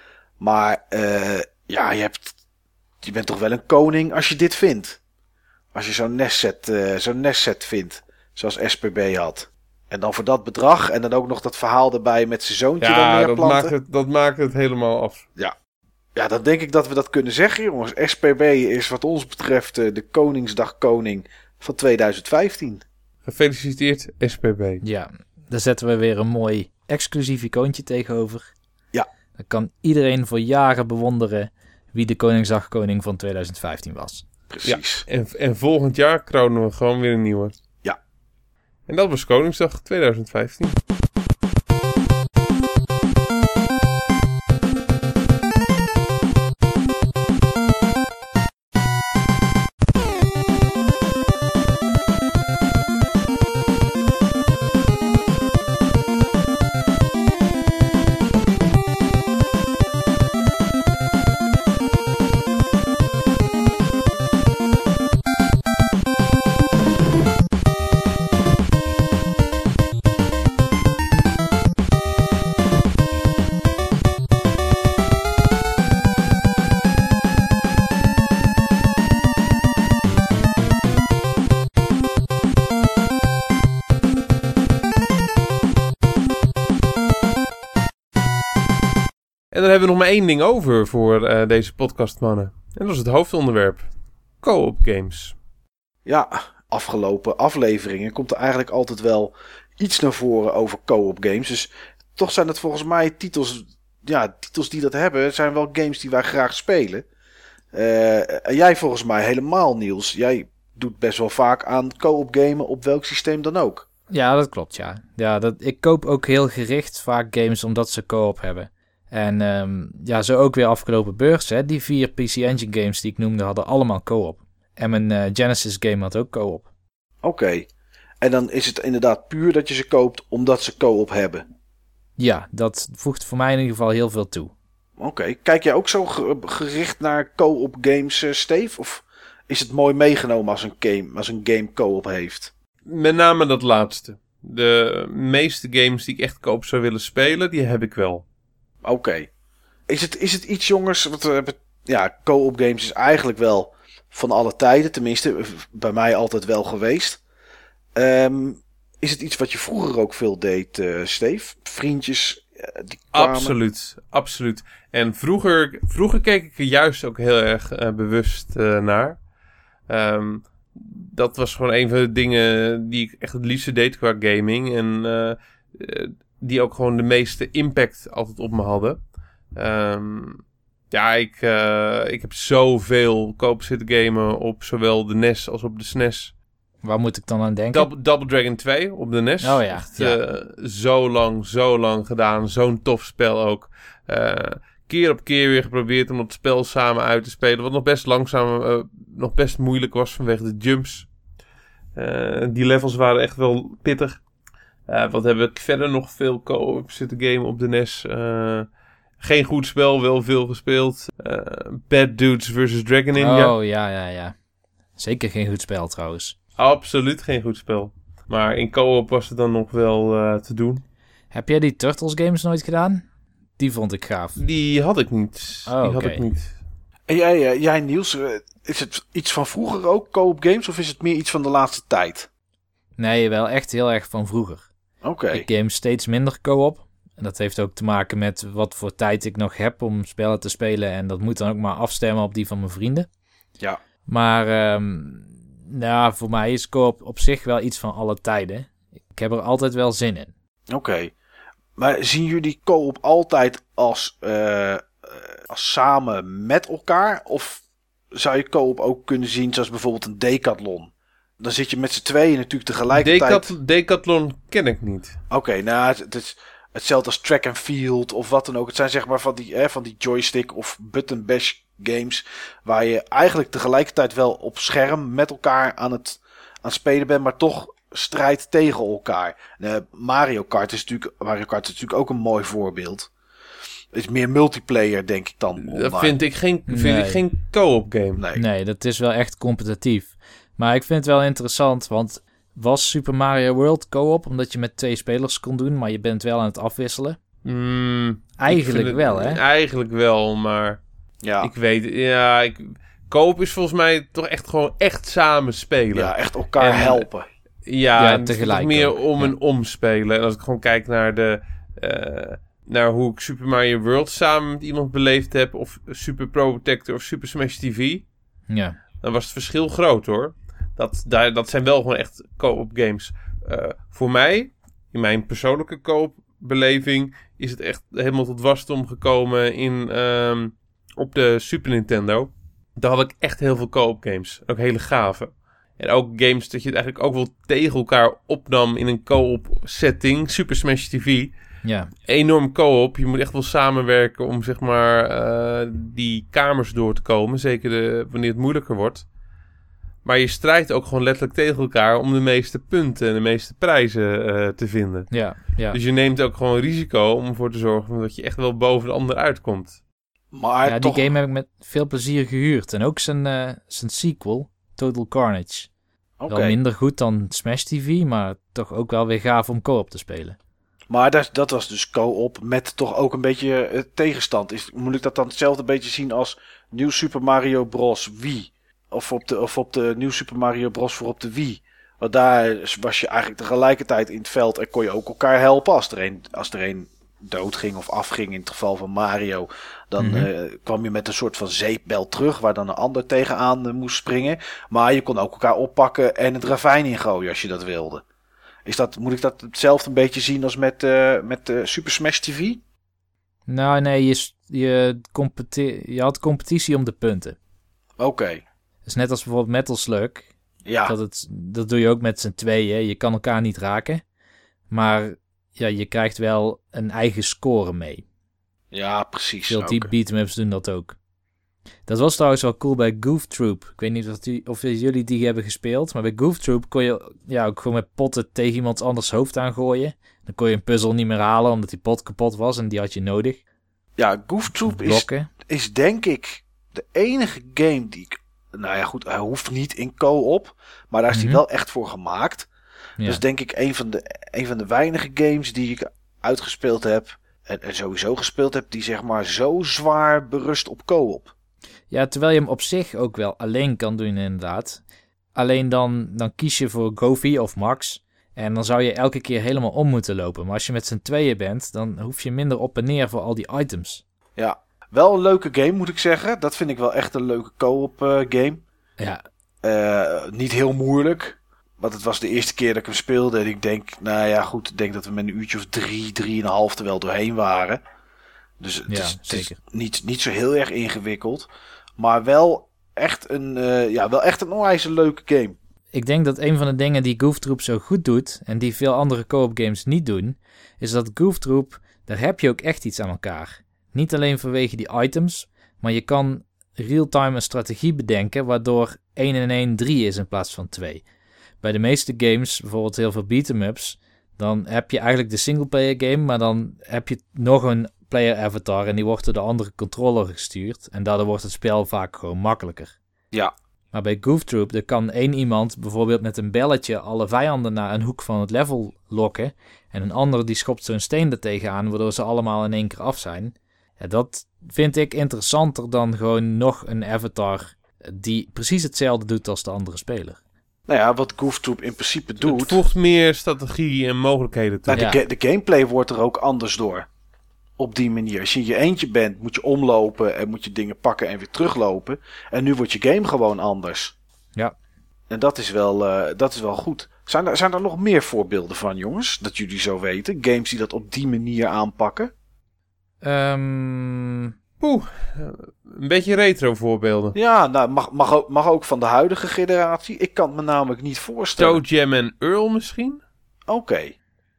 Maar uh, ja, je, hebt, je bent toch wel een koning als je dit vindt. Als je zo'n nestset, uh, zo'n nestset vindt, zoals S P B had. En dan voor dat bedrag. En dan ook nog dat verhaal erbij met zijn zoontje ja, dan neerplanten. Ja, dat maakt, dat maakt het helemaal af. Ja. Ja, dan denk ik dat we dat kunnen zeggen, jongens. S P B is wat ons betreft de Koningsdag-koning van twintig vijftien. Gefeliciteerd, S P B. Ja, daar zetten we weer een mooi exclusief icoontje tegenover. Ja. Dan kan iedereen voor jaren bewonderen wie de Koningsdag-koning van twintig vijftien was. Precies. Ja, en, en volgend jaar kronen we gewoon weer een nieuwe. En dat was Koningsdag twintig vijftien. En dan hebben we nog maar één ding over voor uh, deze podcast, mannen. En dat is het hoofdonderwerp. Co-op games. Ja, afgelopen afleveringen komt er eigenlijk altijd wel iets naar voren over co-op games. Dus toch zijn het volgens mij titels... Ja, titels die dat hebben, zijn wel games die wij graag spelen. Uh, en jij volgens mij helemaal, Niels. Jij doet best wel vaak aan co-op gamen op welk systeem dan ook. Ja, dat klopt, ja. ja dat, ik koop ook heel gericht vaak games omdat ze co-op hebben. En um, ja, zo ook weer afgelopen beurs. Hè. Die vier P C Engine games die ik noemde hadden allemaal co-op. En mijn uh, Genesis game had ook co-op. Oké. Okay. En dan is het inderdaad puur dat je ze koopt omdat ze co-op hebben. Ja, dat voegt voor mij in ieder geval heel veel toe. Oké. Okay. Kijk jij ook zo gericht naar co-op games, uh, Steve? Of is het mooi meegenomen als een game, als een game co-op heeft? Met name dat laatste. De meeste games die ik echt co-op zou willen spelen, die heb ik wel. Oké. Okay. Is het, is het iets, jongens... Wat, uh, ja, co-op games is eigenlijk wel van alle tijden. Tenminste, bij mij altijd wel geweest. Um, is het iets wat je vroeger ook veel deed, uh, Steve? Vriendjes uh, die kwamen? Absoluut, absoluut. En vroeger, vroeger keek ik er juist ook heel erg uh, bewust uh, naar. Um, dat was gewoon een van de dingen die ik echt het liefste deed qua gaming. En uh, uh, die ook gewoon de meeste impact altijd op me hadden. Um, ja, ik, uh, ik heb zoveel co-op zitten gamen op zowel de N E S als op de S N E S. Waar moet ik dan aan denken? Double, Double Dragon twee op de N E S. Oh ja. Echt, ja. Uh, zo lang, zo lang gedaan. Zo'n tof spel ook. Uh, keer op keer weer geprobeerd om het spel samen uit te spelen. Wat nog best langzaam, uh, nog best moeilijk was vanwege de jumps. Uh, die levels waren echt wel pittig. Uh, wat heb ik verder nog veel co-op zitten gamen op de N E S. Uh, geen goed spel, wel veel gespeeld. Uh, Bad Dudes versus Dragon Ninja. Oh ja, ja, ja. Zeker geen goed spel trouwens. Absoluut geen goed spel. Maar in co-op was het dan nog wel uh, te doen. Heb jij die Turtles games nooit gedaan? Die vond ik gaaf. Die had ik niet. Oh, die had okay. ik niet. En jij, jij Niels, is het iets van vroeger ook, co-op games? Of is het meer iets van de laatste tijd? Nee, wel echt heel erg van vroeger. Oké. Okay. Ik game steeds minder co-op. En dat heeft ook te maken met wat voor tijd ik nog heb om spellen te spelen. En dat moet dan ook maar afstemmen op die van mijn vrienden. Ja. Maar um, nou, voor mij is co-op op zich wel iets van alle tijden. Ik heb er altijd wel zin in. Oké. Okay. Maar zien jullie co-op altijd als, uh, als samen met elkaar? Of zou je co-op ook kunnen zien zoals bijvoorbeeld een decathlon? Dan zit je met z'n tweeën natuurlijk tegelijkertijd... Decat- decathlon ken ik niet. Oké, okay, nou, het, het is hetzelfde als track and field of wat dan ook. Het zijn zeg maar van die, eh, van die joystick of button bash games... waar je eigenlijk tegelijkertijd wel op scherm met elkaar aan het, aan het spelen bent... maar toch strijdt tegen elkaar. Uh, Mario Kart is natuurlijk, Mario Kart is natuurlijk ook een mooi voorbeeld. Het is meer multiplayer, denk ik dan. Dat online. vind ik geen, vind nee. ik geen co-op game. Nee. nee, dat is wel echt competitief. Maar ik vind het wel interessant, want was Super Mario World co-op? Omdat je met twee spelers kon doen, maar je bent wel aan het afwisselen? Mm, eigenlijk het, wel, hè? Eigenlijk wel, maar ja. ik weet... Ja, ik, co-op is volgens mij toch echt gewoon echt samen spelen. Ja, echt elkaar en, helpen. Ja, ja en tegelijk. meer ook. om ja. en om spelen. En als ik gewoon kijk naar de... Uh, naar hoe ik Super Mario World samen met iemand beleefd heb... of Super Pro Protector of Super Smash T V... Ja. Dan was het verschil groot, hoor. Dat, daar, dat zijn wel gewoon echt co-op games. Uh, voor mij, in mijn persoonlijke co-op beleving... is het echt helemaal tot wasdom gekomen in, um, op de Super Nintendo. Daar had ik echt heel veel co-op games. Ook hele gave. En ook games dat je het eigenlijk ook wel tegen elkaar opnam in een co-op setting. Super Smash T V. Ja. Enorm co-op. Je moet echt wel samenwerken om zeg maar uh, die kamers door te komen. Zeker de, wanneer het moeilijker wordt. Maar je strijdt ook gewoon letterlijk tegen elkaar om de meeste punten en de meeste prijzen uh, te vinden. Ja, ja. Dus je neemt ook gewoon risico om ervoor te zorgen dat je echt wel boven de ander uitkomt. Maar ja, toch... die game heb ik met veel plezier gehuurd. En ook zijn, uh, zijn sequel, Total Carnage. Okay. Wel minder goed dan Smash T V, maar toch ook wel weer gaaf om co-op te spelen. Maar dat, dat was dus co-op met toch ook een beetje uh, tegenstand. Is, moet ik dat dan hetzelfde beetje zien als New Super Mario Bros. Wii? Of op de, of op de New Super Mario Bros. Voor op de Wii? Want daar was je eigenlijk tegelijkertijd in het veld en kon je ook elkaar helpen. Als er een, als er een doodging of afging in het geval van Mario... dan mm-hmm. uh, kwam je met een soort van zeepbel terug... waar dan een ander tegenaan uh, moest springen. Maar je kon ook elkaar oppakken en het ravijn ingooien als je dat wilde. Is dat, moet ik dat hetzelfde een beetje zien als met, uh, met uh, Super Smash T V? Nou, nee, je, je, competi- je had competitie om de punten. Oké. Okay. Dus net als bijvoorbeeld Metal Slug. Ja. Dat, het, dat doe je ook met z'n tweeën. Je kan elkaar niet raken. Maar ja, je krijgt wel een eigen score mee. Ja, precies. Veel die beat'em-ups doen dat ook. Dat was trouwens wel cool bij Goof Troop. Ik weet niet of, die, of jullie die hebben gespeeld. Maar bij Goof Troop kon je ja, ook gewoon met potten tegen iemand anders hoofd aangooien. Dan kon je een puzzel niet meer halen omdat die pot kapot was. En die had je nodig. Ja, Goof Troop is, is denk ik de enige game die ik... Nou ja, goed, hij hoeft niet in co-op. Maar daar is mm-hmm. hij wel echt voor gemaakt. Ja. Dus denk ik een van, de, een van de weinige games die ik uitgespeeld heb... En, en sowieso gespeeld heb... die zeg maar zo zwaar berust op co-op. Ja, terwijl je hem op zich ook wel alleen kan doen inderdaad. Alleen dan, dan kies je voor Goofy of Max. En dan zou je elke keer helemaal om moeten lopen. Maar als je met z'n tweeën bent... dan hoef je minder op en neer voor al die items. Ja, wel een leuke game moet ik zeggen. Dat vind ik wel echt een leuke co-op uh, game. Ja. Uh, niet heel moeilijk. Want het was de eerste keer dat ik hem speelde. En ik denk, nou ja goed, ik denk dat we met een uurtje of drie, drieënhalf er wel doorheen waren. Dus het, ja, is, het zeker. is niet, niet zo heel erg ingewikkeld. Maar wel echt een, uh, ja, wel echt een onwijs leuke game. Ik denk dat een van de dingen die Goof Troop zo goed doet... en die veel andere co-op games niet doen... is dat Goof Troop, daar heb je ook echt iets aan elkaar. Niet alleen vanwege die items... maar je kan real-time een strategie bedenken... waardoor één en één drie is in plaats van twee. Bij de meeste games, bijvoorbeeld heel veel beat-em-ups... dan heb je eigenlijk de singleplayer game... maar dan heb je nog een player avatar... en die wordt door de andere controller gestuurd... en daardoor wordt het spel vaak gewoon makkelijker. Ja. Maar bij Goof Troop, er kan één iemand bijvoorbeeld met een belletje alle vijanden naar een hoek van het level lokken. En een ander die schopt zo'n steen er tegenaan, waardoor ze allemaal in één keer af zijn. Ja, dat vind ik interessanter dan gewoon nog een avatar die precies hetzelfde doet als de andere speler. Nou ja, wat Goof Troop in principe doet... Het voegt meer strategie en mogelijkheden toe. Nou, de, ja. ga- de gameplay wordt er ook anders door. Op die manier. Als je in je eentje bent, moet je omlopen en moet je dingen pakken en weer teruglopen. En nu wordt je game gewoon anders. Ja. En dat is wel, uh, dat is wel goed. Zijn er, zijn er nog meer voorbeelden van, jongens? Dat jullie zo weten? Games die dat op die manier aanpakken? Um... Oeh, een beetje retro voorbeelden. Ja, nou, mag, mag, ook, mag ook van de huidige generatie. Ik kan het me namelijk niet voorstellen. Toe Jam en Earl misschien? Oké. Okay.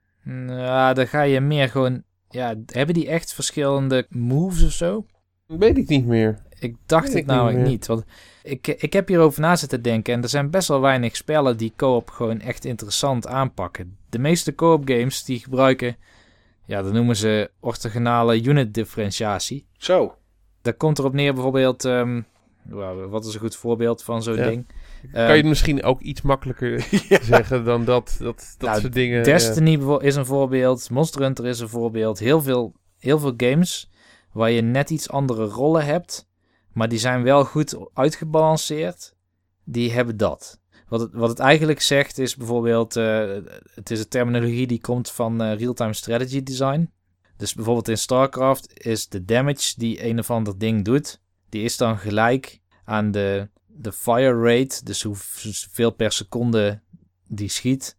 Nou, dan ga je meer gewoon... Ja, hebben die echt verschillende moves of zo? Weet ik niet meer. Ik dacht Weet het ik namelijk niet, niet. Want ik, ik heb hierover na zitten denken. En er zijn best wel weinig spellen die co-op gewoon echt interessant aanpakken. De meeste co-op games die gebruiken... Ja, dat noemen ze orthogonale unit differentiatie. Zo. Dat komt erop neer bijvoorbeeld... Um, wat is een goed voorbeeld van zo'n ja. ding? Kan je het misschien ook iets makkelijker ja. zeggen dan dat, dat, dat nou, soort dingen? Destiny ja. is een voorbeeld. Monster Hunter is een voorbeeld. Heel veel, heel veel games waar je net iets andere rollen hebt. Maar die zijn wel goed uitgebalanceerd. Die hebben dat. Wat het, wat het eigenlijk zegt is bijvoorbeeld... Uh, het is een terminologie die komt van uh, real-time strategy design. Dus bijvoorbeeld in StarCraft is de damage die een of ander ding doet... die is dan gelijk aan de, de fire rate... dus hoeveel per seconde die schiet...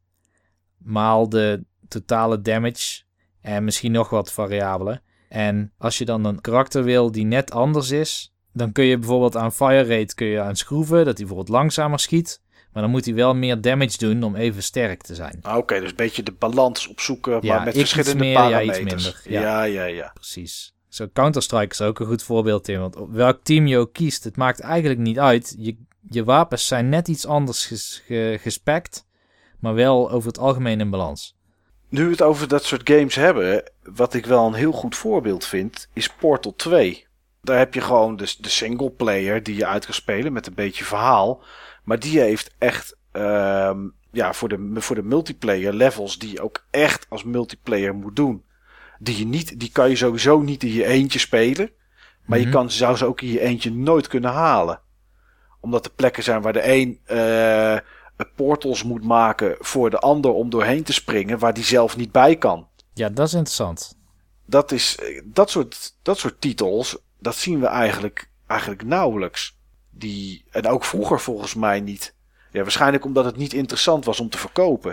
maal de totale damage... en misschien nog wat variabelen. En als je dan een karakter wil die net anders is... dan kun je bijvoorbeeld aan fire rate kun je aan schroeven... dat hij bijvoorbeeld langzamer schiet... maar dan moet hij wel meer damage doen om even sterk te zijn. Oké, okay, dus een beetje de balans opzoeken, ja, maar met verschillende meer, parameters. Ja, iets minder. Ja, ja, ja. ja. Precies. Zo Counter-Strike is ook een goed voorbeeld in. Want op welk team je ook kiest, het maakt eigenlijk niet uit. Je, je wapens zijn net iets anders ges, ge, gespect, maar wel over het algemeen in balans. Nu we het over dat soort games hebben, wat ik wel een heel goed voorbeeld vind, is Portal twee. Daar heb je gewoon de, de single player die je uit kan spelen met een beetje verhaal. Maar die heeft echt, uh, ja, voor de, voor de multiplayer levels die je ook echt als multiplayer moet doen. Die je niet, die kan je sowieso niet in je eentje spelen. Maar mm-hmm. je kan, zou ze ook in je eentje nooit kunnen halen. Omdat er plekken zijn waar de een uh, portals moet maken voor de ander om doorheen te springen, waar die zelf niet bij kan. Ja, dat is interessant. Dat is, dat soort, dat soort titels, dat zien we eigenlijk, eigenlijk nauwelijks. Die, en ook vroeger volgens mij niet. Ja, waarschijnlijk omdat het niet interessant was om te verkopen.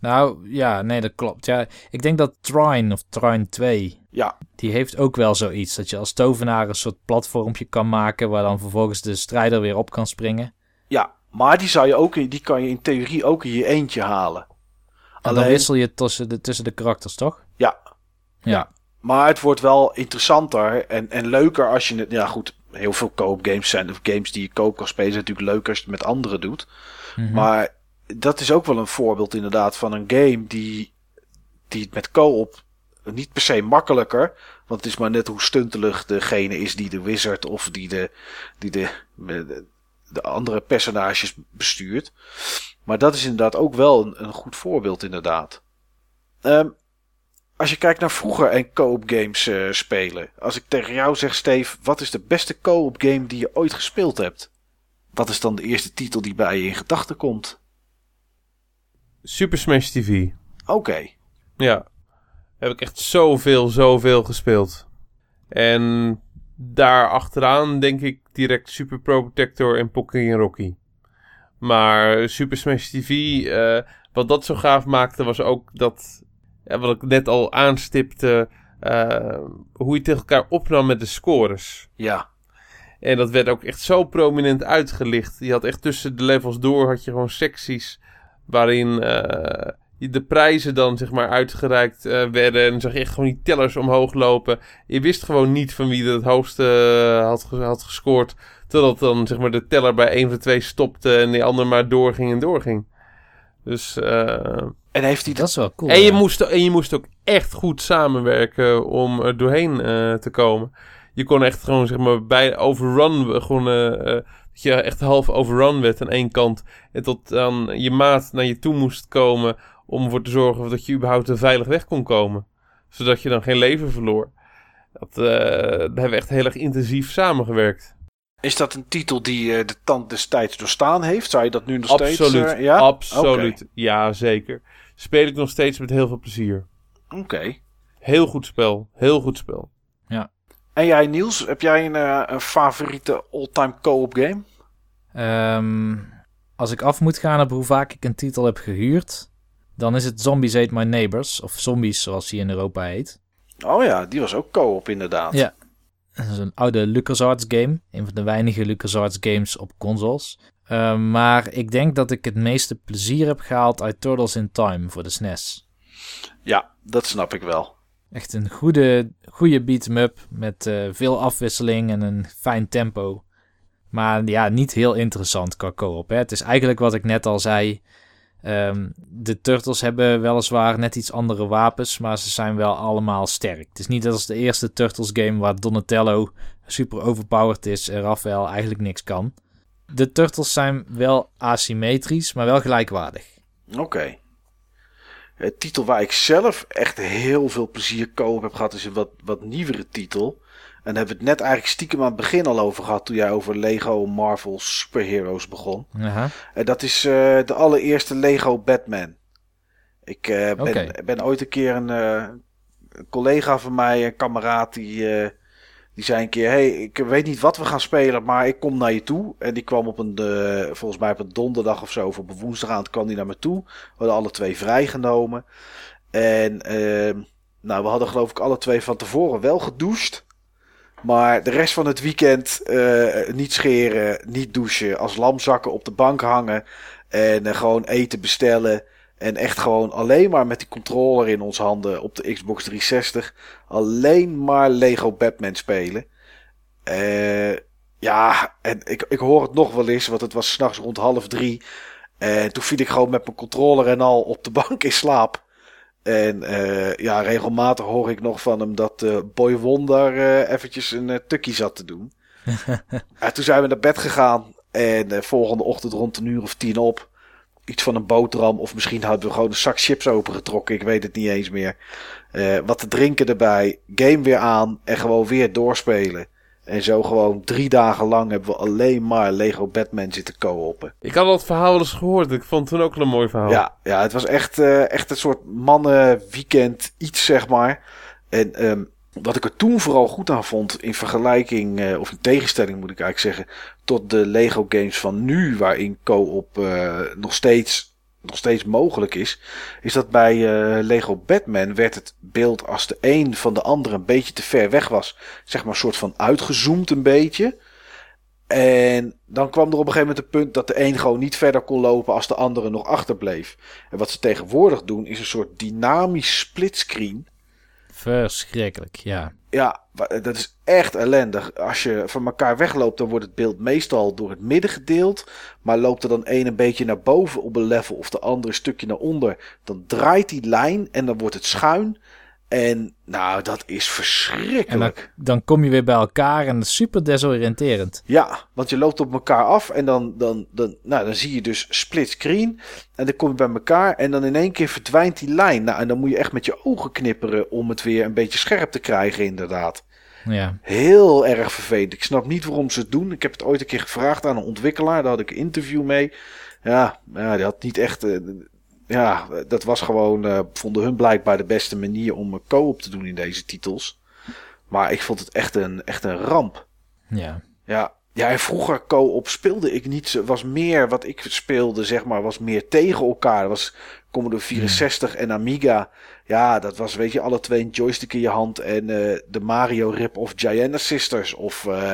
Nou, ja, nee, dat klopt. Ja, ik denk dat Trine of Trine twee, Ja. die heeft ook wel zoiets. Dat je als tovenaar een soort platformpje kan maken waar dan vervolgens de strijder weer op kan springen. Ja, maar die, zou je ook in, die kan je in theorie ook in je eentje halen. En Alleen, dan wissel je tussen de, tussen de karakters, toch? Ja. Ja. Maar het wordt wel interessanter en, en leuker als je het... Ja goed, heel veel co-op games zijn of games die je co-op kan spelen zijn natuurlijk leuker als je het met anderen doet. Mm-hmm. Maar dat is ook wel een voorbeeld inderdaad van een game die, die het met co-op niet per se makkelijker. Want het is maar net hoe stuntelig degene is die de wizard of die de, die de, de, de andere personages bestuurt. Maar dat is inderdaad ook wel een, een goed voorbeeld inderdaad. Um, als je kijkt naar vroeger en co-op games uh, spelen. Als ik tegen jou zeg, Steve, wat is de beste co-op game die je ooit gespeeld hebt? Wat is dan de eerste titel die bij je in gedachten komt? Super Smash T V. Oké. Okay. Ja. Heb ik echt zoveel, zoveel gespeeld. En daar achteraan denk ik direct Super Pro Protector en Pokémon Rocky. Maar Super Smash T V, uh, wat dat zo gaaf maakte was ook dat... Ja, wat ik net al aanstipte, uh, hoe je tegen elkaar opnam met de scores. Ja. En dat werd ook echt zo prominent uitgelicht. Je had echt tussen de levels door had je gewoon secties waarin uh, de prijzen dan zeg maar uitgereikt uh, werden. En dan zag je echt gewoon die tellers omhoog lopen. Je wist gewoon niet van wie er het hoogste uh, had, had gescoord. Totdat dan zeg maar de teller bij één van de twee stopte en die ander maar doorging en doorging. Dus... Uh, En heeft hij dat is wel cool. En je, ja. moest, en je moest ook echt goed samenwerken om er doorheen uh, te komen. Je kon echt gewoon, zeg maar, bij overrun, gewoon, uh, uh, dat je echt half overrun werd aan één kant. En tot dan je maat naar je toe moest komen om ervoor te zorgen dat je überhaupt een veilig weg kon komen. Zodat je dan geen leven verloor. Dat, uh, daar hebben we echt heel erg intensief samengewerkt. Is dat een titel die uh, de tand des tijds doorstaan heeft? Zou je dat nu nog Absoluut, steeds... Uh, ja? Absoluut. Okay. Ja, zeker. Speel ik nog steeds met heel veel plezier. Oké. Okay. Heel goed spel. Heel goed spel. Ja. En jij, Niels, heb jij een, uh, een favoriete all-time co-op game? Um, als ik af moet gaan op hoe vaak ik een titel heb gehuurd, dan is het Zombies Ate My Neighbors, of Zombies zoals die in Europa heet. Oh ja, die was ook co-op inderdaad. Ja. Dat is een oude LucasArts game. Een van de weinige LucasArts games op consoles. Uh, maar ik denk dat ik het meeste plezier heb gehaald uit Turtles in Time voor de S N E S. Ja, dat snap ik wel. Echt een goede, goede beat-em-up met uh, veel afwisseling en een fijn tempo. Maar ja, niet heel interessant qua co-op. Hè. Het is eigenlijk wat ik net al zei. Um, de Turtles hebben weliswaar net iets andere wapens, maar ze zijn wel allemaal sterk. Het is niet als de eerste Turtles game waar Donatello super overpowered is en Raphael eigenlijk niks kan. De Turtles zijn wel asymmetrisch, maar wel gelijkwaardig. Oké. Okay. Het titel waar ik zelf echt heel veel plezier co-op heb gehad is een wat, wat nieuwere titel. En daar hebben we het net eigenlijk stiekem aan het begin al over gehad toen jij over Lego Marvel Superheroes begon. Uh-huh. En dat is uh, de allereerste Lego Batman. Ik uh, ben, okay. ben ooit een keer een, uh, een collega van mij, een kameraad, die, uh, die zei een keer... Hey, ik weet niet wat we gaan spelen, maar ik kom naar je toe. En die kwam op een, uh, volgens mij op een donderdag of zo, of op een woensdagavond kwam die naar me toe. We hadden alle twee vrijgenomen. En uh, nou, we hadden geloof ik alle twee van tevoren wel gedoucht. Maar de rest van het weekend uh, niet scheren, niet douchen, als lamzakken op de bank hangen en uh, gewoon eten bestellen. En echt gewoon alleen maar met die controller in ons handen op de Xbox driehonderdzestig alleen maar Lego Batman spelen. Uh, ja, en ik, ik hoor het nog wel eens, want het was 's nachts rond half drie. En toen viel ik gewoon met mijn controller en al op de bank in slaap. En uh, ja, regelmatig hoor ik nog van hem dat uh, Boy Wonder uh, eventjes een uh, tukkie zat te doen. En toen zijn we naar bed gegaan. En uh, volgende ochtend rond een uur of tien op. Iets van een boterham. Of misschien hadden we gewoon een zak chips opengetrokken. Ik weet het niet eens meer. Uh, wat te drinken erbij. Game weer aan. En gewoon weer doorspelen. En zo gewoon drie dagen lang hebben we alleen maar Lego Batman zitten co-oppen. Ik had dat verhaal wel eens gehoord. Ik vond het toen ook een mooi verhaal. Ja, ja het was echt, uh, echt een soort mannenweekend iets, zeg maar. En um, wat ik er toen vooral goed aan vond in vergelijking, uh, of in tegenstelling moet ik eigenlijk zeggen, tot de Lego games van nu, waarin co-op uh, nog steeds nog steeds mogelijk is, is dat bij uh, Lego Batman werd het beeld als de een van de andere een beetje te ver weg was, zeg maar een soort van uitgezoomd een beetje. En dan kwam er op een gegeven moment een punt dat de een gewoon niet verder kon lopen als de andere nog achterbleef. En wat ze tegenwoordig doen is een soort dynamisch splitscreen. Verschrikkelijk, ja. Ja, dat is echt ellendig. Als je van elkaar wegloopt, dan wordt het beeld meestal door het midden gedeeld. Maar loopt er dan een een beetje naar boven op een level of de andere een stukje naar onder, dan draait die lijn en dan wordt het schuin. En nou, dat is verschrikkelijk. En dan, dan kom je weer bij elkaar en dat is super desoriënterend. Ja, want je loopt op elkaar af en dan, dan, dan, nou, dan zie je dus split screen. En dan kom je bij elkaar en dan in één keer verdwijnt die lijn. Nou, en dan moet je echt met je ogen knipperen om het weer een beetje scherp te krijgen inderdaad. Ja. Heel erg vervelend. Ik snap niet waarom ze het doen. Ik heb het ooit een keer gevraagd aan een ontwikkelaar. Daar had ik een interview mee. Ja, ja die had niet echt... Uh, ja, dat was gewoon... Uh, vonden hun blijkbaar de beste manier om een co-op te doen in deze titels. Maar ik vond het echt een, echt een ramp. Ja. Ja, ja, en vroeger co-op speelde ik niet. Was meer wat ik speelde, zeg maar, was meer tegen elkaar. Dat was Commodore vierenzestig en Amiga. Ja, dat was, weet je, alle twee een joystick in je hand. En uh, de Mario rip-off Giana Sisters. Of uh,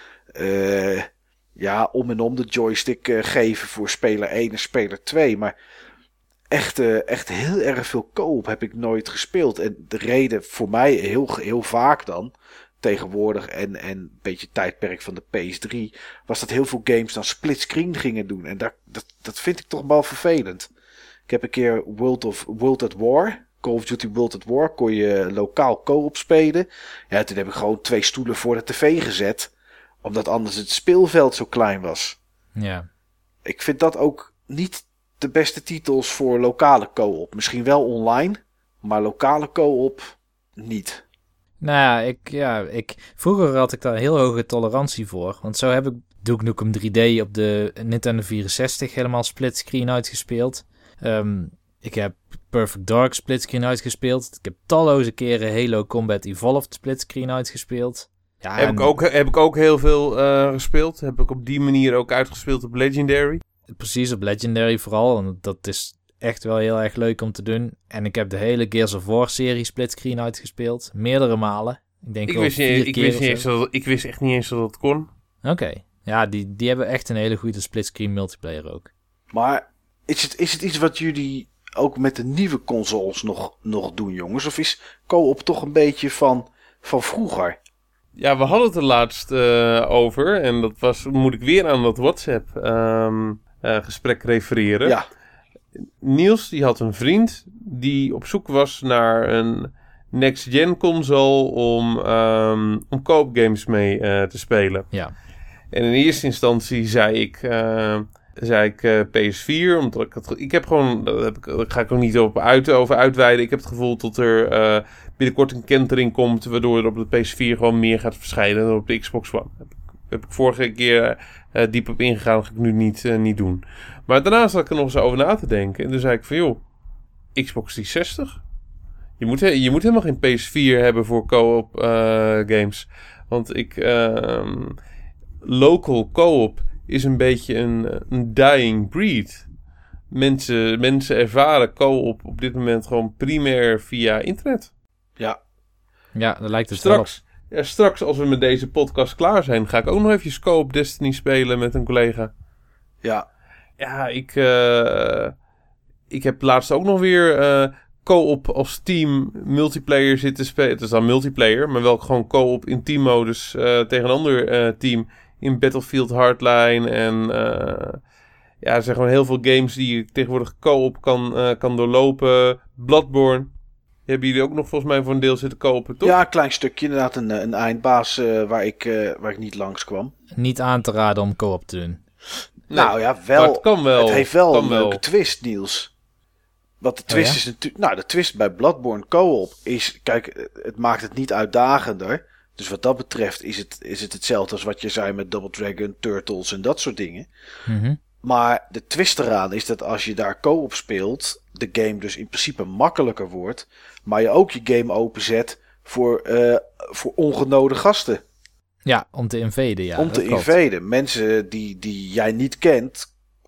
uh, ja, om en om de joystick uh, geven voor speler één en speler twee. Maar echt, uh, echt heel erg veel co-op heb ik nooit gespeeld. En de reden voor mij heel, heel vaak dan... tegenwoordig en, en een beetje tijdperk van de P S drie... was dat heel veel games dan split screen gingen doen. En daar, dat, dat vind ik toch wel vervelend. Ik heb een keer World, of, World at War... Call of Duty World at War... kon je lokaal co-op spelen. Ja, toen heb ik gewoon twee stoelen voor de tv gezet... omdat anders het speelveld zo klein was. Ja. Ik vind dat ook niet de beste titels voor lokale co-op. Misschien wel online... maar lokale co-op niet... Nou ja, ik, ja, ik, vroeger had ik daar heel hoge tolerantie voor. Want zo heb ik Duke Nukem drie D op de Nintendo vierenzestig helemaal splitscreen uitgespeeld. Um, ik heb Perfect Dark splitscreen uitgespeeld. Ik heb talloze keren Halo Combat Evolved splitscreen uitgespeeld. Ja, heb, en... ik ook, heb ik ook heel veel uh, gespeeld. Heb ik op die manier ook uitgespeeld op Legendary. Precies, op Legendary vooral. En dat is... echt wel heel erg leuk om te doen. En ik heb de hele Gears of War serie splitscreen uitgespeeld. Meerdere malen. Ik denk ik wel wist, vier ik, keer wist niet of eens zo. dat, ik wist echt niet eens dat dat kon. Oké. Okay. Ja, die, die hebben echt een hele goede splitscreen multiplayer ook. Maar is het, is het iets wat jullie ook met de nieuwe consoles nog, nog doen, jongens? Of is co-op toch een beetje van, van vroeger? Ja, we hadden het er laatst uh, over. En dat was, moet ik weer aan dat WhatsApp um, uh, gesprek refereren. Ja. Niels, die had een vriend die op zoek was naar een next-gen console om, um, om co-op games mee uh, te spelen. Ja. En in eerste instantie zei ik, uh, zei ik uh, P S vier, omdat ik het, ik heb gewoon, daar, heb ik, daar ga ik ook niet op uit, over uitweiden. Ik heb het gevoel dat er uh, binnenkort een kentering komt, waardoor er op de P S vier gewoon meer gaat verschijnen dan op de Xbox One. Heb ik, heb ik vorige keer uh, diep op ingegaan, dat ga ik nu niet, uh, niet doen. Maar daarna zat ik er nog eens over na te denken. En toen zei ik van, joh, Xbox driehonderdzestig? Je moet, je moet helemaal geen P S vier hebben voor co-op uh, games. Want ik... Uh, local co-op is een beetje een, een dying breed. Mensen, mensen ervaren co-op op dit moment gewoon primair via internet. Ja. Ja, dat lijkt het straks, wel op. Ja, straks als we met deze podcast klaar zijn, ga ik ook nog even co-op Destiny spelen met een collega. Ja. Ja, ik, uh, ik heb laatst ook nog weer uh, co-op als team multiplayer zitten spelen. Het is dan multiplayer, maar wel gewoon co-op in teammodus uh, tegen een ander uh, team in Battlefield Hardline. En uh, ja, er zijn gewoon heel veel games die je tegenwoordig co-op kan, uh, kan doorlopen. Bloodborne. Hebben jullie ook nog volgens mij voor een deel zitten co-open, toch? Ja, een klein stukje. Inderdaad een, een eindbaas uh, waar, ik, uh, waar ik niet langs kwam. Niet aan te raden om co-op te doen. Nee, nou ja, wel. Het kan wel. Het heeft wel kan een wel. leuke twist, Niels. Wat de twist oh, ja? is natuurlijk... Nou, de twist bij Bloodborne co-op is... Kijk, het maakt het niet uitdagender. Dus wat dat betreft is het, is het hetzelfde als wat je zei met Double Dragon, Turtles en dat soort dingen. Mm-hmm. Maar de twist eraan is dat als je daar co-op speelt, de game dus in principe makkelijker wordt. Maar je ook je game openzet voor, uh, voor ongenode gasten. Ja, om te invaden, ja. om te invaden. Mensen die, die jij niet kent,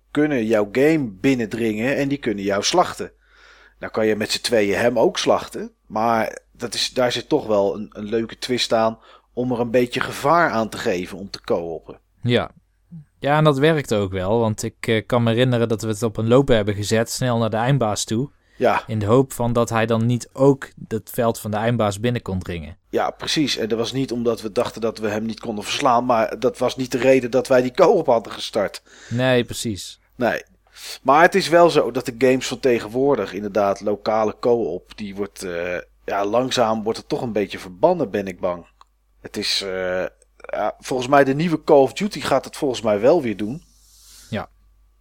kunnen jouw game binnendringen en die kunnen jou slachten. Nou kan je met z'n tweeën hem ook slachten. Maar dat is, daar zit toch wel een, een leuke twist aan om er een beetje gevaar aan te geven om te co-oppen. Ja. Ja, en dat werkte ook wel. Want ik uh, kan me herinneren dat we het op een lopen hebben gezet, snel naar de eindbaas toe. Ja. In de hoop van dat hij dan niet ook het veld van de eindbaas binnen kon dringen. Ja, precies. En dat was niet omdat we dachten dat we hem niet konden verslaan. Maar dat was niet de reden dat wij die co-op hadden gestart. Nee, precies. Nee. Maar het is wel zo dat de games van tegenwoordig, inderdaad, lokale co-op, die wordt, uh, ja, langzaam wordt het toch een beetje verbannen, ben ik bang. Het is, uh, ja, volgens mij de nieuwe Call of Duty gaat het volgens mij wel weer doen. Ja.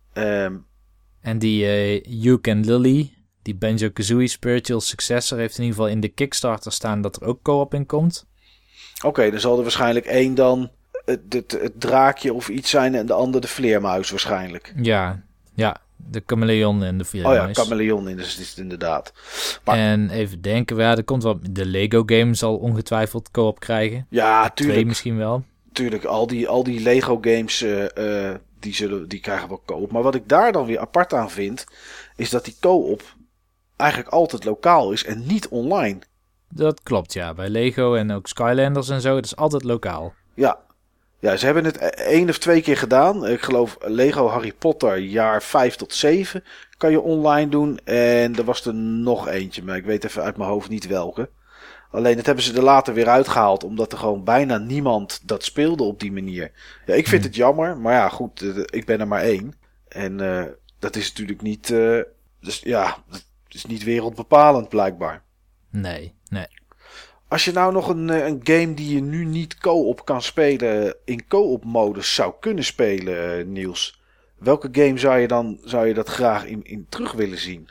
Um, en die uh, Hugh and Lily, die Banjo-Kazooie spiritual successor, heeft in ieder geval in de Kickstarter staan dat er ook co-op in komt. Oké, okay, dan zal er waarschijnlijk één dan het, het, het draakje of iets zijn en de ander de vleermuis waarschijnlijk. Ja, ja, de chameleon en de vleermuis. Oh ja, chameleon is het inderdaad. Maar, en even denken, ja, er komt wel, de Lego game zal ongetwijfeld co-op krijgen. Ja, tuurlijk. Twee misschien wel. Tuurlijk, al die, al die Lego games, uh, uh, die, zullen, die krijgen wel co-op. Maar wat ik daar dan weer apart aan vind, is dat die co-op eigenlijk altijd lokaal is en niet online. Dat klopt, ja. Bij Lego en ook Skylanders en zo, het is altijd lokaal. Ja. Ja, ze hebben het één of twee keer gedaan. Ik geloof Lego Harry Potter jaar vijf tot zeven kan je online doen. En er was er nog eentje, maar ik weet even uit mijn hoofd niet welke. Alleen dat hebben ze er later weer uitgehaald, omdat er gewoon bijna niemand dat speelde op die manier. Ja, ik vind hm. het jammer, maar ja, goed, ik ben er maar één. En uh, dat is natuurlijk niet, uh, dus ja, dat is niet wereldbepalend blijkbaar. Nee, nee. Als je nou nog een, een game die je nu niet co-op kan spelen, in co-op modus zou kunnen spelen, Niels. Welke game zou je dan zou je dat graag in, in terug willen zien?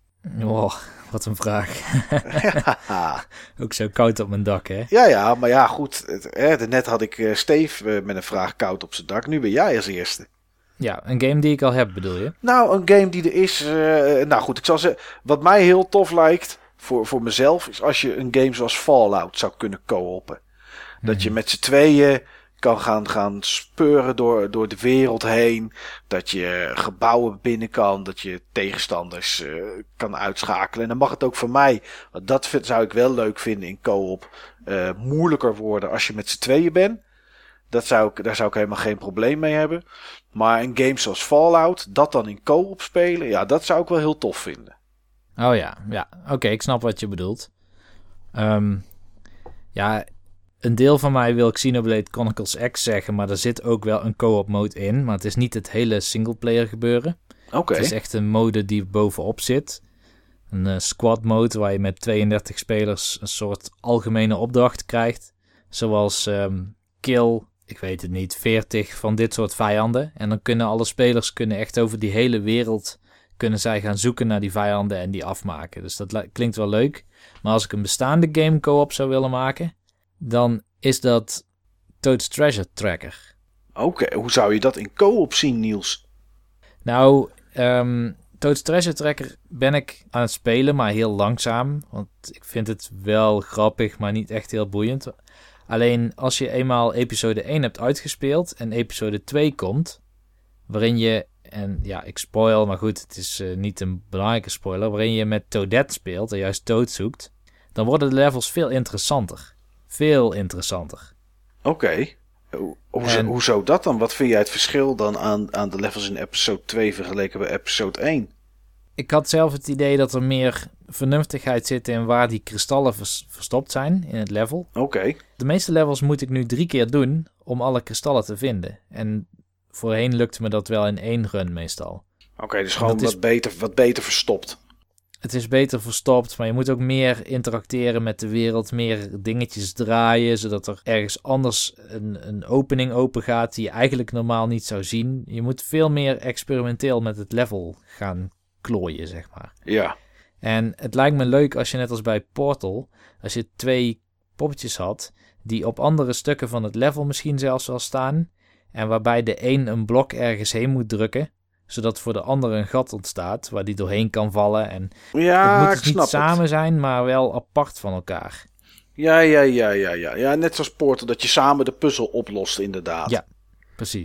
Oh, wat een vraag. Ja. Ook zo koud op mijn dak, hè? Ja, ja, maar ja, goed. Het, hè, net had ik uh, Steve uh, met een vraag koud op zijn dak. Nu ben jij als eerste. Ja, een game die ik al heb, bedoel je? Nou, een game die er is. Uh, nou goed, ik zal zeggen. Wat mij heel tof lijkt voor, voor mezelf is als je een game zoals Fallout zou kunnen co-oppen. Mm-hmm. Dat je met z'n tweeën kan gaan, gaan speuren door, door de wereld heen. Dat je gebouwen binnen kan. Dat je tegenstanders uh, kan uitschakelen. En dan mag het ook voor mij, want dat vind, zou ik wel leuk vinden in co-op, uh, moeilijker worden als je met z'n tweeën bent. Dat zou ik, daar zou ik helemaal geen probleem mee hebben. Maar een game zoals Fallout, dat dan in co-op spelen, ja, dat zou ik wel heel tof vinden. Oh ja, ja. Oké, okay, ik snap wat je bedoelt. Um, ja, een deel van mij wil Xenoblade Chronicles X zeggen, maar er zit ook wel een co-op mode in. Maar het is niet het hele singleplayer gebeuren. Oké. Okay. Het is echt een mode die bovenop zit. Een uh, squad mode waar je met tweeëndertig spelers een soort algemene opdracht krijgt. Zoals um, kill, ik weet het niet, veertig van dit soort vijanden. En dan kunnen alle spelers kunnen echt over die hele wereld kunnen zij gaan zoeken naar die vijanden en die afmaken. Dus dat li- klinkt wel leuk. Maar als ik een bestaande game co-op zou willen maken, dan is dat Toad's Treasure Tracker. Oké, okay, hoe zou je dat in co-op zien, Niels? Nou, um, Toad's Treasure Tracker ben ik aan het spelen, maar heel langzaam. Want ik vind het wel grappig, maar niet echt heel boeiend. Alleen als je eenmaal episode één hebt uitgespeeld en episode twee komt, waarin je, en ja, ik spoil, maar goed, het is uh, niet een belangrijke spoiler, waarin je met Toadette speelt en juist Toad zoekt, dan worden de levels veel interessanter. Veel interessanter. Oké. Okay. Hoe, en, hoe zou dat dan? Wat vind jij het verschil dan aan, aan de levels in episode twee vergeleken bij episode één? Ik had zelf het idee dat er meer vernuftigheid zit in waar die kristallen vers, verstopt zijn in het level. Oké. Okay. De meeste levels moet ik nu drie keer doen om alle kristallen te vinden. En voorheen lukte me dat wel in één run meestal. Oké, okay, dus gewoon wat, is, beter, wat beter verstopt. Het is beter verstopt, maar je moet ook meer interacteren met de wereld, meer dingetjes draaien, zodat er ergens anders een, een opening open gaat die je eigenlijk normaal niet zou zien. Je moet veel meer experimenteel met het level gaan klooien, zeg maar. Ja. En het lijkt me leuk als je net als bij Portal, als je twee poppetjes had, die op andere stukken van het level misschien zelfs wel staan, en waarbij de een een blok ergens heen moet drukken, zodat voor de ander een gat ontstaat, waar die doorheen kan vallen. En ja, het moet dus ik niet snap samen het. zijn, maar wel apart van elkaar. Ja, ja, ja, ja, ja. Ja, net zoals Portal, dat je samen de puzzel oplost, inderdaad. Ja, precies.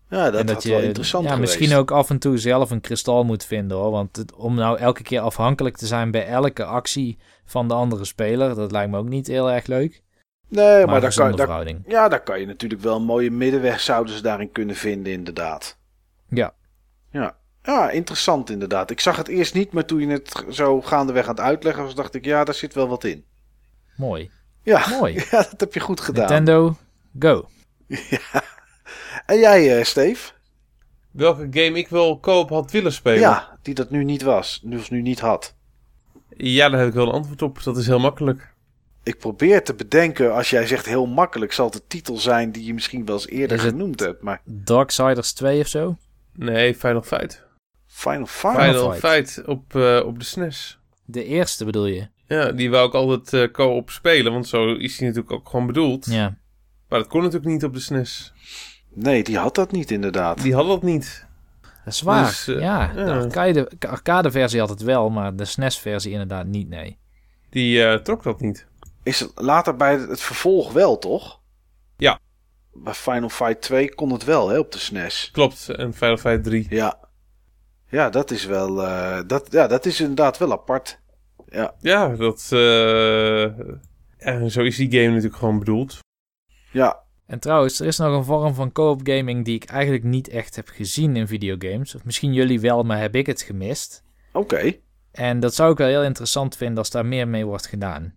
Ja, dat en dat had je wel interessant ja, geweest. misschien ook af en toe zelf een kristal moet vinden hoor. Want het, om nou elke keer afhankelijk te zijn bij elke actie van de andere speler, dat lijkt me ook niet heel erg leuk. Nee, maar, Maar daar kan, daar, verhouding. ja, daar kan je natuurlijk wel een mooie middenweg zouden ze daarin kunnen vinden, inderdaad. Ja. Ja. Ja, interessant inderdaad. Ik zag het eerst niet, maar toen je het zo gaandeweg aan het uitleggen was, dacht ik, ja, daar zit wel wat in. Mooi. Ja, Mooi. ja dat heb je goed gedaan. Nintendo, go. Ja. En jij, uh, Steve? Welke game ik wel co-op had willen spelen? Ja, die dat nu niet was, nu of nu niet had. Ja, daar heb ik wel een antwoord op. Dat is heel makkelijk. Ik probeer te bedenken, als jij zegt heel makkelijk, zal het de titel zijn die je misschien wel eens eerder Is het- genoemd hebt. Maar Darksiders twee of zo? Nee, Final Fight. Final Fight? Final Fight. Fight op, uh, op de S N E S. De eerste bedoel je? Ja, die wou ik altijd uh, co-op spelen, want zo is die natuurlijk ook gewoon bedoeld. Ja. Maar dat kon natuurlijk niet op de S N E S. Nee, die had dat niet inderdaad. Die hadden dat niet. Dat is waar. Dus, uh, ja, de ja. arcade, arcade versie had het wel, maar de S N E S versie inderdaad niet, nee. Die uh, trok dat niet. Is het later bij het vervolg wel, toch? Ja. Bij Final Fight twee kon het wel, hè, op de S N E S. Klopt, en Final Fight drie. Ja. Ja, dat is wel... Uh, dat, ja, dat is inderdaad wel apart. Ja. Ja, dat... Uh, en zo is die game natuurlijk gewoon bedoeld. Ja. En trouwens, er is nog een vorm van co-op gaming die ik eigenlijk niet echt heb gezien in videogames. Of misschien jullie wel, maar heb ik het gemist. Oké. Okay. En dat zou ik wel heel interessant vinden als daar meer mee wordt gedaan.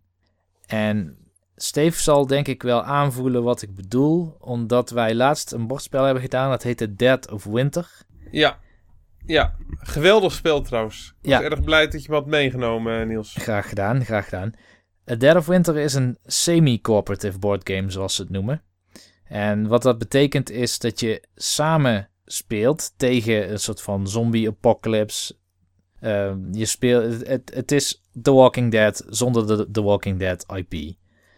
En Steve zal denk ik wel aanvoelen wat ik bedoel, omdat wij laatst een bordspel hebben gedaan, dat heette Dead of Winter. Ja, ja. Geweldig spel trouwens. Ik Ja. was erg blij dat je me had meegenomen, Niels. Graag gedaan, graag gedaan. A Dead of Winter is een semi-cooperative boardgame, zoals ze het noemen. En wat dat betekent is dat je samen speelt tegen een soort van zombie-apocalypse. Uh, je speelt, het, het is The Walking Dead zonder de The Walking Dead I P.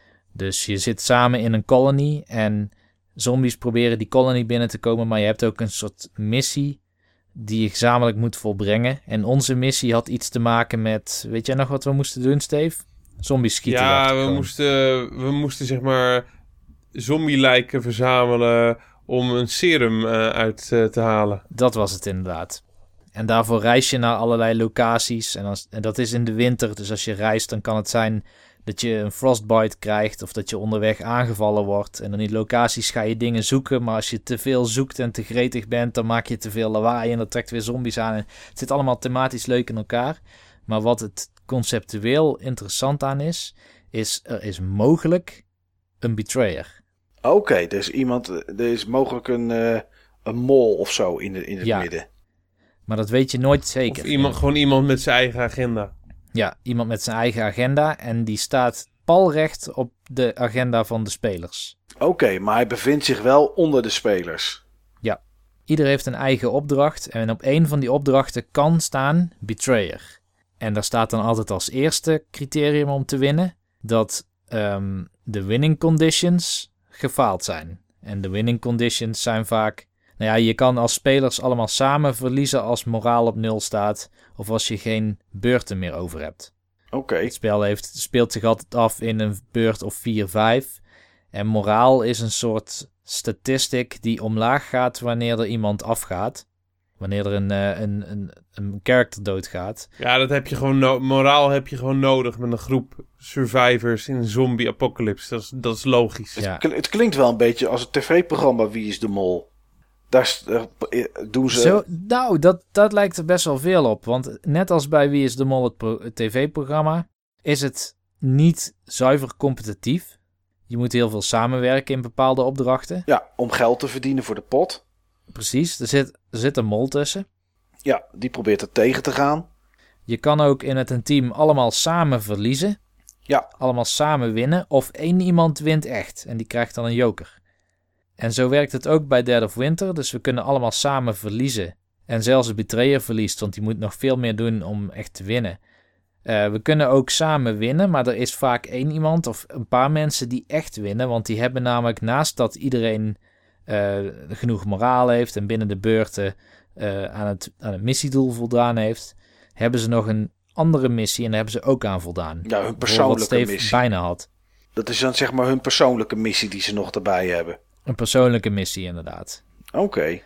Dus je zit samen in een colony en zombies proberen die colony binnen te komen, maar je hebt ook een soort missie die je gezamenlijk moet volbrengen. En onze missie had iets te maken met, weet jij nog wat we moesten doen, Steve? Zombies schieten. Ja, we moesten, we moesten zeg maar zombie-lijken verzamelen om een serum uh, uit uh, te halen. Dat was het inderdaad. En daarvoor reis je naar allerlei locaties. En, als, en dat is in de winter. Dus als je reist, dan kan het zijn dat je een frostbite krijgt. Of dat je onderweg aangevallen wordt. En in die locaties ga je dingen zoeken. Maar als je te veel zoekt en te gretig bent, dan maak je te veel lawaai. En dat trekt weer zombies aan. En het zit allemaal thematisch leuk in elkaar. Maar wat het conceptueel interessant aan is, is er is mogelijk een betrayer. Oké, okay, dus iemand, er is mogelijk een, uh, een mol of zo in, de, in het ja. midden. Maar dat weet je nooit zeker. Of iemand, gewoon iemand met zijn eigen agenda. Ja, iemand met zijn eigen agenda. En die staat palrecht op de agenda van de spelers. Oké, okay, maar hij bevindt zich wel onder de spelers. Ja, ieder heeft een eigen opdracht. En op een van die opdrachten kan staan betrayer. En daar staat dan altijd als eerste criterium om te winnen dat um, de winning conditions gefaald zijn. En de winning conditions zijn vaak... Nou ja, je kan als spelers allemaal samen verliezen als moraal op nul staat. Of als je geen beurten meer over hebt. Oké. Okay. Het spel heeft, speelt zich altijd af in een beurt of vier vijf. En moraal is een soort statistic die omlaag gaat wanneer er iemand afgaat. Wanneer er een, een, een, een character doodgaat. Ja, dat heb je gewoon no- moraal heb je gewoon nodig met een groep survivors in een zombie-apocalypse. Dat is, dat is logisch. Ja. Het, het klinkt wel een beetje als het tv-programma Wie is de Mol? Daar uh, doen ze... Zo, nou, dat, dat lijkt er best wel veel op. Want net als bij Wie is de Mol, het, pro- het tv-programma, is het niet zuiver competitief. Je moet heel veel samenwerken in bepaalde opdrachten. Ja, om geld te verdienen voor de pot. Precies, er zit, er zit een mol tussen. Ja, die probeert er tegen te gaan. Je kan ook in het een team allemaal samen verliezen. Ja. Allemaal samen winnen. Of één iemand wint echt. En die krijgt dan een joker. En zo werkt het ook bij Dead of Winter. Dus we kunnen allemaal samen verliezen. En zelfs de betrayer verliest. Want die moet nog veel meer doen om echt te winnen. Uh, we kunnen ook samen winnen. Maar er is vaak één iemand of een paar mensen die echt winnen. Want die hebben namelijk naast dat iedereen uh, genoeg moraal heeft. En binnen de beurten uh, aan, het, aan het missiedoel voldaan heeft. Hebben ze nog een andere missie. En daar hebben ze ook aan voldaan. Ja, hun persoonlijke wat missie. bijna had. Dat is dan zeg maar hun persoonlijke missie die ze nog erbij hebben. Een persoonlijke missie inderdaad. Oké. Okay.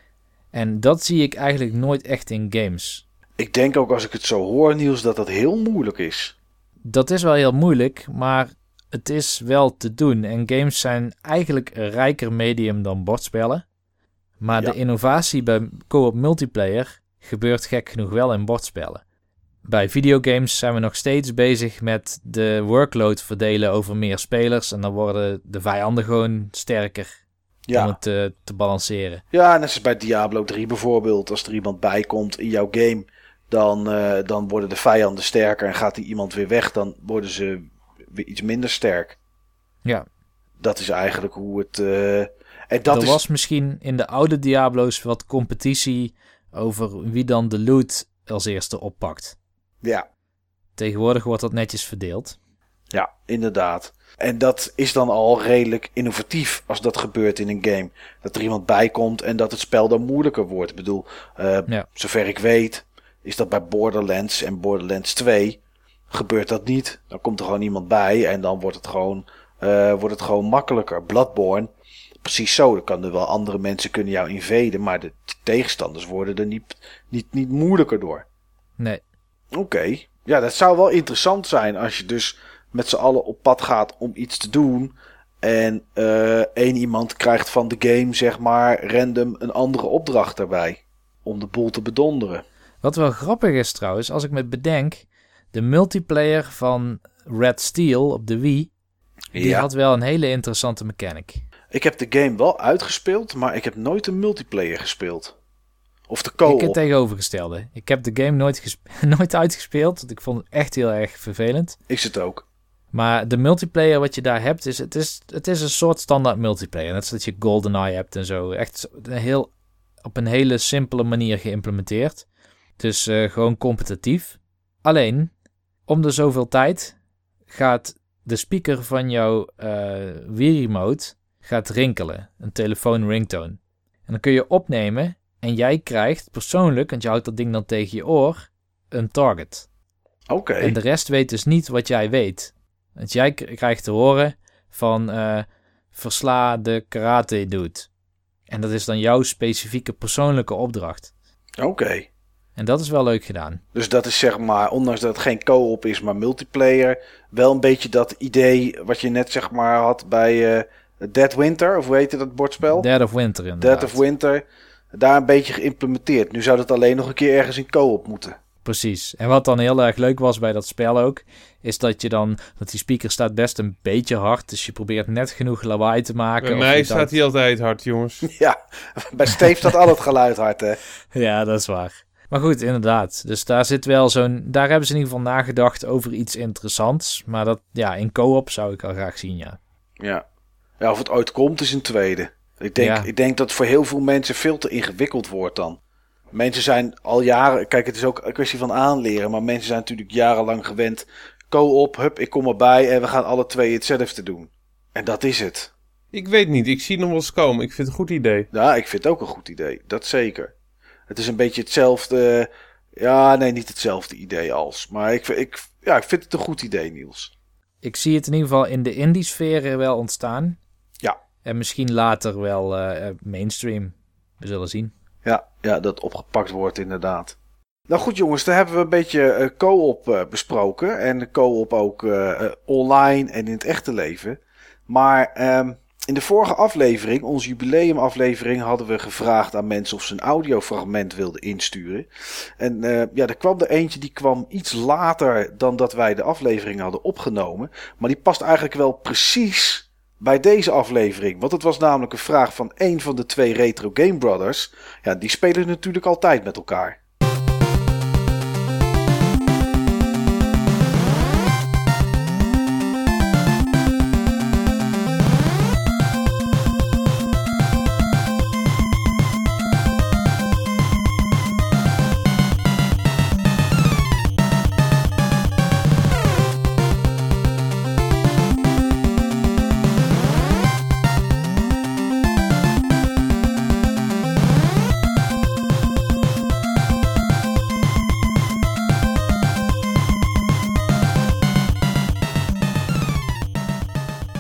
En dat zie ik eigenlijk nooit echt in games. Ik denk ook als ik het zo hoor, Niels, dat dat heel moeilijk is. Dat is wel heel moeilijk, maar het is wel te doen. En games zijn eigenlijk een rijker medium dan bordspellen. Maar Ja. de innovatie bij co-op multiplayer gebeurt gek genoeg wel in bordspellen. Bij videogames zijn we nog steeds bezig met de workload verdelen over meer spelers. En dan worden de vijanden gewoon sterker om Ja, het te, te balanceren. ja net zoals bij Diablo drie bijvoorbeeld. Als er iemand bij komt in jouw game, dan, eh, dan worden de vijanden sterker. En gaat die iemand weer weg, dan worden ze weer iets minder sterk. Ja, Dat is eigenlijk hoe het... eh, en dat er is, was misschien in de oude Diablo's wat competitie over wie dan de loot als eerste oppakt. ja, Tegenwoordig wordt dat netjes verdeeld. ja, inderdaad. En dat is dan al redelijk innovatief als dat gebeurt in een game. Dat er iemand bij komt en dat het spel dan moeilijker wordt. Ik bedoel, eh, Ja. zover ik weet, is dat bij Borderlands en Borderlands twee gebeurt dat niet. Dan komt er gewoon iemand bij en dan wordt het gewoon, eh, wordt het gewoon makkelijker. Bloodborne, precies zo. Dan kan er wel andere mensen kunnen jou invaden, maar de tegenstanders worden er niet, niet, niet moeilijker door. Nee, Oké, ja, dat zou wel interessant zijn als je dus met z'n allen op pad gaat om iets te doen. En eh, één iemand krijgt van de game, zeg maar, random een andere opdracht daarbij. Om de boel te bedonderen. wat wel grappig is trouwens, als ik me bedenk, de multiplayer van Red Steel op de Wii, die Ja, had wel een hele interessante mechanic. ik heb de game wel uitgespeeld, maar ik heb nooit een multiplayer gespeeld. Of de Ik co-op. het tegenovergestelde. Ik heb de game nooit, gespe- nooit uitgespeeld, want ik vond het echt heel erg vervelend. Is het ook. Maar de multiplayer wat je daar hebt, is, het, is, het is een soort standaard multiplayer. Net zoals je GoldenEye hebt en zo. Echt een heel, op een hele simpele manier geïmplementeerd. Dus uh, gewoon competitief. Alleen, om de zoveel tijd gaat de speaker van jouw uh, Wii-remote gaat rinkelen. Een telefoon ringtone. En dan kun je opnemen en jij krijgt persoonlijk, want je houdt dat ding dan tegen je oor, een target. Oké. En de rest weet dus niet wat jij weet. Want jij k- krijgt te horen van uh, versla de karate dude. En dat is dan jouw specifieke persoonlijke opdracht. Oké. En dat is wel leuk gedaan. Dus dat is zeg maar, ondanks dat het geen co-op is, maar multiplayer, wel een beetje dat idee wat je net zeg maar had bij uh, Dead Winter, of hoe heette dat bordspel? Dead of Winter inderdaad. Dead of Winter. Daar een beetje geïmplementeerd. Nu zou dat alleen nog een keer ergens in co-op moeten. Precies. En wat dan heel erg leuk was bij dat spel ook, is dat je dan, want die speaker staat best een beetje hard, dus je probeert net genoeg lawaai te maken. Bij of mij je staat dat- hij altijd hard, jongens. Ja, bij Steve staat al het geluid hard, hè? Ja, dat is waar. Maar goed, inderdaad. Dus daar zit wel zo'n, daar hebben ze in ieder geval nagedacht over iets interessants. Maar dat, ja, in co-op zou ik al graag zien, ja. Ja. Ja, of het ooit komt is een tweede. Ik denk, Ja. ik denk dat het voor heel veel mensen veel te ingewikkeld wordt dan. Mensen zijn al jaren... Kijk, het is ook een kwestie van aanleren. Maar mensen zijn natuurlijk jarenlang gewend. Co-op, hup, ik kom erbij en we gaan alle twee hetzelfde doen. En dat is het. Ik weet niet, ik zie het nog wel eens komen. Ik vind het een goed idee. Ja, ik vind het ook een goed idee. Dat zeker. Het is een beetje hetzelfde... Ja, nee, niet hetzelfde idee als. Maar ik, ik, ja, ik vind het een goed idee, Niels. Ik zie het in ieder geval in de indie-sfeer wel ontstaan. Ja. En misschien later wel uh, mainstream. We zullen zien. Ja, ja, dat opgepakt wordt inderdaad. Nou goed jongens, daar hebben we een beetje uh, co-op uh, besproken. En co-op ook uh, uh, online en in het echte leven. Maar um, in de vorige aflevering, onze jubileumaflevering, hadden we gevraagd aan mensen of ze een audiofragment wilden insturen. En uh, ja, er kwam er eentje die kwam iets later dan dat wij de aflevering hadden opgenomen. Maar die past eigenlijk wel precies bij deze aflevering. Want het was namelijk een vraag van een van de twee Retro Game Brothers. Ja, die spelen natuurlijk altijd met elkaar.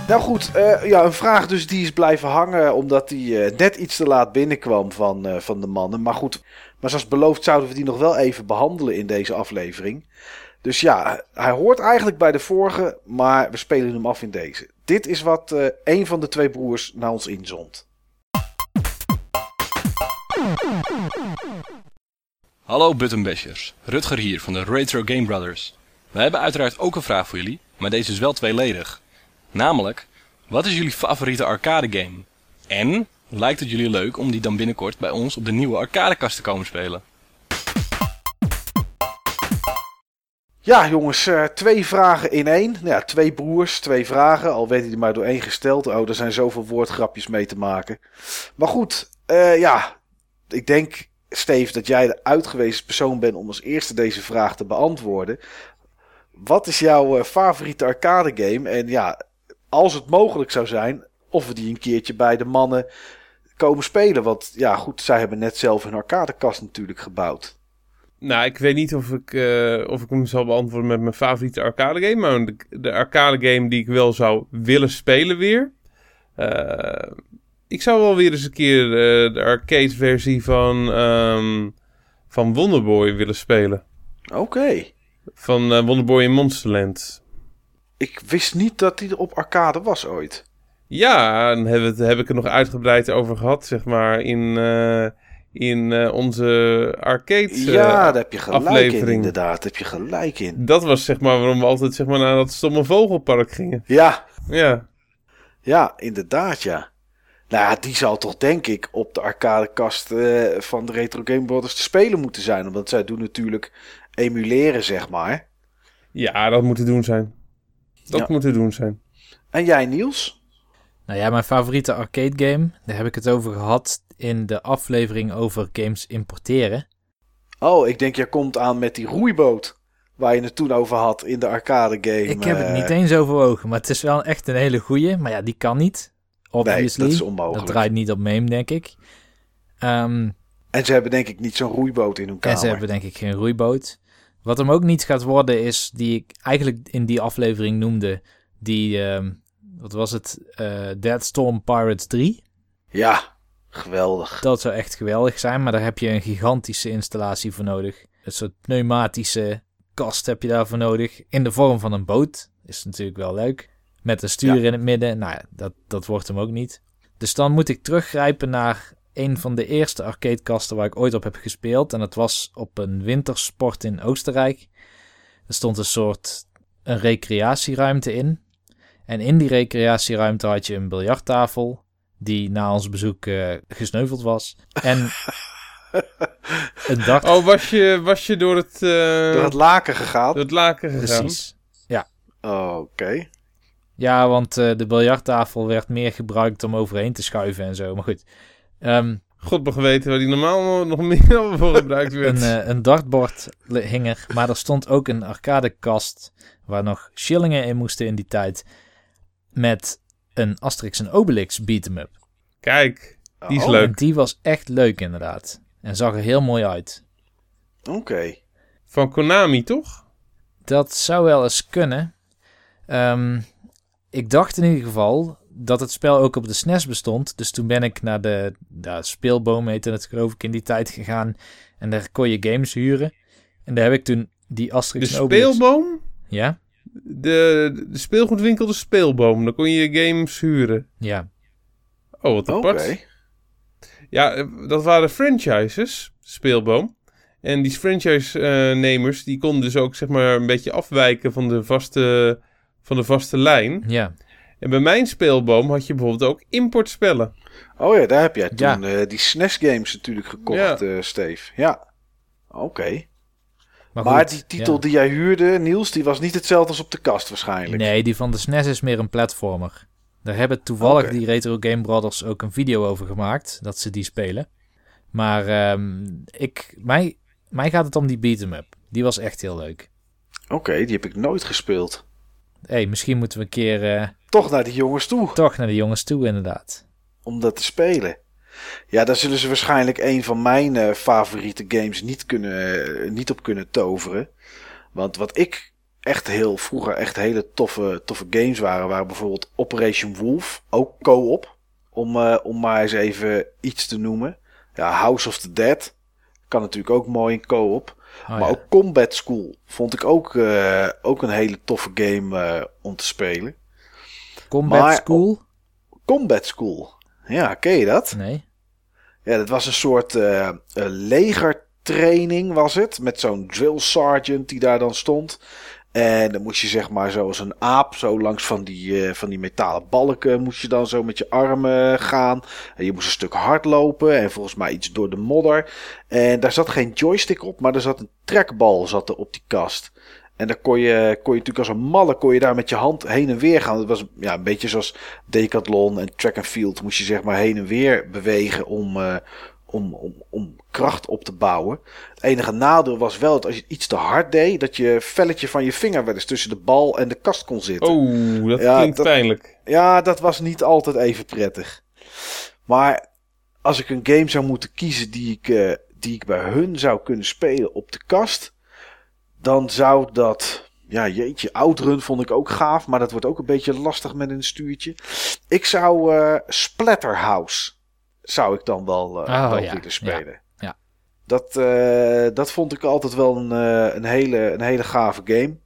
Nou goed, uh, ja, een vraag dus die is blijven hangen omdat die uh, net iets te laat binnenkwam van, uh, van de mannen. Maar goed, maar zoals beloofd zouden we die nog wel even behandelen in deze aflevering. Dus ja, hij hoort eigenlijk bij de vorige, maar we spelen hem af in deze. Dit is wat uh, een van de twee broers naar ons inzond. Hallo Buttonbashers, Rutger hier van de Retro Game Brothers. We hebben uiteraard ook een vraag voor jullie, maar deze is wel tweeledig. Namelijk, wat is jullie favoriete arcade game? En, lijkt het jullie leuk om die dan binnenkort bij ons op de nieuwe arcadekast te komen spelen? Ja jongens, uh, twee vragen in één. Nou ja, twee broers, twee vragen. Al werd hij er maar door één gesteld. Oh, er zijn zoveel woordgrapjes mee te maken. Maar goed, uh, ja, ik denk, Steve, dat jij de uitgewezen persoon bent om als eerste deze vraag te beantwoorden. Wat is jouw uh, favoriete arcade game? En ja, als het mogelijk zou zijn, of we die een keertje bij de mannen komen spelen. Want ja, goed, zij hebben net zelf een arcadekast natuurlijk gebouwd. Nou, ik weet niet of ik, uh, of ik hem zal beantwoorden met mijn favoriete arcade game. Maar de, de arcade game die ik wel zou willen spelen weer. Uh, ik zou wel weer eens een keer uh, de arcade versie van, um, van Wonderboy willen spelen. Oké. Okay. Van uh, Wonderboy in Monsterland. Ik wist niet dat die op arcade was ooit. Ja, dan heb, het, heb ik er nog uitgebreid over gehad, zeg maar, in, uh, in uh, onze arcade uh, Ja, daar heb je gelijk aflevering. in, inderdaad. Daar heb je gelijk in. Dat was zeg maar waarom we altijd zeg maar, naar dat stomme vogelpark gingen. Ja. Ja. Ja, inderdaad, ja. Nou ja, die zal toch denk ik op de arcadekast uh, van de Retro Game Brothers te spelen moeten zijn. Omdat zij doen natuurlijk emuleren, zeg maar. Ja, dat moet te doen zijn. Dat ja. moet te doen zijn. En jij, Niels? Nou ja, mijn favoriete arcade game, daar heb ik het over gehad in de aflevering over games importeren. Oh, ik denk jij komt aan met die roeiboot waar je het toen over had in de arcade game. Ik heb het niet eens overwogen, maar het is wel echt een hele goeie. Maar ja, die kan niet. Obviously. Nee, dat is onmogelijk. Dat draait niet op meme, denk ik. Um, en ze hebben denk ik niet zo'n roeiboot in hun kamer. En ze hebben denk ik geen roeiboot. Wat hem ook niet gaat worden is, die ik eigenlijk in die aflevering noemde, die, um, wat was het, uh, Dead Storm Pirates drie. Ja, geweldig. Dat zou echt geweldig zijn, maar daar heb je een gigantische installatie voor nodig. Een soort pneumatische kast heb je daarvoor nodig, in de vorm van een boot. Is natuurlijk wel leuk. Met een stuur ja. in het midden. Nou ja, dat, dat wordt hem ook niet. Dus dan moet ik teruggrijpen naar een van de eerste arcadekasten waar ik ooit op heb gespeeld. En dat was op een wintersport in Oostenrijk. Er stond een soort een recreatieruimte in. En in die recreatieruimte had je een biljarttafel die na ons bezoek uh, gesneuveld was. En een dak. Oh, was je, was je door het... Uh, door het laken gegaan? Door het laken gegaan. Precies, ja. Oh, oké. Okay. Ja, want uh, de biljarttafel werd meer gebruikt om overheen te schuiven en zo. Maar goed. Um, God mag weten waar die normaal nog meer voor gebruikt werd. Een, uh, een dartbord hing er, maar er stond ook een arcadekast waar nog shillingen in moesten in die tijd. Met een Asterix en Obelix beat-em-up. Kijk, die is oh, leuk. En die was echt leuk inderdaad. En zag er heel mooi uit. Oké. Okay. Van Konami, toch? Dat zou wel eens kunnen. Um, ik dacht in ieder geval dat het spel ook op de S N E S bestond. Dus toen ben ik naar de, de speelboom, heette het geloof ik, in die tijd gegaan. En daar kon je games huren. En daar heb ik toen die Asterix de en Obelix... De speelboom? Ja. De, de speelgoedwinkel De Speelboom. Daar kon je games huren. Ja. Oh, wat apart. Okay. Ja, dat waren franchises, Speelboom. En die franchise-nemers, uh, die konden dus ook zeg maar een beetje afwijken van de vaste, van de vaste lijn. Ja. En bij mijn Speelboom had je bijvoorbeeld ook importspellen. Oh ja, daar heb jij toen ja. uh, die S N E S-games natuurlijk gekocht, ja. uh, Steve. Ja, oké. Okay. Maar, maar goed, die titel ja. die jij huurde, Niels, die was niet hetzelfde als op de kast waarschijnlijk. Nee, die van de S N E S is meer een platformer. Daar hebben toevallig okay. die Retro Game Brothers ook een video over gemaakt, dat ze die spelen. Maar um, ik, mij, mij gaat het om die beat-em-up. Die was echt heel leuk. Oké, okay, die heb ik nooit gespeeld. Hé, hey, misschien moeten we een keer... Uh, toch naar die jongens toe. Toch naar de jongens toe, inderdaad. Om dat te spelen. Ja, daar zullen ze waarschijnlijk een van mijn uh, favoriete games niet, kunnen, uh, niet op kunnen toveren. Want wat ik echt heel vroeger echt hele toffe, toffe games waren. Waren bijvoorbeeld Operation Wolf, ook co-op. Om, uh, om maar eens even iets te noemen. Ja, House of the Dead. Kan natuurlijk ook mooi in co-op. Oh, maar ja. ook Combat School vond ik ook, uh, ook een hele toffe game uh, om te spelen. Combat maar, School? Combat School. Ja, ken je dat? Nee. Ja, dat was een soort uh, een legertraining was het. Met zo'n drill sergeant die daar dan stond. En dan moest je zeg maar zoals een aap zo langs van die, uh, van die metalen balken moest je dan zo met je armen gaan. En je moest een stuk hardlopen en volgens mij iets door de modder. En daar zat geen joystick op, maar er zat een trackbal zat er op die kast. En dan kon je, kon je natuurlijk als een malle kon je daar met je hand heen en weer gaan. Dat was ja, een beetje zoals Decathlon en track and field. Moest je zeg maar heen en weer bewegen om, uh, om, om, om kracht op te bouwen. Het enige nadeel was wel dat als je het iets te hard deed, dat je velletje van je vinger wel eens tussen de bal en de kast kon zitten. Oh, dat Ja, klinkt dat- pijnlijk. Ja, dat was niet altijd even prettig. Maar als ik een game zou moeten kiezen die ik, uh, die ik bij hun zou kunnen spelen op de kast, dan zou dat... Ja, jeetje, Outrun vond ik ook gaaf, maar dat wordt ook een beetje lastig met een stuurtje. Ik zou uh, Splatterhouse zou ik dan wel, uh, Oh, wel ja, willen spelen. ja. Dat, uh, dat vond ik altijd wel een, uh, een, hele, een hele gave game.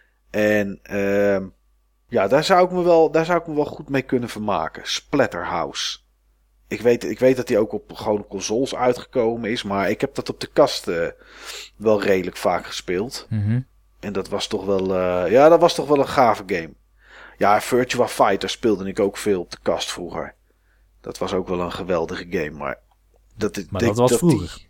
En uh, ja, daar zou, ik me wel, daar zou ik me wel goed mee kunnen vermaken. Splatterhouse. Ik weet, ik weet dat die ook op gewone consoles uitgekomen is, maar ik heb dat op de kast uh, wel redelijk vaak gespeeld. Mhm. En dat was toch wel, uh, ja, dat was toch wel een gave game. Ja, Virtua Fighter speelde ik ook veel op de kast vroeger. Dat was ook wel een geweldige game, maar dat, Maar denk, dat was die- vroeger.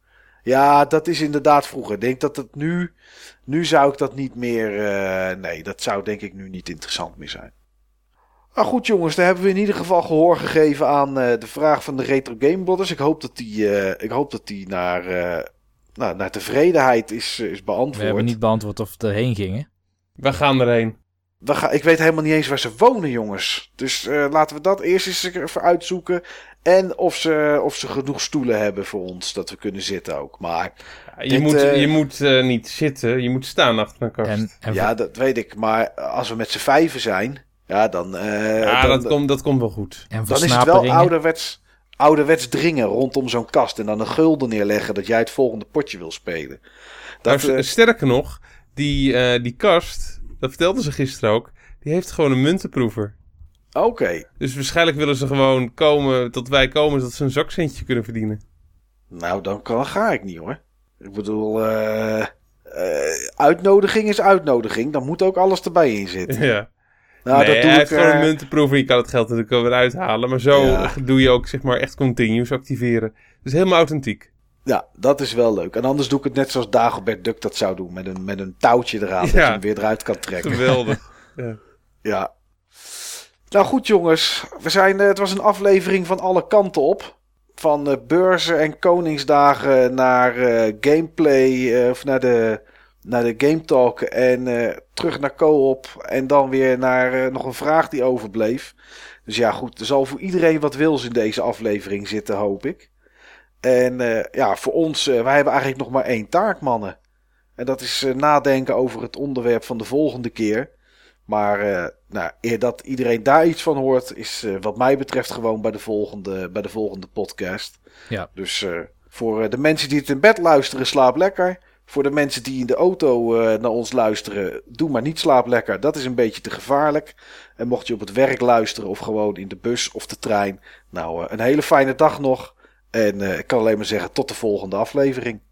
ja, dat is inderdaad vroeger. Ik denk dat het nu, nu zou ik dat niet meer, uh, nee, dat zou denk ik nu niet interessant meer zijn. Nou goed jongens, daar hebben we in ieder geval gehoor gegeven aan uh, de vraag van de Retro Game Brothers. Ik hoop dat die, uh, ik hoop dat die naar, uh, nou, naar tevredenheid is, uh, is beantwoord. We hebben niet beantwoord of we erheen gingen. We gaan erheen. We gaan, ik weet helemaal niet eens waar ze wonen, jongens. Dus uh, laten we dat eerst eens even uitzoeken. En of ze, of ze genoeg stoelen hebben voor ons, dat we kunnen zitten ook. Maar Ja, je, Dit, moet, uh, je moet uh, niet zitten, je moet staan achter een kast. En, en ja, dat weet ik. Maar als we met z'n vijven zijn, ja, dan, uh, ja, dan, dat, komt, dat komt wel goed. en dan is het wel versnaperingen. ouderwets, ouderwets dringen rondom zo'n kast. En dan een gulden neerleggen dat jij het volgende potje wil spelen. Dat, Nou, uh, s- sterker nog, die, uh, die kast, dat vertelden ze gisteren ook, die heeft gewoon een muntenproever. Oké. Okay. Dus waarschijnlijk willen ze gewoon komen, tot wij komen, zodat ze een zakcentje kunnen verdienen. Nou, dan, kan, dan ga ik niet hoor. Ik bedoel, uh, uh, uitnodiging is uitnodiging. Dan moet ook alles erbij in zitten. Ja. Nou, nee, dat doe hij ik. heeft gewoon uh, een muntenproever. Je kan het geld natuurlijk wel weer uithalen. Maar zo Ja. doe je ook zeg maar echt continuous activeren. Dus helemaal authentiek. Ja, dat is wel leuk. En anders doe ik het net zoals Dagobert Duck dat zou doen. Met een, met een touwtje eraan, dat je Ja. hem weer eruit kan trekken. Geweldig. Ja. Ja. Nou goed jongens, we zijn, uh, het was een aflevering van alle kanten op. Van uh, beurzen en koningsdagen naar uh, gameplay, uh, of naar de, naar de Game Talk en uh, terug naar co-op. En dan weer naar uh, nog een vraag die overbleef. Dus ja goed, er zal voor iedereen wat wils in deze aflevering zitten, hoop ik. En uh, ja, voor ons, uh, wij hebben eigenlijk nog maar één taak, mannen. En dat is uh, nadenken over het onderwerp van de volgende keer. Maar uh, nou, eer dat iedereen daar iets van hoort, is uh, wat mij betreft gewoon bij de volgende, bij de volgende podcast. Ja. Dus uh, voor uh, de mensen die het in bed luisteren, slaap lekker. Voor de mensen die in de auto uh, naar ons luisteren, doe maar niet slaap lekker. Dat is een beetje te gevaarlijk. En mocht je op het werk luisteren of gewoon in de bus of de trein. Nou, uh, een hele fijne dag nog. En uh, ik kan alleen maar zeggen tot de volgende aflevering.